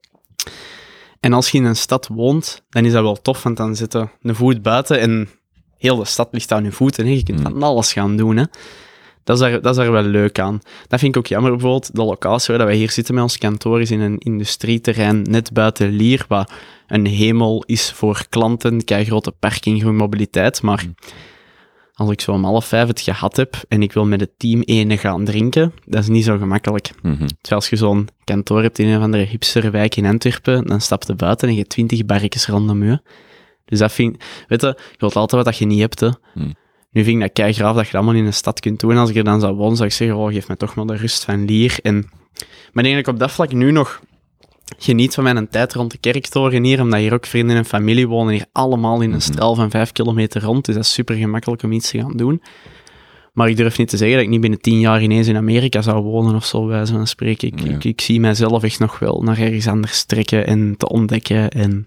En als je in een stad woont, dan is dat wel tof, want dan zit je een voet buiten en heel de stad ligt aan je voeten. Hè. Je kunt Mm. van alles gaan doen. Hè. Dat is, daar, dat is daar wel leuk aan. Dat vind ik ook jammer, bijvoorbeeld, de locatie waar wij hier zitten met ons kantoor is in een industrieterrein net buiten Lier, wat een hemel is voor klanten, kei grote parking, goede mobiliteit, maar als ik zo om half vijf het gehad heb en ik wil met het team ene gaan drinken, dat is niet zo gemakkelijk. Mhm. Terwijl als je zo'n kantoor hebt in een of andere hipsterwijk in Antwerpen, dan stap je buiten en je hebt twintig barretjes rondom je. Dus dat vind weet je, je wilt altijd wat je niet hebt, hè. Hmm. Nu vind ik dat kei graaf dat je dat allemaal in een stad kunt doen. En als ik er dan zou wonen, zou ik zeggen, oh, geef me toch maar de rust van Lier. En, maar ik denk dat ik op dat vlak nu nog geniet van mijn tijd rond de Kerktoren hier, omdat hier ook vrienden en familie wonen, hier allemaal in een straal van vijf kilometer rond. Dus dat is super gemakkelijk om iets te gaan doen. Maar ik durf niet te zeggen dat ik niet binnen tien jaar ineens in Amerika zou wonen of zo, bij wijze van spreken. Ik, Ja. ik, ik zie mijzelf echt nog wel naar ergens anders trekken en te ontdekken. En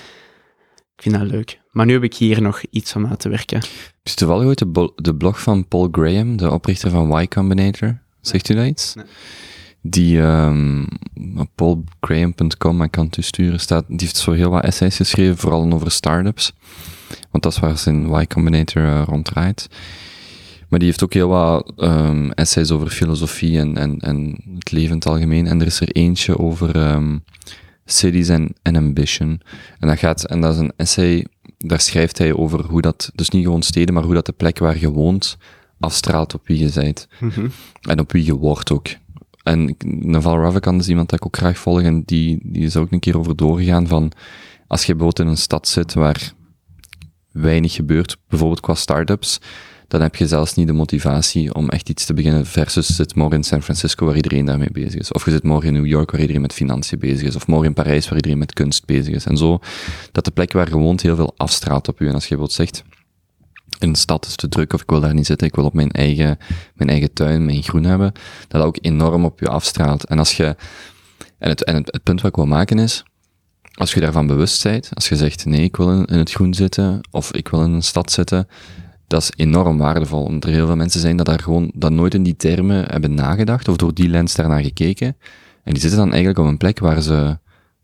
ik vind dat leuk. Maar nu heb ik hier nog iets om uit te werken. Is toevallig ooit de, bo- de blog van Paul Graham, de oprichter van Y Combinator? Zegt u dat iets? Nee. Die um, op paul graham punt com, ik kan het u sturen, staat, die heeft zo heel wat essays geschreven, vooral over startups. Want dat is waar zijn Y Combinator uh, ronddraait. Maar die heeft ook heel wat um, essays over filosofie en, en, en het leven in het algemeen. En er is er eentje over um, cities en ambition. En dat gaat, en dat is een essay, daar schrijft hij over hoe dat, dus niet gewoon steden, maar hoe dat de plek waar je woont afstraalt op wie je bent. Mm-hmm. En op wie je wordt ook. En Naval Ravikant is iemand dat ik ook graag volg, en die, die is er ook een keer over doorgegaan van, als je bijvoorbeeld in een stad zit waar weinig gebeurt, bijvoorbeeld qua start-ups, dan heb je zelfs niet de motivatie om echt iets te beginnen, versus je zit morgen in San Francisco waar iedereen daarmee bezig is. Of je zit morgen in New York waar iedereen met financiën bezig is. Of morgen in Parijs waar iedereen met kunst bezig is. En zo, dat de plek waar je woont heel veel afstraalt op je. En als je bijvoorbeeld zegt, in een stad is het te druk, of ik wil daar niet zitten, ik wil op mijn eigen, mijn eigen tuin, mijn groen hebben, dat dat ook enorm op je afstraalt. En als je, en het, en het, het punt wat ik wil maken is, als je daarvan bewust bent, als je zegt, nee, ik wil in, in het groen zitten, of ik wil in een stad zitten, dat is enorm waardevol, omdat er heel veel mensen zijn dat daar gewoon, dat nooit in die termen hebben nagedacht, of door die lens daarnaar gekeken, en die zitten dan eigenlijk op een plek waar ze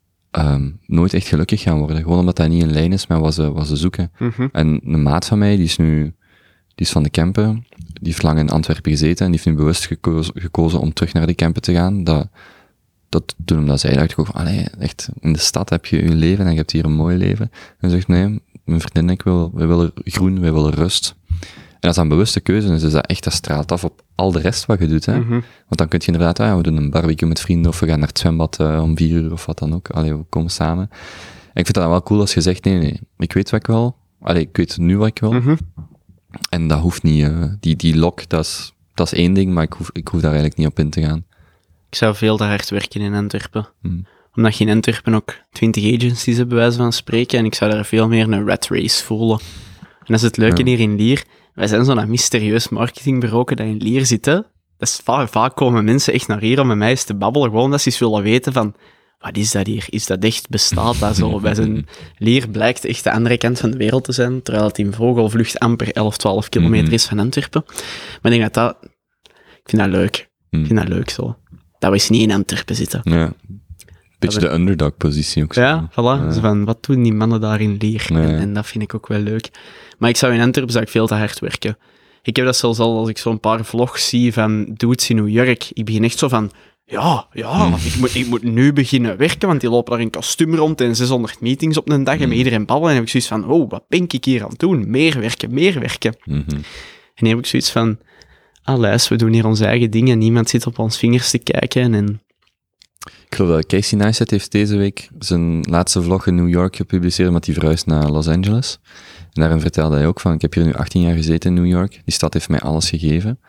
um, nooit echt gelukkig gaan worden, gewoon omdat dat niet in lijn is met wat ze, wat ze zoeken. Mm-hmm. En een maat van mij, die is nu, die is van de Kempen, die heeft lang in Antwerpen gezeten, en die heeft nu bewust gekozen, gekozen om terug naar de Kempen te gaan, dat, dat toen omdat zij dacht ik ook van, allee, echt, in de stad heb je je leven, en je hebt hier een mooi leven, en ze zegt, nee, mijn vriendin en ik wil, wij willen groen, wij willen rust. En als dat een bewuste keuze is, is dat echt, dat straalt af op al de rest wat je doet, hè. Mm-hmm. Want dan kun je inderdaad, ah, we doen een barbecue met vrienden, of we gaan naar het zwembad uh, om vier uur, of wat dan ook. Allee, we komen samen. En ik vind dat wel cool als je zegt, nee, nee, ik weet wat ik wil. Allee, ik weet nu wat ik wil. Mm-hmm. En dat hoeft niet, uh, die, die lok, dat is, dat is één ding, maar ik hoef, ik hoef daar eigenlijk niet op in te gaan. Ik zou veel te hard werken in Antwerpen. Hmm. Omdat je in Antwerpen ook twintig agencies hebt, bij wijze van spreken, en ik zou daar veel meer een rat race voelen. En dat is het leuke Ja. hier in Lier. Wij zijn zo'n mysterieus marketingbureau dat in Lier zit, hè. Dat is vaak, vaak komen mensen echt naar hier om met mij eens te babbelen, gewoon dat ze eens willen weten van, wat is dat hier? Is dat echt? Bestaat dat zo? Wij zijn, Lier blijkt echt de andere kant van de wereld te zijn, terwijl het in vogelvlucht amper elf, twaalf kilometer Mm-hmm. is van Antwerpen. Maar ik denk dat dat... Ik vind dat leuk. Mm. Ik vind dat leuk, zo. Dat we eens niet in Antwerpen zitten. Ja. Beetje de underdog-positie ook zo. Ja, voilà. Ja. Zo van, wat doen die mannen daar in Lier? Nee. En, en dat vind ik ook wel leuk. Maar ik zou in Antwerpen zou ik veel te hard werken. Ik heb dat zelfs al als ik zo'n paar vlogs zie van dudes in New York. Ik begin echt zo van, ja, ja, Mm. ik, moet, ik moet nu beginnen werken, want die lopen daar in kostuum rond en zeshonderd meetings op een dag en Mm. met iedereen babbelen. En dan heb ik zoiets van, oh, wat ben ik hier aan het doen? Meer werken, meer werken. Mhm. En dan heb ik zoiets van, alles, we doen hier onze eigen dingen. Niemand zit op ons vingers te kijken. En Ik geloof dat Casey Neistat heeft deze week zijn laatste vlog in New York gepubliceerd, omdat hij verhuist naar Los Angeles. En daarin vertelde hij ook van, ik heb hier nu achttien jaar gezeten in New York. Die stad heeft mij alles gegeven.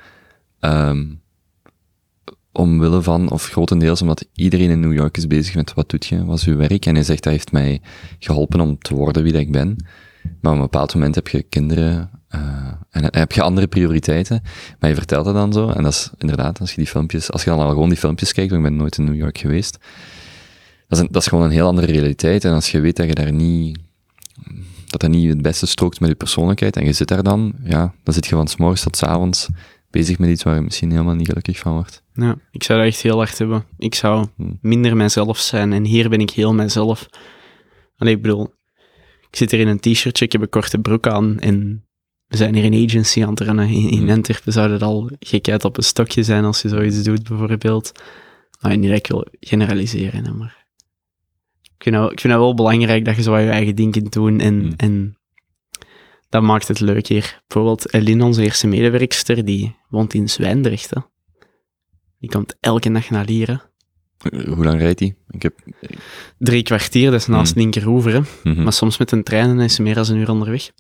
Um, omwille van, of grotendeels omdat iedereen in New York is bezig met wat doet je, wat is uw werk. En hij zegt, dat heeft mij geholpen om te worden wie dat ik ben. Maar op een bepaald moment heb je kinderen, uh, en heb je andere prioriteiten. Maar je vertelt dat dan zo, en dat is inderdaad, als je die filmpjes, als je dan al gewoon die filmpjes kijkt, want ik ben nooit in New York geweest, dat is, een, dat is gewoon een heel andere realiteit. En als je weet dat je daar niet, dat dat niet het beste strookt met je persoonlijkheid, en je zit daar dan, ja, dan zit je van 's morgens tot 's avonds bezig met iets waar je misschien helemaal niet gelukkig van wordt. ja, ik zou dat echt heel hard hebben. Ik zou Hmm. minder mijzelf zijn en hier ben ik heel mijzelf. Allee, ik bedoel, ik zit hier in een t-shirtje, ik heb een korte broek aan en we zijn hier een agency aan het runnen. In, in Hmm. Antwerpen zou dat al gekheid op een stokje zijn als je zoiets doet, bijvoorbeeld. Maar niet dat ik wil generaliseren, hè, maar ik vind, dat, ik vind dat wel belangrijk dat je zo je eigen ding kunt doen en, Hmm. en dat maakt het leuk hier. Bijvoorbeeld Eline, onze eerste medewerkster, die woont in Zwijndrecht. Hè. Die komt elke dag naar Lieren. Hoe lang rijdt die? Ik heb... Drie kwartier, dat is naast Hmm. Linkeroever. Hè. Mm-hmm. Maar soms met een trein dan is ze meer dan een uur onderweg.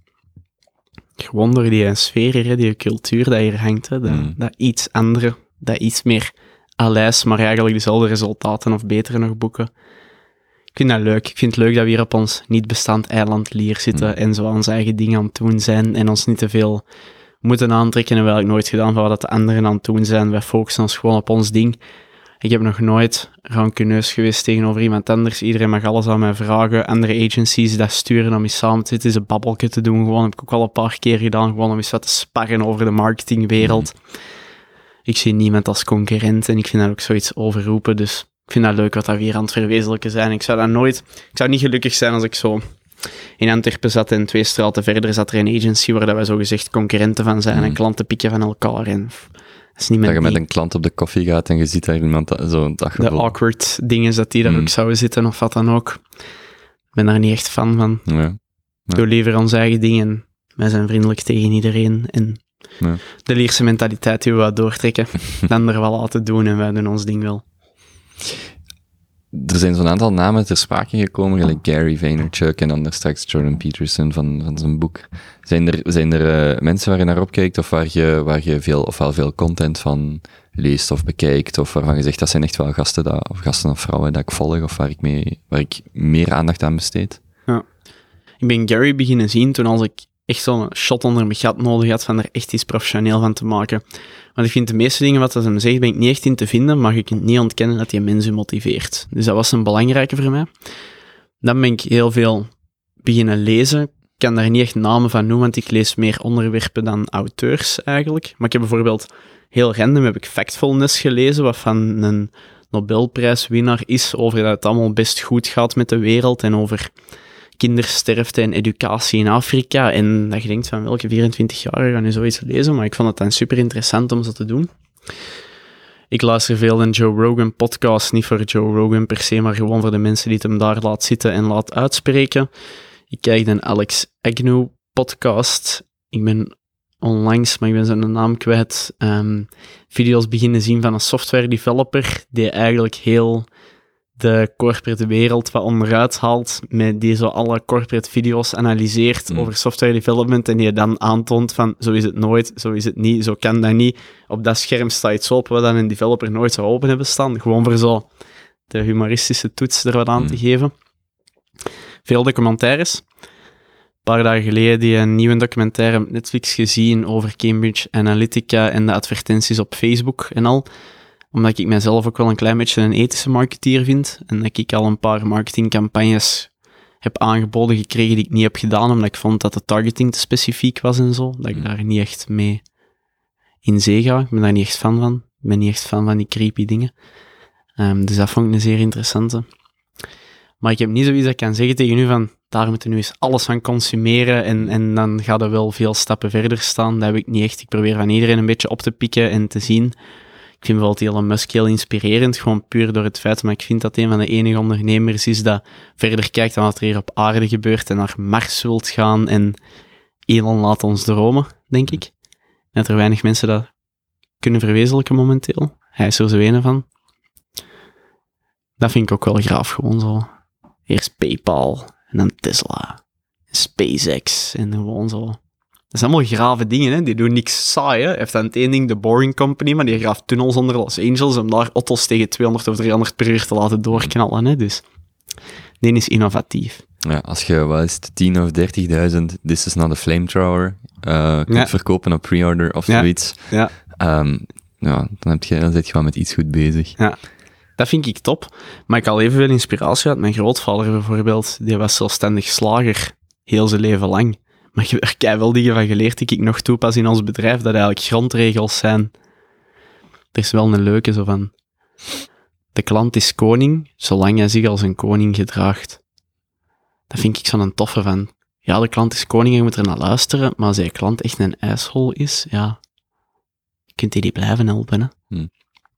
Gewoon door die sfeer hier, hè, die cultuur dat hier hangt. Hè, dat, Mm. dat iets andere, dat iets meer alijs, maar eigenlijk dezelfde resultaten of betere nog boeken. Ik vind dat leuk. Ik vind het leuk dat we hier op ons niet bestaand eiland Lier zitten Mm. en zo onze eigen dingen aan het doen zijn en ons niet te veel moeten aantrekken en wel ik nooit gedaan van wat de anderen aan het doen zijn. Wij focussen ons gewoon op ons ding. Ik heb nog nooit rancuneus geweest tegenover iemand anders. Iedereen mag alles aan mij vragen. Andere agencies dat sturen om eens samen te zitten, eens een babbeltje te doen. Gewoon heb ik ook al een paar keer gedaan. Gewoon om eens wat te sparren over de marketingwereld. Mm. Ik zie niemand als concurrent en ik vind dat ook zoiets overroepen. Dus ik vind dat leuk wat dat we hier aan het verwezenlijken zijn. Ik zou dat nooit... Ik zou niet gelukkig zijn als ik zo in Antwerpen zat en twee straten verder zat er een agency waar dat wij zogezegd concurrenten van zijn mm. en klanten pikken van elkaar. En dat is niet dat je met die... een klant op de koffie gaat en je ziet daar iemand dat, zo dat De awkward dingen dat die daar mm. ook zouden zitten of wat dan ook. Ik ben daar niet echt fan van. Ja. Ja. Ik doe liever onze eigen dingen. Wij zijn vriendelijk tegen iedereen en ja. de Lierse mentaliteit die we wat doortrekken, dan er wel laten doen en wij doen ons ding wel. Er zijn zo'n aantal namen ter sprake gekomen, gelijk Gary Vaynerchuk en dan daar straks Jordan Peterson van, van zijn boek. Zijn er, zijn er uh, mensen waar je naar opkijkt of waar je, waar je veel, ofwel veel content van leest of bekijkt of waarvan je zegt dat zijn echt wel gasten, dat, of gasten of vrouwen dat ik volg of waar ik, mee, waar ik meer aandacht aan besteed? Ja. Ik ben Gary beginnen zien toen als ik echt zo'n shot onder mijn gat nodig had van er echt iets professioneel van te maken. Want ik vind de meeste dingen wat hij hem zegt, ben ik niet echt in te vinden, maar je kunt niet ontkennen dat hij mensen motiveert. Dus dat was een belangrijke voor mij. Dan ben ik heel veel beginnen lezen. Ik kan daar niet echt namen van noemen, want ik lees meer onderwerpen dan auteurs eigenlijk. Maar ik heb bijvoorbeeld heel random heb ik Factfulness gelezen, wat van een Nobelprijswinnaar is, over dat het allemaal best goed gaat met de wereld en over kindersterfte en educatie in Afrika. En dat je denkt van welke vierentwintig jaar ga je zoiets lezen, maar ik vond het dan super interessant om zo te doen. Ik luister veel een Joe Rogan podcast, niet voor Joe Rogan per se, maar gewoon voor de mensen die het hem daar laat zitten en laat uitspreken. Ik kijk een Alex Agnew podcast. Ik ben onlangs, maar ik ben zijn naam kwijt, um, video's beginnen zien van een software developer die eigenlijk heel de corporate wereld wat onderuit haalt, met die zo alle corporate video's analyseert Mm. over software development en die dan aantoont van zo is het nooit, zo is het niet, zo kan dat niet. Op dat scherm staat iets open wat dan een developer nooit zou open hebben staan. Gewoon voor zo de humoristische toets er wat aan Mm. te geven. Veel documentaires. Een paar dagen geleden die een nieuwe documentaire op Netflix gezien over Cambridge Analytica en de advertenties op Facebook en al. Omdat ik mezelf ook wel een klein beetje een ethische marketeer vind. En dat ik al een paar marketingcampagnes heb aangeboden gekregen die ik niet heb gedaan, omdat ik vond dat de targeting te specifiek was en zo. Dat ik Mm. daar niet echt mee in zee ga. Ik ben daar niet echt fan van. Ik ben niet echt fan van die creepy dingen. Um, dus dat vond ik een zeer interessante. Maar ik heb niet zoiets dat ik kan zeggen tegen u van, daar moeten we nu eens alles van consumeren en, en dan gaat er wel veel stappen verder staan. Dat heb ik niet echt. Ik probeer van iedereen een beetje op te pikken en te zien. Ik vind bijvoorbeeld Elon Musk heel inspirerend, gewoon puur door het feit, maar ik vind dat een van de enige ondernemers is dat verder kijkt dan wat er hier op aarde gebeurt en naar Mars wilt gaan en Elon laat ons dromen, denk ik. En dat er weinig mensen dat kunnen verwezenlijken momenteel. Hij is er zo een van. Dat vind ik ook wel graaf, gewoon zo. Eerst PayPal, en dan Tesla, en SpaceX, en gewoon zo. Dat zijn allemaal grave dingen, hè. Die doen niks saai, hè. Hij heeft aan het één ding de Boring Company, maar die graaft tunnels onder Los Angeles om daar auto's tegen tweehonderd of driehonderd per uur te laten doorknallen, hè. Dus, die is innovatief. Ja, als je wel eens tien of dertigduizend This is not a flamethrower uh, kunt Ja. verkopen op pre-order of Ja. zoiets, Ja. um, ja, dan, heb je, dan zit je wel met iets goed bezig. Ja. Dat vind ik top. Maar ik had evenveel inspiratie uit mijn grootvader bijvoorbeeld. Die was zelfstandig slager, heel zijn leven lang. Maar ik heb er keiveel dingen van geleerd die ik nog toepas in ons bedrijf, dat eigenlijk grondregels zijn. Er is wel een leuke zo van... De klant is koning, zolang hij zich als een koning gedraagt. Dat vind ik zo'n toffe van... Ja, de klant is koning en je moet er naar luisteren, maar als je klant echt een asshole is, ja... Kunt hij die blijven helpen, hè? Hmm.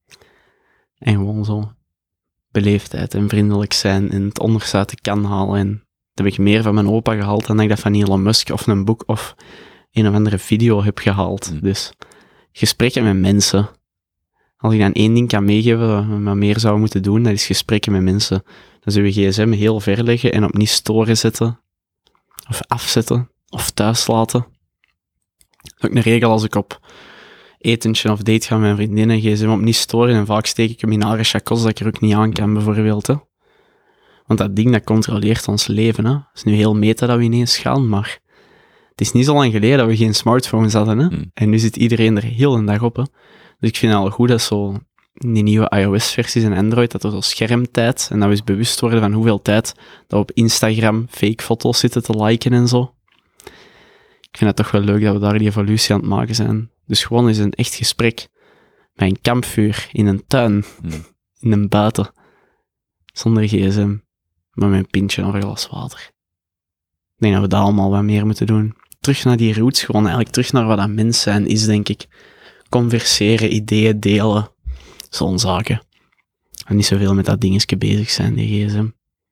En gewoon zo... Beleefdheid en vriendelijk zijn en het onderste uit de kan halen en... Dat heb ik meer van mijn opa gehaald dan dat ik dat van Elon Musk of een boek of een of andere video heb gehaald. Mm. Dus gesprekken met mensen. Als ik dan één ding kan meegeven dat we maar meer zouden moeten doen, dat is gesprekken met mensen. Dan zullen we gsm heel ver leggen en op niet storen zetten. Of afzetten. Of thuis laten. Dat is ook een regel als ik op etentje of date ga met mijn vriendinnen, gsm op niet storen en vaak steek ik hem in haar chakos dat ik er ook niet aan kan, bijvoorbeeld, hè. Want dat ding, dat controleert ons leven, hè. Het is nu heel meta dat we ineens gaan, maar het is niet zo lang geleden dat we geen smartphones hadden, hè. Hmm. En nu zit iedereen er heel een dag op, hè. Dus ik vind het al goed dat zo in die nieuwe iOS-versies en Android, dat er zo schermtijd, en dat we eens bewust worden van hoeveel tijd dat we op Instagram fake foto's zitten te liken en zo. Ik vind het toch wel leuk dat we daar die evolutie aan het maken zijn. Dus gewoon eens een echt gesprek met een kampvuur in een tuin, Hmm. in een buiten, zonder gsm. Maar met een pintje of een glas water. Ik denk dat we dat allemaal wat meer moeten doen. Terug naar die roots, gewoon eigenlijk terug naar wat dat mens zijn is, denk ik. Converseren, ideeën delen, zo'n zaken. En niet zoveel met dat dingetje bezig zijn, die gsm.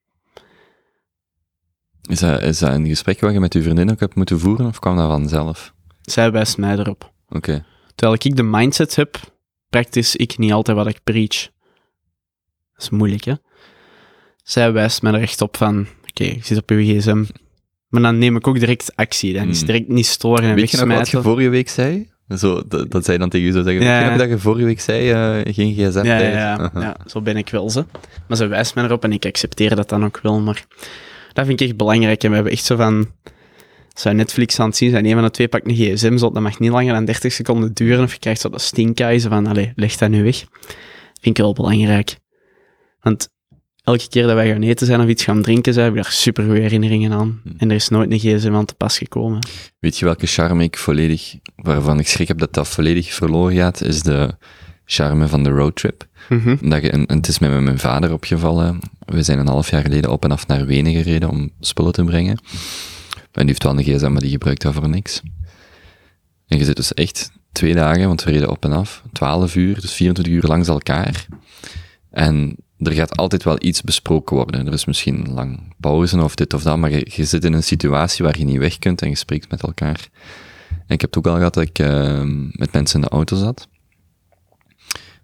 Is dat, is dat een gesprek wat je met je vriendin ook hebt moeten voeren, of kwam dat vanzelf? Zij wijst mij erop. Oké. Terwijl ik de mindset heb, practice ik niet altijd wat ik preach. Dat is moeilijk, hè? Zij wijst mij er echt op van, oké, okay, ik zit op uw gsm. Maar dan neem ik ook direct actie. Dan is Hmm. direct niet storen en Weet je nog wegsmijten. wat je vorige week zei? Zo, dat, dat zij dan tegen je zou zeggen, Ja, weet je nog ja. dat je vorige week zei, uh, geen gsm Ja, ja, tijd? ja, Aha. ja, zo ben ik wel, ze. Maar ze wijst mij erop en ik accepteer dat dan ook wel. Maar dat vind ik echt belangrijk. En we hebben echt zo van... Als wij Netflix aan het zien zijn, een van de twee pakt een gsm, zo, dat mag niet langer dan dertig seconden duren, of je krijgt zo de stinkei, zo van, allee, leg dat nu weg. Dat vind ik wel belangrijk. Want elke keer dat wij gaan eten zijn of iets gaan drinken zijn, heb ik daar super goede herinneringen aan. Hmm. En er is nooit een gsm aan te pas gekomen. Weet je welke charme ik volledig, waarvan ik schrik heb dat dat volledig verloren gaat, is de charme van de roadtrip. Mhm. Dat je, en, en het is mij met mijn vader opgevallen. We zijn een half jaar geleden op en af naar Wenen gereden om spullen te brengen. En die heeft wel een gsm, maar die gebruikt dat voor niks. En je zit dus echt twee dagen, want we reden op en af, twaalf uur, dus vierentwintig uur langs elkaar. En er gaat altijd wel iets besproken worden. Er is misschien een lang pauze of dit of dat, maar je, je zit in een situatie waar je niet weg kunt en je spreekt met elkaar. En ik heb het ook al gehad dat ik uh, met mensen in de auto zat.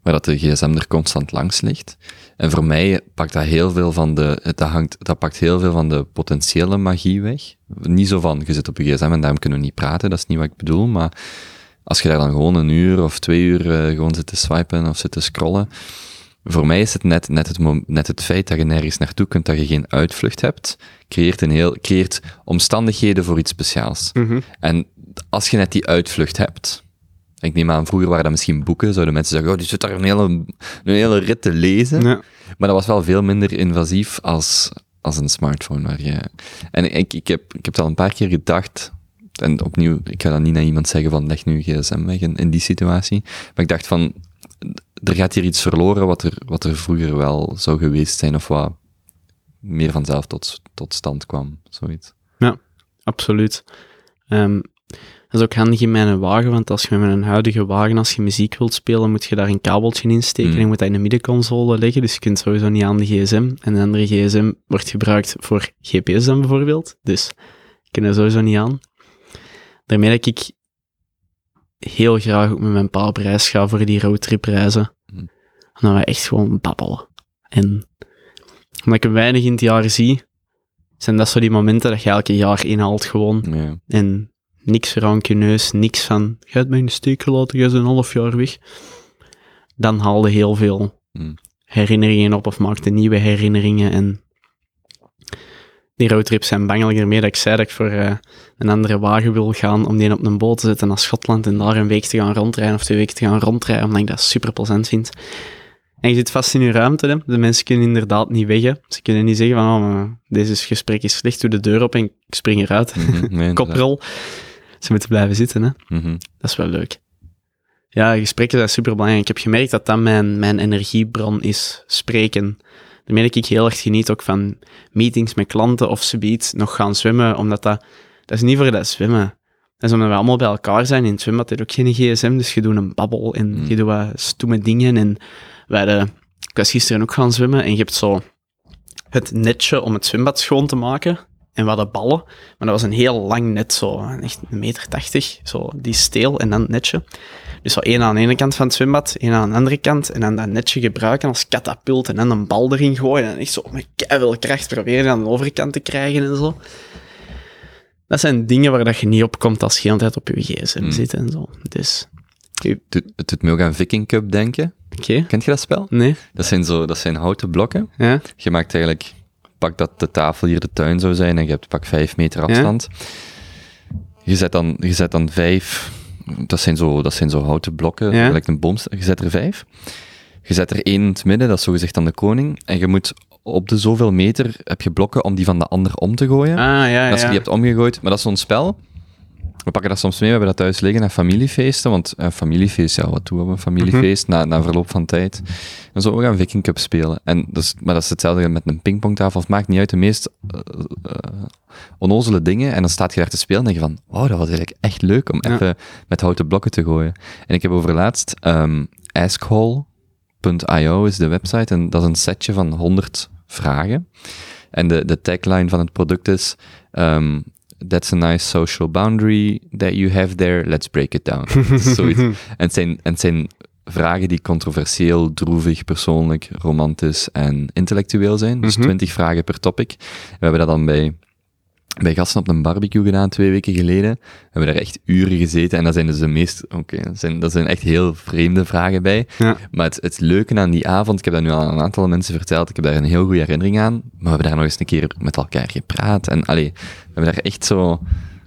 waar dat de gsm er constant langs ligt. En voor mij pakt dat heel veel van de, dat hangt, dat pakt heel veel van de potentiële magie weg. Niet zo van, je zit op je gsm en daarom kunnen we niet praten, dat is niet wat ik bedoel, maar als je daar dan gewoon een uur of twee uur uh, gewoon zit te swipen of zit te scrollen, voor mij is het net, net, het mom- net het feit dat je nergens naartoe kunt, dat je geen uitvlucht hebt, creëert, een heel, creëert omstandigheden voor iets speciaals. Mm-hmm. En als je net die uitvlucht hebt, ik neem aan, vroeger waren dat misschien boeken, zouden mensen zeggen, oh, die zit daar een hele, een hele rit te lezen. Ja. Maar dat was wel veel minder invasief als, als een smartphone. Waar je... En ik, ik, heb, ik heb het al een paar keer gedacht, en opnieuw, ik ga dan niet naar iemand zeggen van, leg nu je gsm weg in, in die situatie. Maar ik dacht van, er gaat hier iets verloren wat er, wat er vroeger wel zou geweest zijn, of wat meer vanzelf tot, tot stand kwam, zoiets. Ja, absoluut. Um, dat is ook handig in mijn wagen, want als je met een huidige wagen, als je muziek wilt spelen, moet je daar een kabeltje in steken mm. en je moet dat in de middenconsole leggen, dus je kunt sowieso niet aan de gsm. En de andere gsm wordt gebruikt voor G P S dan bijvoorbeeld, dus ik ken er sowieso niet aan. Daarmee dat ik heel graag ook met mijn pa op reis ga voor die roadtripreizen. Mm. Omdat wij echt gewoon babbelen. En omdat ik hem weinig in het jaar zie, zijn dat zo die momenten dat je elke jaar inhaalt gewoon. Ja. En niks rancuneus, niks van, je hebt mij in de steek gelaten, jij bent een half jaar weg. Dan haalde heel veel mm. herinneringen op of maakte nieuwe herinneringen. En die roadtrips zijn bangelijk ermee dat ik zei dat ik voor uh, een andere wagen wil gaan om die op een boot te zetten naar Schotland en daar een week te gaan rondrijden of twee weken te gaan rondrijden, omdat ik dat super plezant vind. En je zit vast in je ruimte, hè. De mensen kunnen inderdaad niet weg, hè. Ze kunnen niet zeggen van, oh, maar deze gesprek is slecht, doe de deur op en ik spring eruit. Mm-hmm, nee, Koprol. Ze moeten blijven zitten, hè. Mm-hmm. Dat is wel leuk. Ja, gesprekken zijn super belangrijk. Ik heb gemerkt dat dat mijn, mijn energiebron is, spreken. Daarmee dat ik heel erg geniet ook van meetings met klanten of zoiets, nog gaan zwemmen, omdat dat, dat is niet voor dat zwemmen. Dat is omdat we allemaal bij elkaar zijn. In het zwembad heb je ook geen gsm, dus je doet een babbel en mm. je doet wat stoeme dingen. En wij de, ik was gisteren ook gaan zwemmen en je hebt zo het netje om het zwembad schoon te maken. En we hadden ballen, maar dat was een heel lang net, zo echt een meter tachtig, zo die steel en dan het netje. Dus zo één aan de ene kant van het zwembad, één aan de andere kant, en dan dat netje gebruiken als katapult en dan een bal erin gooien en echt zo met keiveel kracht proberen aan de overkant te krijgen en zo. Dat zijn dingen waar dat je niet op komt als je de hele tijd op je gsm mm. zit en zo. Dus... Het doet, het doet me ook aan Viking Cup denken. Okay. Kent je dat spel? Nee. Dat zijn, zo, dat zijn houten blokken. Ja. Je maakt eigenlijk... Pak dat de tafel hier de tuin zou zijn en je hebt pak vijf meter afstand. Ja. Je zet dan, je zet dan vijf... Dat zijn zo, dat zijn zo houten blokken, ja. gelijk een boom. Je zet er vijf. Je zet er één in het midden, dat is zogezegd dan de koning. En je moet op de zoveel meter heb je blokken om die van de ander om te gooien. Ah, ja, en als je ja. die hebt omgegooid, maar dat is zo'n spel. We pakken dat soms mee, we hebben dat thuis liggen naar familiefeesten, want uh, familiefeest, ja, wat doen we op een familiefeest, mm-hmm. na, na verloop van tijd. En zo, we gaan Viking Cup spelen. En dat is, maar dat is hetzelfde met een pingpongtafel, het maakt niet uit, de meest uh, uh, onnozele dingen, en dan staat je daar te spelen en denk je van, wow, dat was eigenlijk echt leuk om ja. even met houten blokken te gooien. En ik heb overlaatst, um, askcall punt io is de website, en dat is een setje van honderd vragen. En de, de tagline van het product is... Um, That's a nice social boundary that you have there. Let's break it down. Zoiets. En het zijn, en het zijn vragen die controversieel, droevig, persoonlijk, romantisch en intellectueel zijn. Dus twintig mm-hmm. vragen per topic. We hebben dat dan bij, bij gasten op een barbecue gedaan, twee weken geleden. We hebben daar echt uren gezeten en dat zijn dus de meest... Oké, okay, dat, zijn, dat zijn echt heel vreemde vragen bij. Ja. Maar het, het leuke aan die avond, ik heb dat nu al aan een aantal mensen verteld, ik heb daar een heel goede herinnering aan, maar we hebben daar nog eens een keer met elkaar gepraat. En allee, we hebben daar echt zo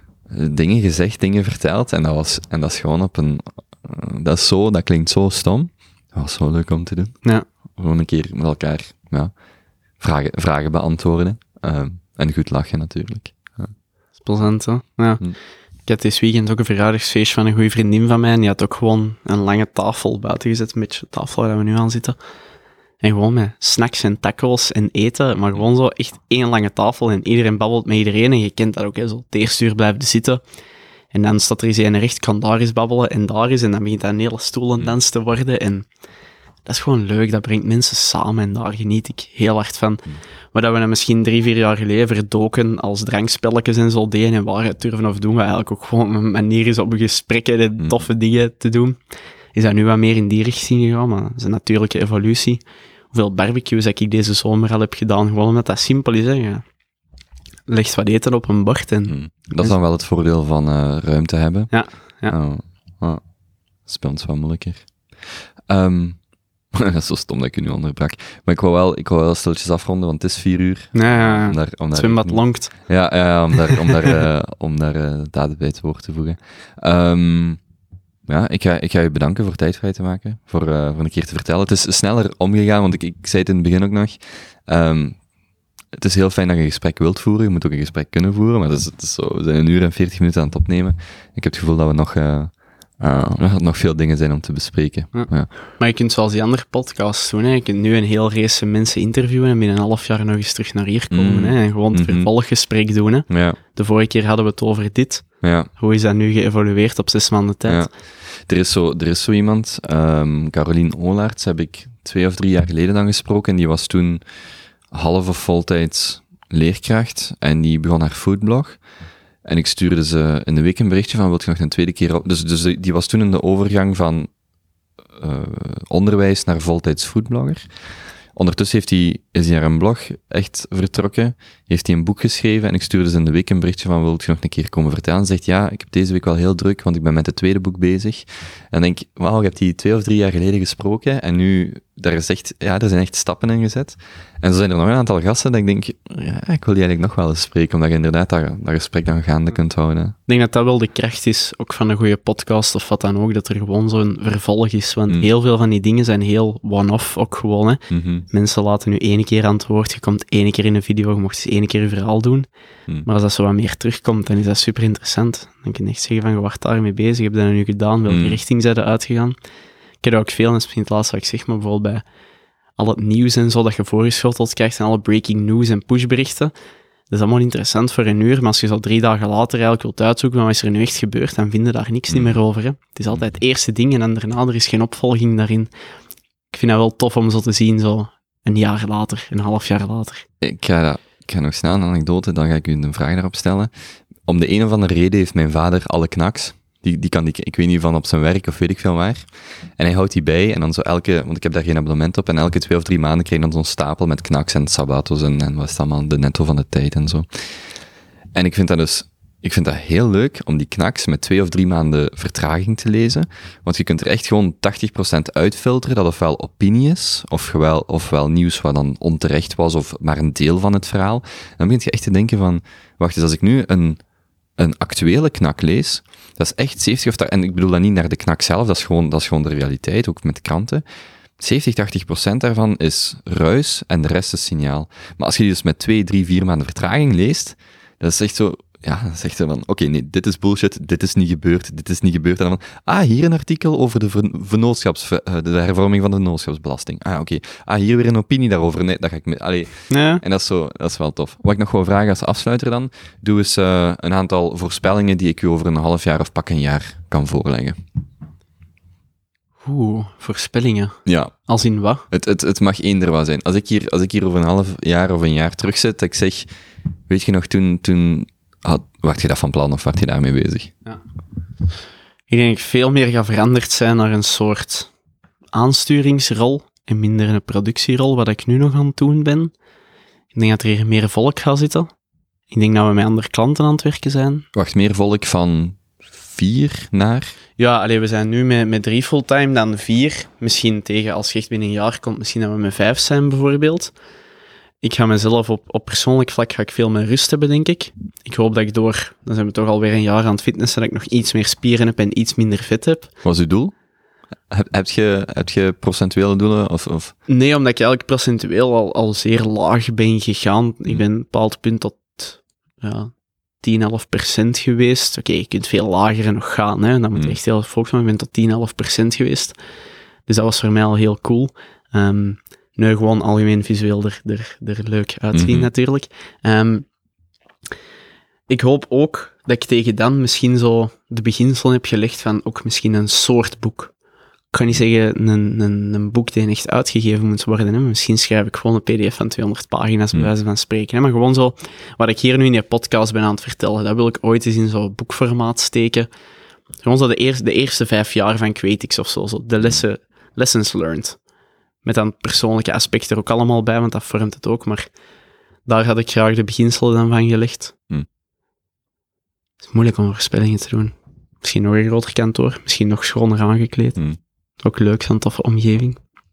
dingen gezegd, dingen verteld, en dat was, en dat is gewoon op een... Uh, dat is zo, dat klinkt zo stom. Dat was zo leuk om te doen. Ja. Gewoon een keer met elkaar, ja, vragen, vragen beantwoorden. Uh, en goed lachen natuurlijk. Ja. Dat is plezant, hè? Ja. Hm. Ik had dit weekend ook een verjaardagsfeest van een goede vriendin van mij, en die had ook gewoon een lange tafel buiten gezet, een beetje de tafel waar we nu aan zitten. En gewoon met snacks en tacos en eten, maar gewoon zo echt één lange tafel en iedereen babbelt met iedereen en je kent dat ook, hè, zo het eerste uur blijven zitten. En dan staat er eens een recht, kan daar eens babbelen en daar is, en dan begint dat een hele stoelendans te worden. En dat is gewoon leuk, dat brengt mensen samen en daar geniet ik heel hard van. Maar dat we dat misschien drie, vier jaar geleden verdoken als drankspelletjes en zo deden en waarheid durven of doen, wat eigenlijk ook gewoon een manier is om gesprekken en toffe dingen te doen. is dat nu wat meer in die richting gegaan, maar dat is een natuurlijke evolutie. Hoeveel barbecues dat ik deze zomer al heb gedaan, gewoon omdat dat simpel is, hè. Ja. Legt wat eten op een bord en... Hmm. Dat is dan wel het voordeel van uh, ruimte hebben. Ja, ja. Oh, oh. Dat is bij ons wel moeilijker. Um, dat is zo stom dat ik u nu onderbrak. Maar ik wou wel, ik wou wel stilletjes afronden, want het is vier uur. Ja, ja, ja. Om daar, om daar, het zwembad longt. Ja, ja, om daar, om daar, uh, om daar uh, daden bij het woord te voegen. Um, ja, ik ga, ik ga je bedanken voor tijd vrij te maken, voor, uh, voor een keer te vertellen. Het is sneller omgegaan, want ik, ik zei het in het begin ook nog. Um, het is heel fijn dat je een gesprek wilt voeren. Je moet ook een gesprek kunnen voeren, maar het is, het is zo, we zijn een uur en veertig minuten aan het opnemen. Ik heb het gevoel dat we nog... Uh, Uh, er nog veel dingen zijn om te bespreken. Ja. Ja. Maar je kunt zoals die andere podcasts doen, hè. Je kunt nu een heel race mensen interviewen en binnen een half jaar nog eens terug naar hier komen, Mm. hè. En gewoon het Mm-hmm. vervolggesprek doen, hè. Ja. De vorige keer hadden we het over dit. Ja. Hoe is dat nu geëvolueerd op zes maanden tijd? Ja. Er is zo, er is zo iemand, um, Caroline Olaerts, heb ik twee of drie jaar geleden dan gesproken, en die was toen half of voltijds leerkracht, en die begon haar foodblog. En ik stuurde ze in de week een berichtje van, wil je nog een tweede keer op... Dus, dus die was toen in de overgang van uh, onderwijs naar voltijds foodblogger. Ondertussen heeft hij, is hij naar een blog echt vertrokken, heeft hij een boek geschreven, en ik stuurde ze in de week een berichtje van, wil je nog een keer komen vertellen? En zegt, ja, ik heb deze week wel heel druk, want ik ben met het tweede boek bezig. En denk, wauw, je hebt die twee of drie jaar geleden gesproken, en nu, daar is echt, ja, er zijn echt stappen in gezet. En zo zijn er nog een aantal gasten dat ik denk, ja, ik wil die eigenlijk nog wel eens spreken, omdat je inderdaad dat, dat gesprek dan gaande kunt houden. Ik denk dat dat wel de kracht is, ook van een goede podcast of wat dan ook, dat er gewoon zo'n vervolg is. Want Mm. heel veel van die dingen zijn heel one-off ook gewoon, hè. Mm-hmm. Mensen laten nu één keer aan het woord, je komt één keer in een video, je mocht eens één keer je verhaal doen. Mm. Maar als dat zo wat meer terugkomt, dan is dat super interessant. Dan kun je echt zeggen van, je wordt daarmee bezig, je hebt dat nu gedaan, welke Mm. richting zijn er uitgegaan. Ik heb dat ook veel, en dat is misschien het laatste wat ik zeg, maar bijvoorbeeld bij al het nieuws en zo dat je voorgeschoteld krijgt en alle breaking news en pushberichten. Dat is allemaal interessant voor een uur, maar als je zo drie dagen later eigenlijk wilt uitzoeken wat is er nu echt gebeurd, dan vinden daar niks niet meer over. Hè. Het is altijd het eerste ding en dan daarna er is geen opvolging daarin. Ik vind dat wel tof om zo te zien, zo een jaar later, een half jaar later. Ik ga, dat, ik ga nog snel een anekdote, dan ga ik u een vraag daarop stellen. Om de een of andere reden heeft mijn vader alle knaks. Die, die kan die, ik weet niet, van op zijn werk of weet ik veel waar. En hij houdt die bij en dan zo elke, want ik heb daar geen abonnement op, en elke twee of drie maanden krijg je dan zo'n stapel met knaks en sabbato's en, en wat is het allemaal, de netto van de tijd en zo. En ik vind dat dus, ik vind dat heel leuk om die knaks met twee of drie maanden vertraging te lezen, want je kunt er echt gewoon tachtig procent uitfilteren dat ofwel opinie is, ofwel, ofwel nieuws wat dan onterecht was, of maar een deel van het verhaal. En dan begint je echt te denken van, wacht eens, als ik nu een een actuele knak lees, dat is echt zeventig of en ik bedoel dat niet naar de knak zelf, dat is gewoon, dat is gewoon de realiteit, ook met kranten. zeventig, tachtig procent daarvan is ruis en de rest is signaal. Maar als je die dus met twee, drie, vier maanden vertraging leest, dat is echt zo, ja, dan zegt hij van, oké, okay, nee, dit is bullshit, dit is niet gebeurd, dit is niet gebeurd. En dan van, ah, hier een artikel over de, ver, vernootschaps, de hervorming van de vennootschapsbelasting. Ah, oké. Okay. Ah, hier weer een opinie daarover. Nee, dat ga ik met, allee. Ja. En dat is zo, dat is wel tof. Wat ik nog wil vragen als afsluiter dan, doe eens uh, een aantal voorspellingen die ik u over een half jaar of pak een jaar kan voorleggen. Oeh, voorspellingen. Ja. Als in wat? Het, het, het mag eender wat zijn. Als ik, hier, als ik hier over een half jaar of een jaar terug zit, dat ik zeg, weet je nog, toen, toen had, werd je dat van plan of werd je daarmee bezig? Ja. Ik denk dat ik veel meer ga veranderd zijn naar een soort aansturingsrol en minder een productierol, wat ik nu nog aan het doen ben. Ik denk dat er hier meer volk gaat zitten. Ik denk dat we met andere klanten aan het werken zijn. Wacht, meer volk van vier naar... Ja, allee, we zijn nu met, met drie fulltime, dan vier. Misschien tegen, als je echt binnen een jaar komt, misschien dat we met vijf zijn, bijvoorbeeld. Ik ga mezelf op, op persoonlijk vlak ga ik veel meer rust hebben, denk ik. Ik hoop dat ik door, dan zijn we toch alweer een jaar aan het fitnessen, dat ik nog iets meer spieren heb en iets minder vet heb. Wat is uw doel? Heb, heb, je, heb je procentuele doelen? Of, of? Nee, omdat ik eigenlijk procentueel al, al zeer laag ben gegaan. Ik ben op een bepaald punt tot ja, tien, elf procent geweest. Oké, okay, je kunt veel lager en nog gaan, hè. Dan moet je Mm. echt heel focus zijn. Ik ben tot tien, elf procent geweest. Dus dat was voor mij al heel cool. Um, nu gewoon algemeen visueel er, er, er leuk uitzien, Mm-hmm. natuurlijk. Um, ik hoop ook dat ik tegen dan misschien zo de beginselen heb gelegd van ook misschien een soort boek. Ik kan niet zeggen een, een, een boek die echt uitgegeven moet worden. Hè. Misschien schrijf ik gewoon een pdf van tweehonderd pagina's, bij wijze van spreken. Hè. Maar gewoon zo, wat ik hier nu in die podcast ben aan het vertellen, dat wil ik ooit eens in zo'n boekformaat steken. Gewoon zo de, eerste, de eerste vijf jaar van Quatix of zo. zo de lessen, lessons learned. Met dan persoonlijke aspecten er ook allemaal bij, want dat vormt het ook. Maar daar had ik graag de beginselen dan van gelegd. Hm. Het is moeilijk om voorspellingen te doen. Misschien nog een groter kantoor. Misschien nog schoner aangekleed. Hm. Ook leuk, zo'n toffe omgeving.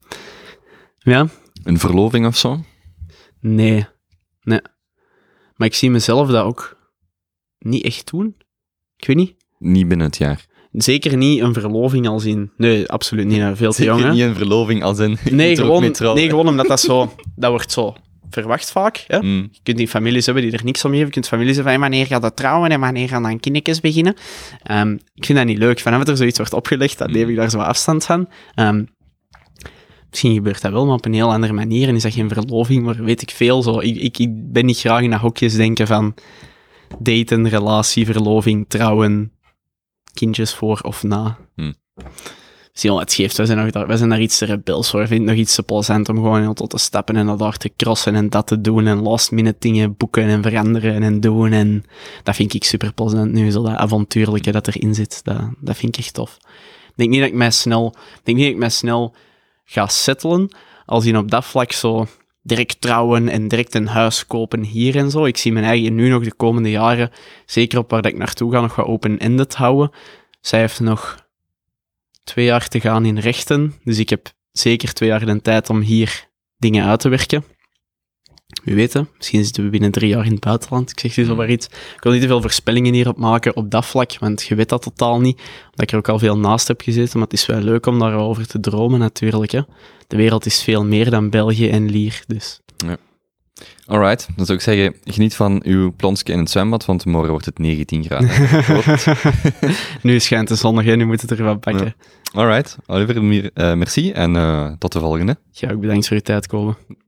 Ja? Een verloving of zo? Nee. Nee. Maar ik zie mezelf dat ook niet echt doen. Ik weet niet. Niet binnen het jaar. Zeker niet een verloving als in... Nee, absoluut niet. Veel te jong, hè? Niet een verloving als in... ik Nee moet er ook gewoon, mee trouwen. nee, gewoon omdat dat zo... Dat wordt zo verwacht vaak. Hè? Mm. Je kunt die families hebben die er niks om geven. Je kunt families hebben van wanneer gaat dat trouwen en wanneer gaan dan kindjes beginnen. Um, ik vind dat niet leuk. Vanaf dat er zoiets wordt opgelegd, dan neem ik daar zo afstand van. Um, misschien gebeurt dat wel, maar op een heel andere manier. En is dat geen verloving, maar weet ik veel. Zo. Ik, ik, ik ben niet graag in dat hokjes denken van daten, relatie, verloving, trouwen, kindjes voor of na. Mm. Zie je wat het geeft, wij zijn, nog daar, wij zijn daar iets te rebels voor. Ik vind het nog iets te plezant om gewoon heel tot te stappen en dat daar te crossen en dat te doen en last minute dingen boeken en veranderen en doen. En dat vind ik super plezant nu, zo dat avontuurlijke dat erin zit. Dat, dat vind ik echt tof. Ik denk niet dat ik mij snel, ik denk niet dat ik mij snel ga settelen als in op dat vlak zo direct trouwen en direct een huis kopen hier en zo. Ik zie mijn eigen nu nog de komende jaren, zeker op waar dat ik naartoe ga, nog wat open-ended houden. Zij heeft nog twee jaar te gaan in rechten, dus ik heb zeker twee jaar de tijd om hier dingen uit te werken. Wie weet, hè? Misschien zitten we binnen drie jaar in het buitenland. Ik zeg dus al maar iets. Ik wil niet te veel voorspellingen hierop maken op dat vlak, want je weet dat totaal niet. Omdat ik er ook al veel naast heb gezeten, maar het is wel leuk om daarover te dromen natuurlijk. Hè? De wereld is veel meer dan België en Lier, dus... Ja. Alright, dan zou ik zeggen, geniet van uw plonsje in het zwembad, want morgen wordt het negentien graden. Nu schijnt de zon nog in, nu moet het er wat pakken. Ja. Alright, Oliver, uh, merci en uh, tot de volgende. Ja, ook bedankt voor je tijd, Kobe.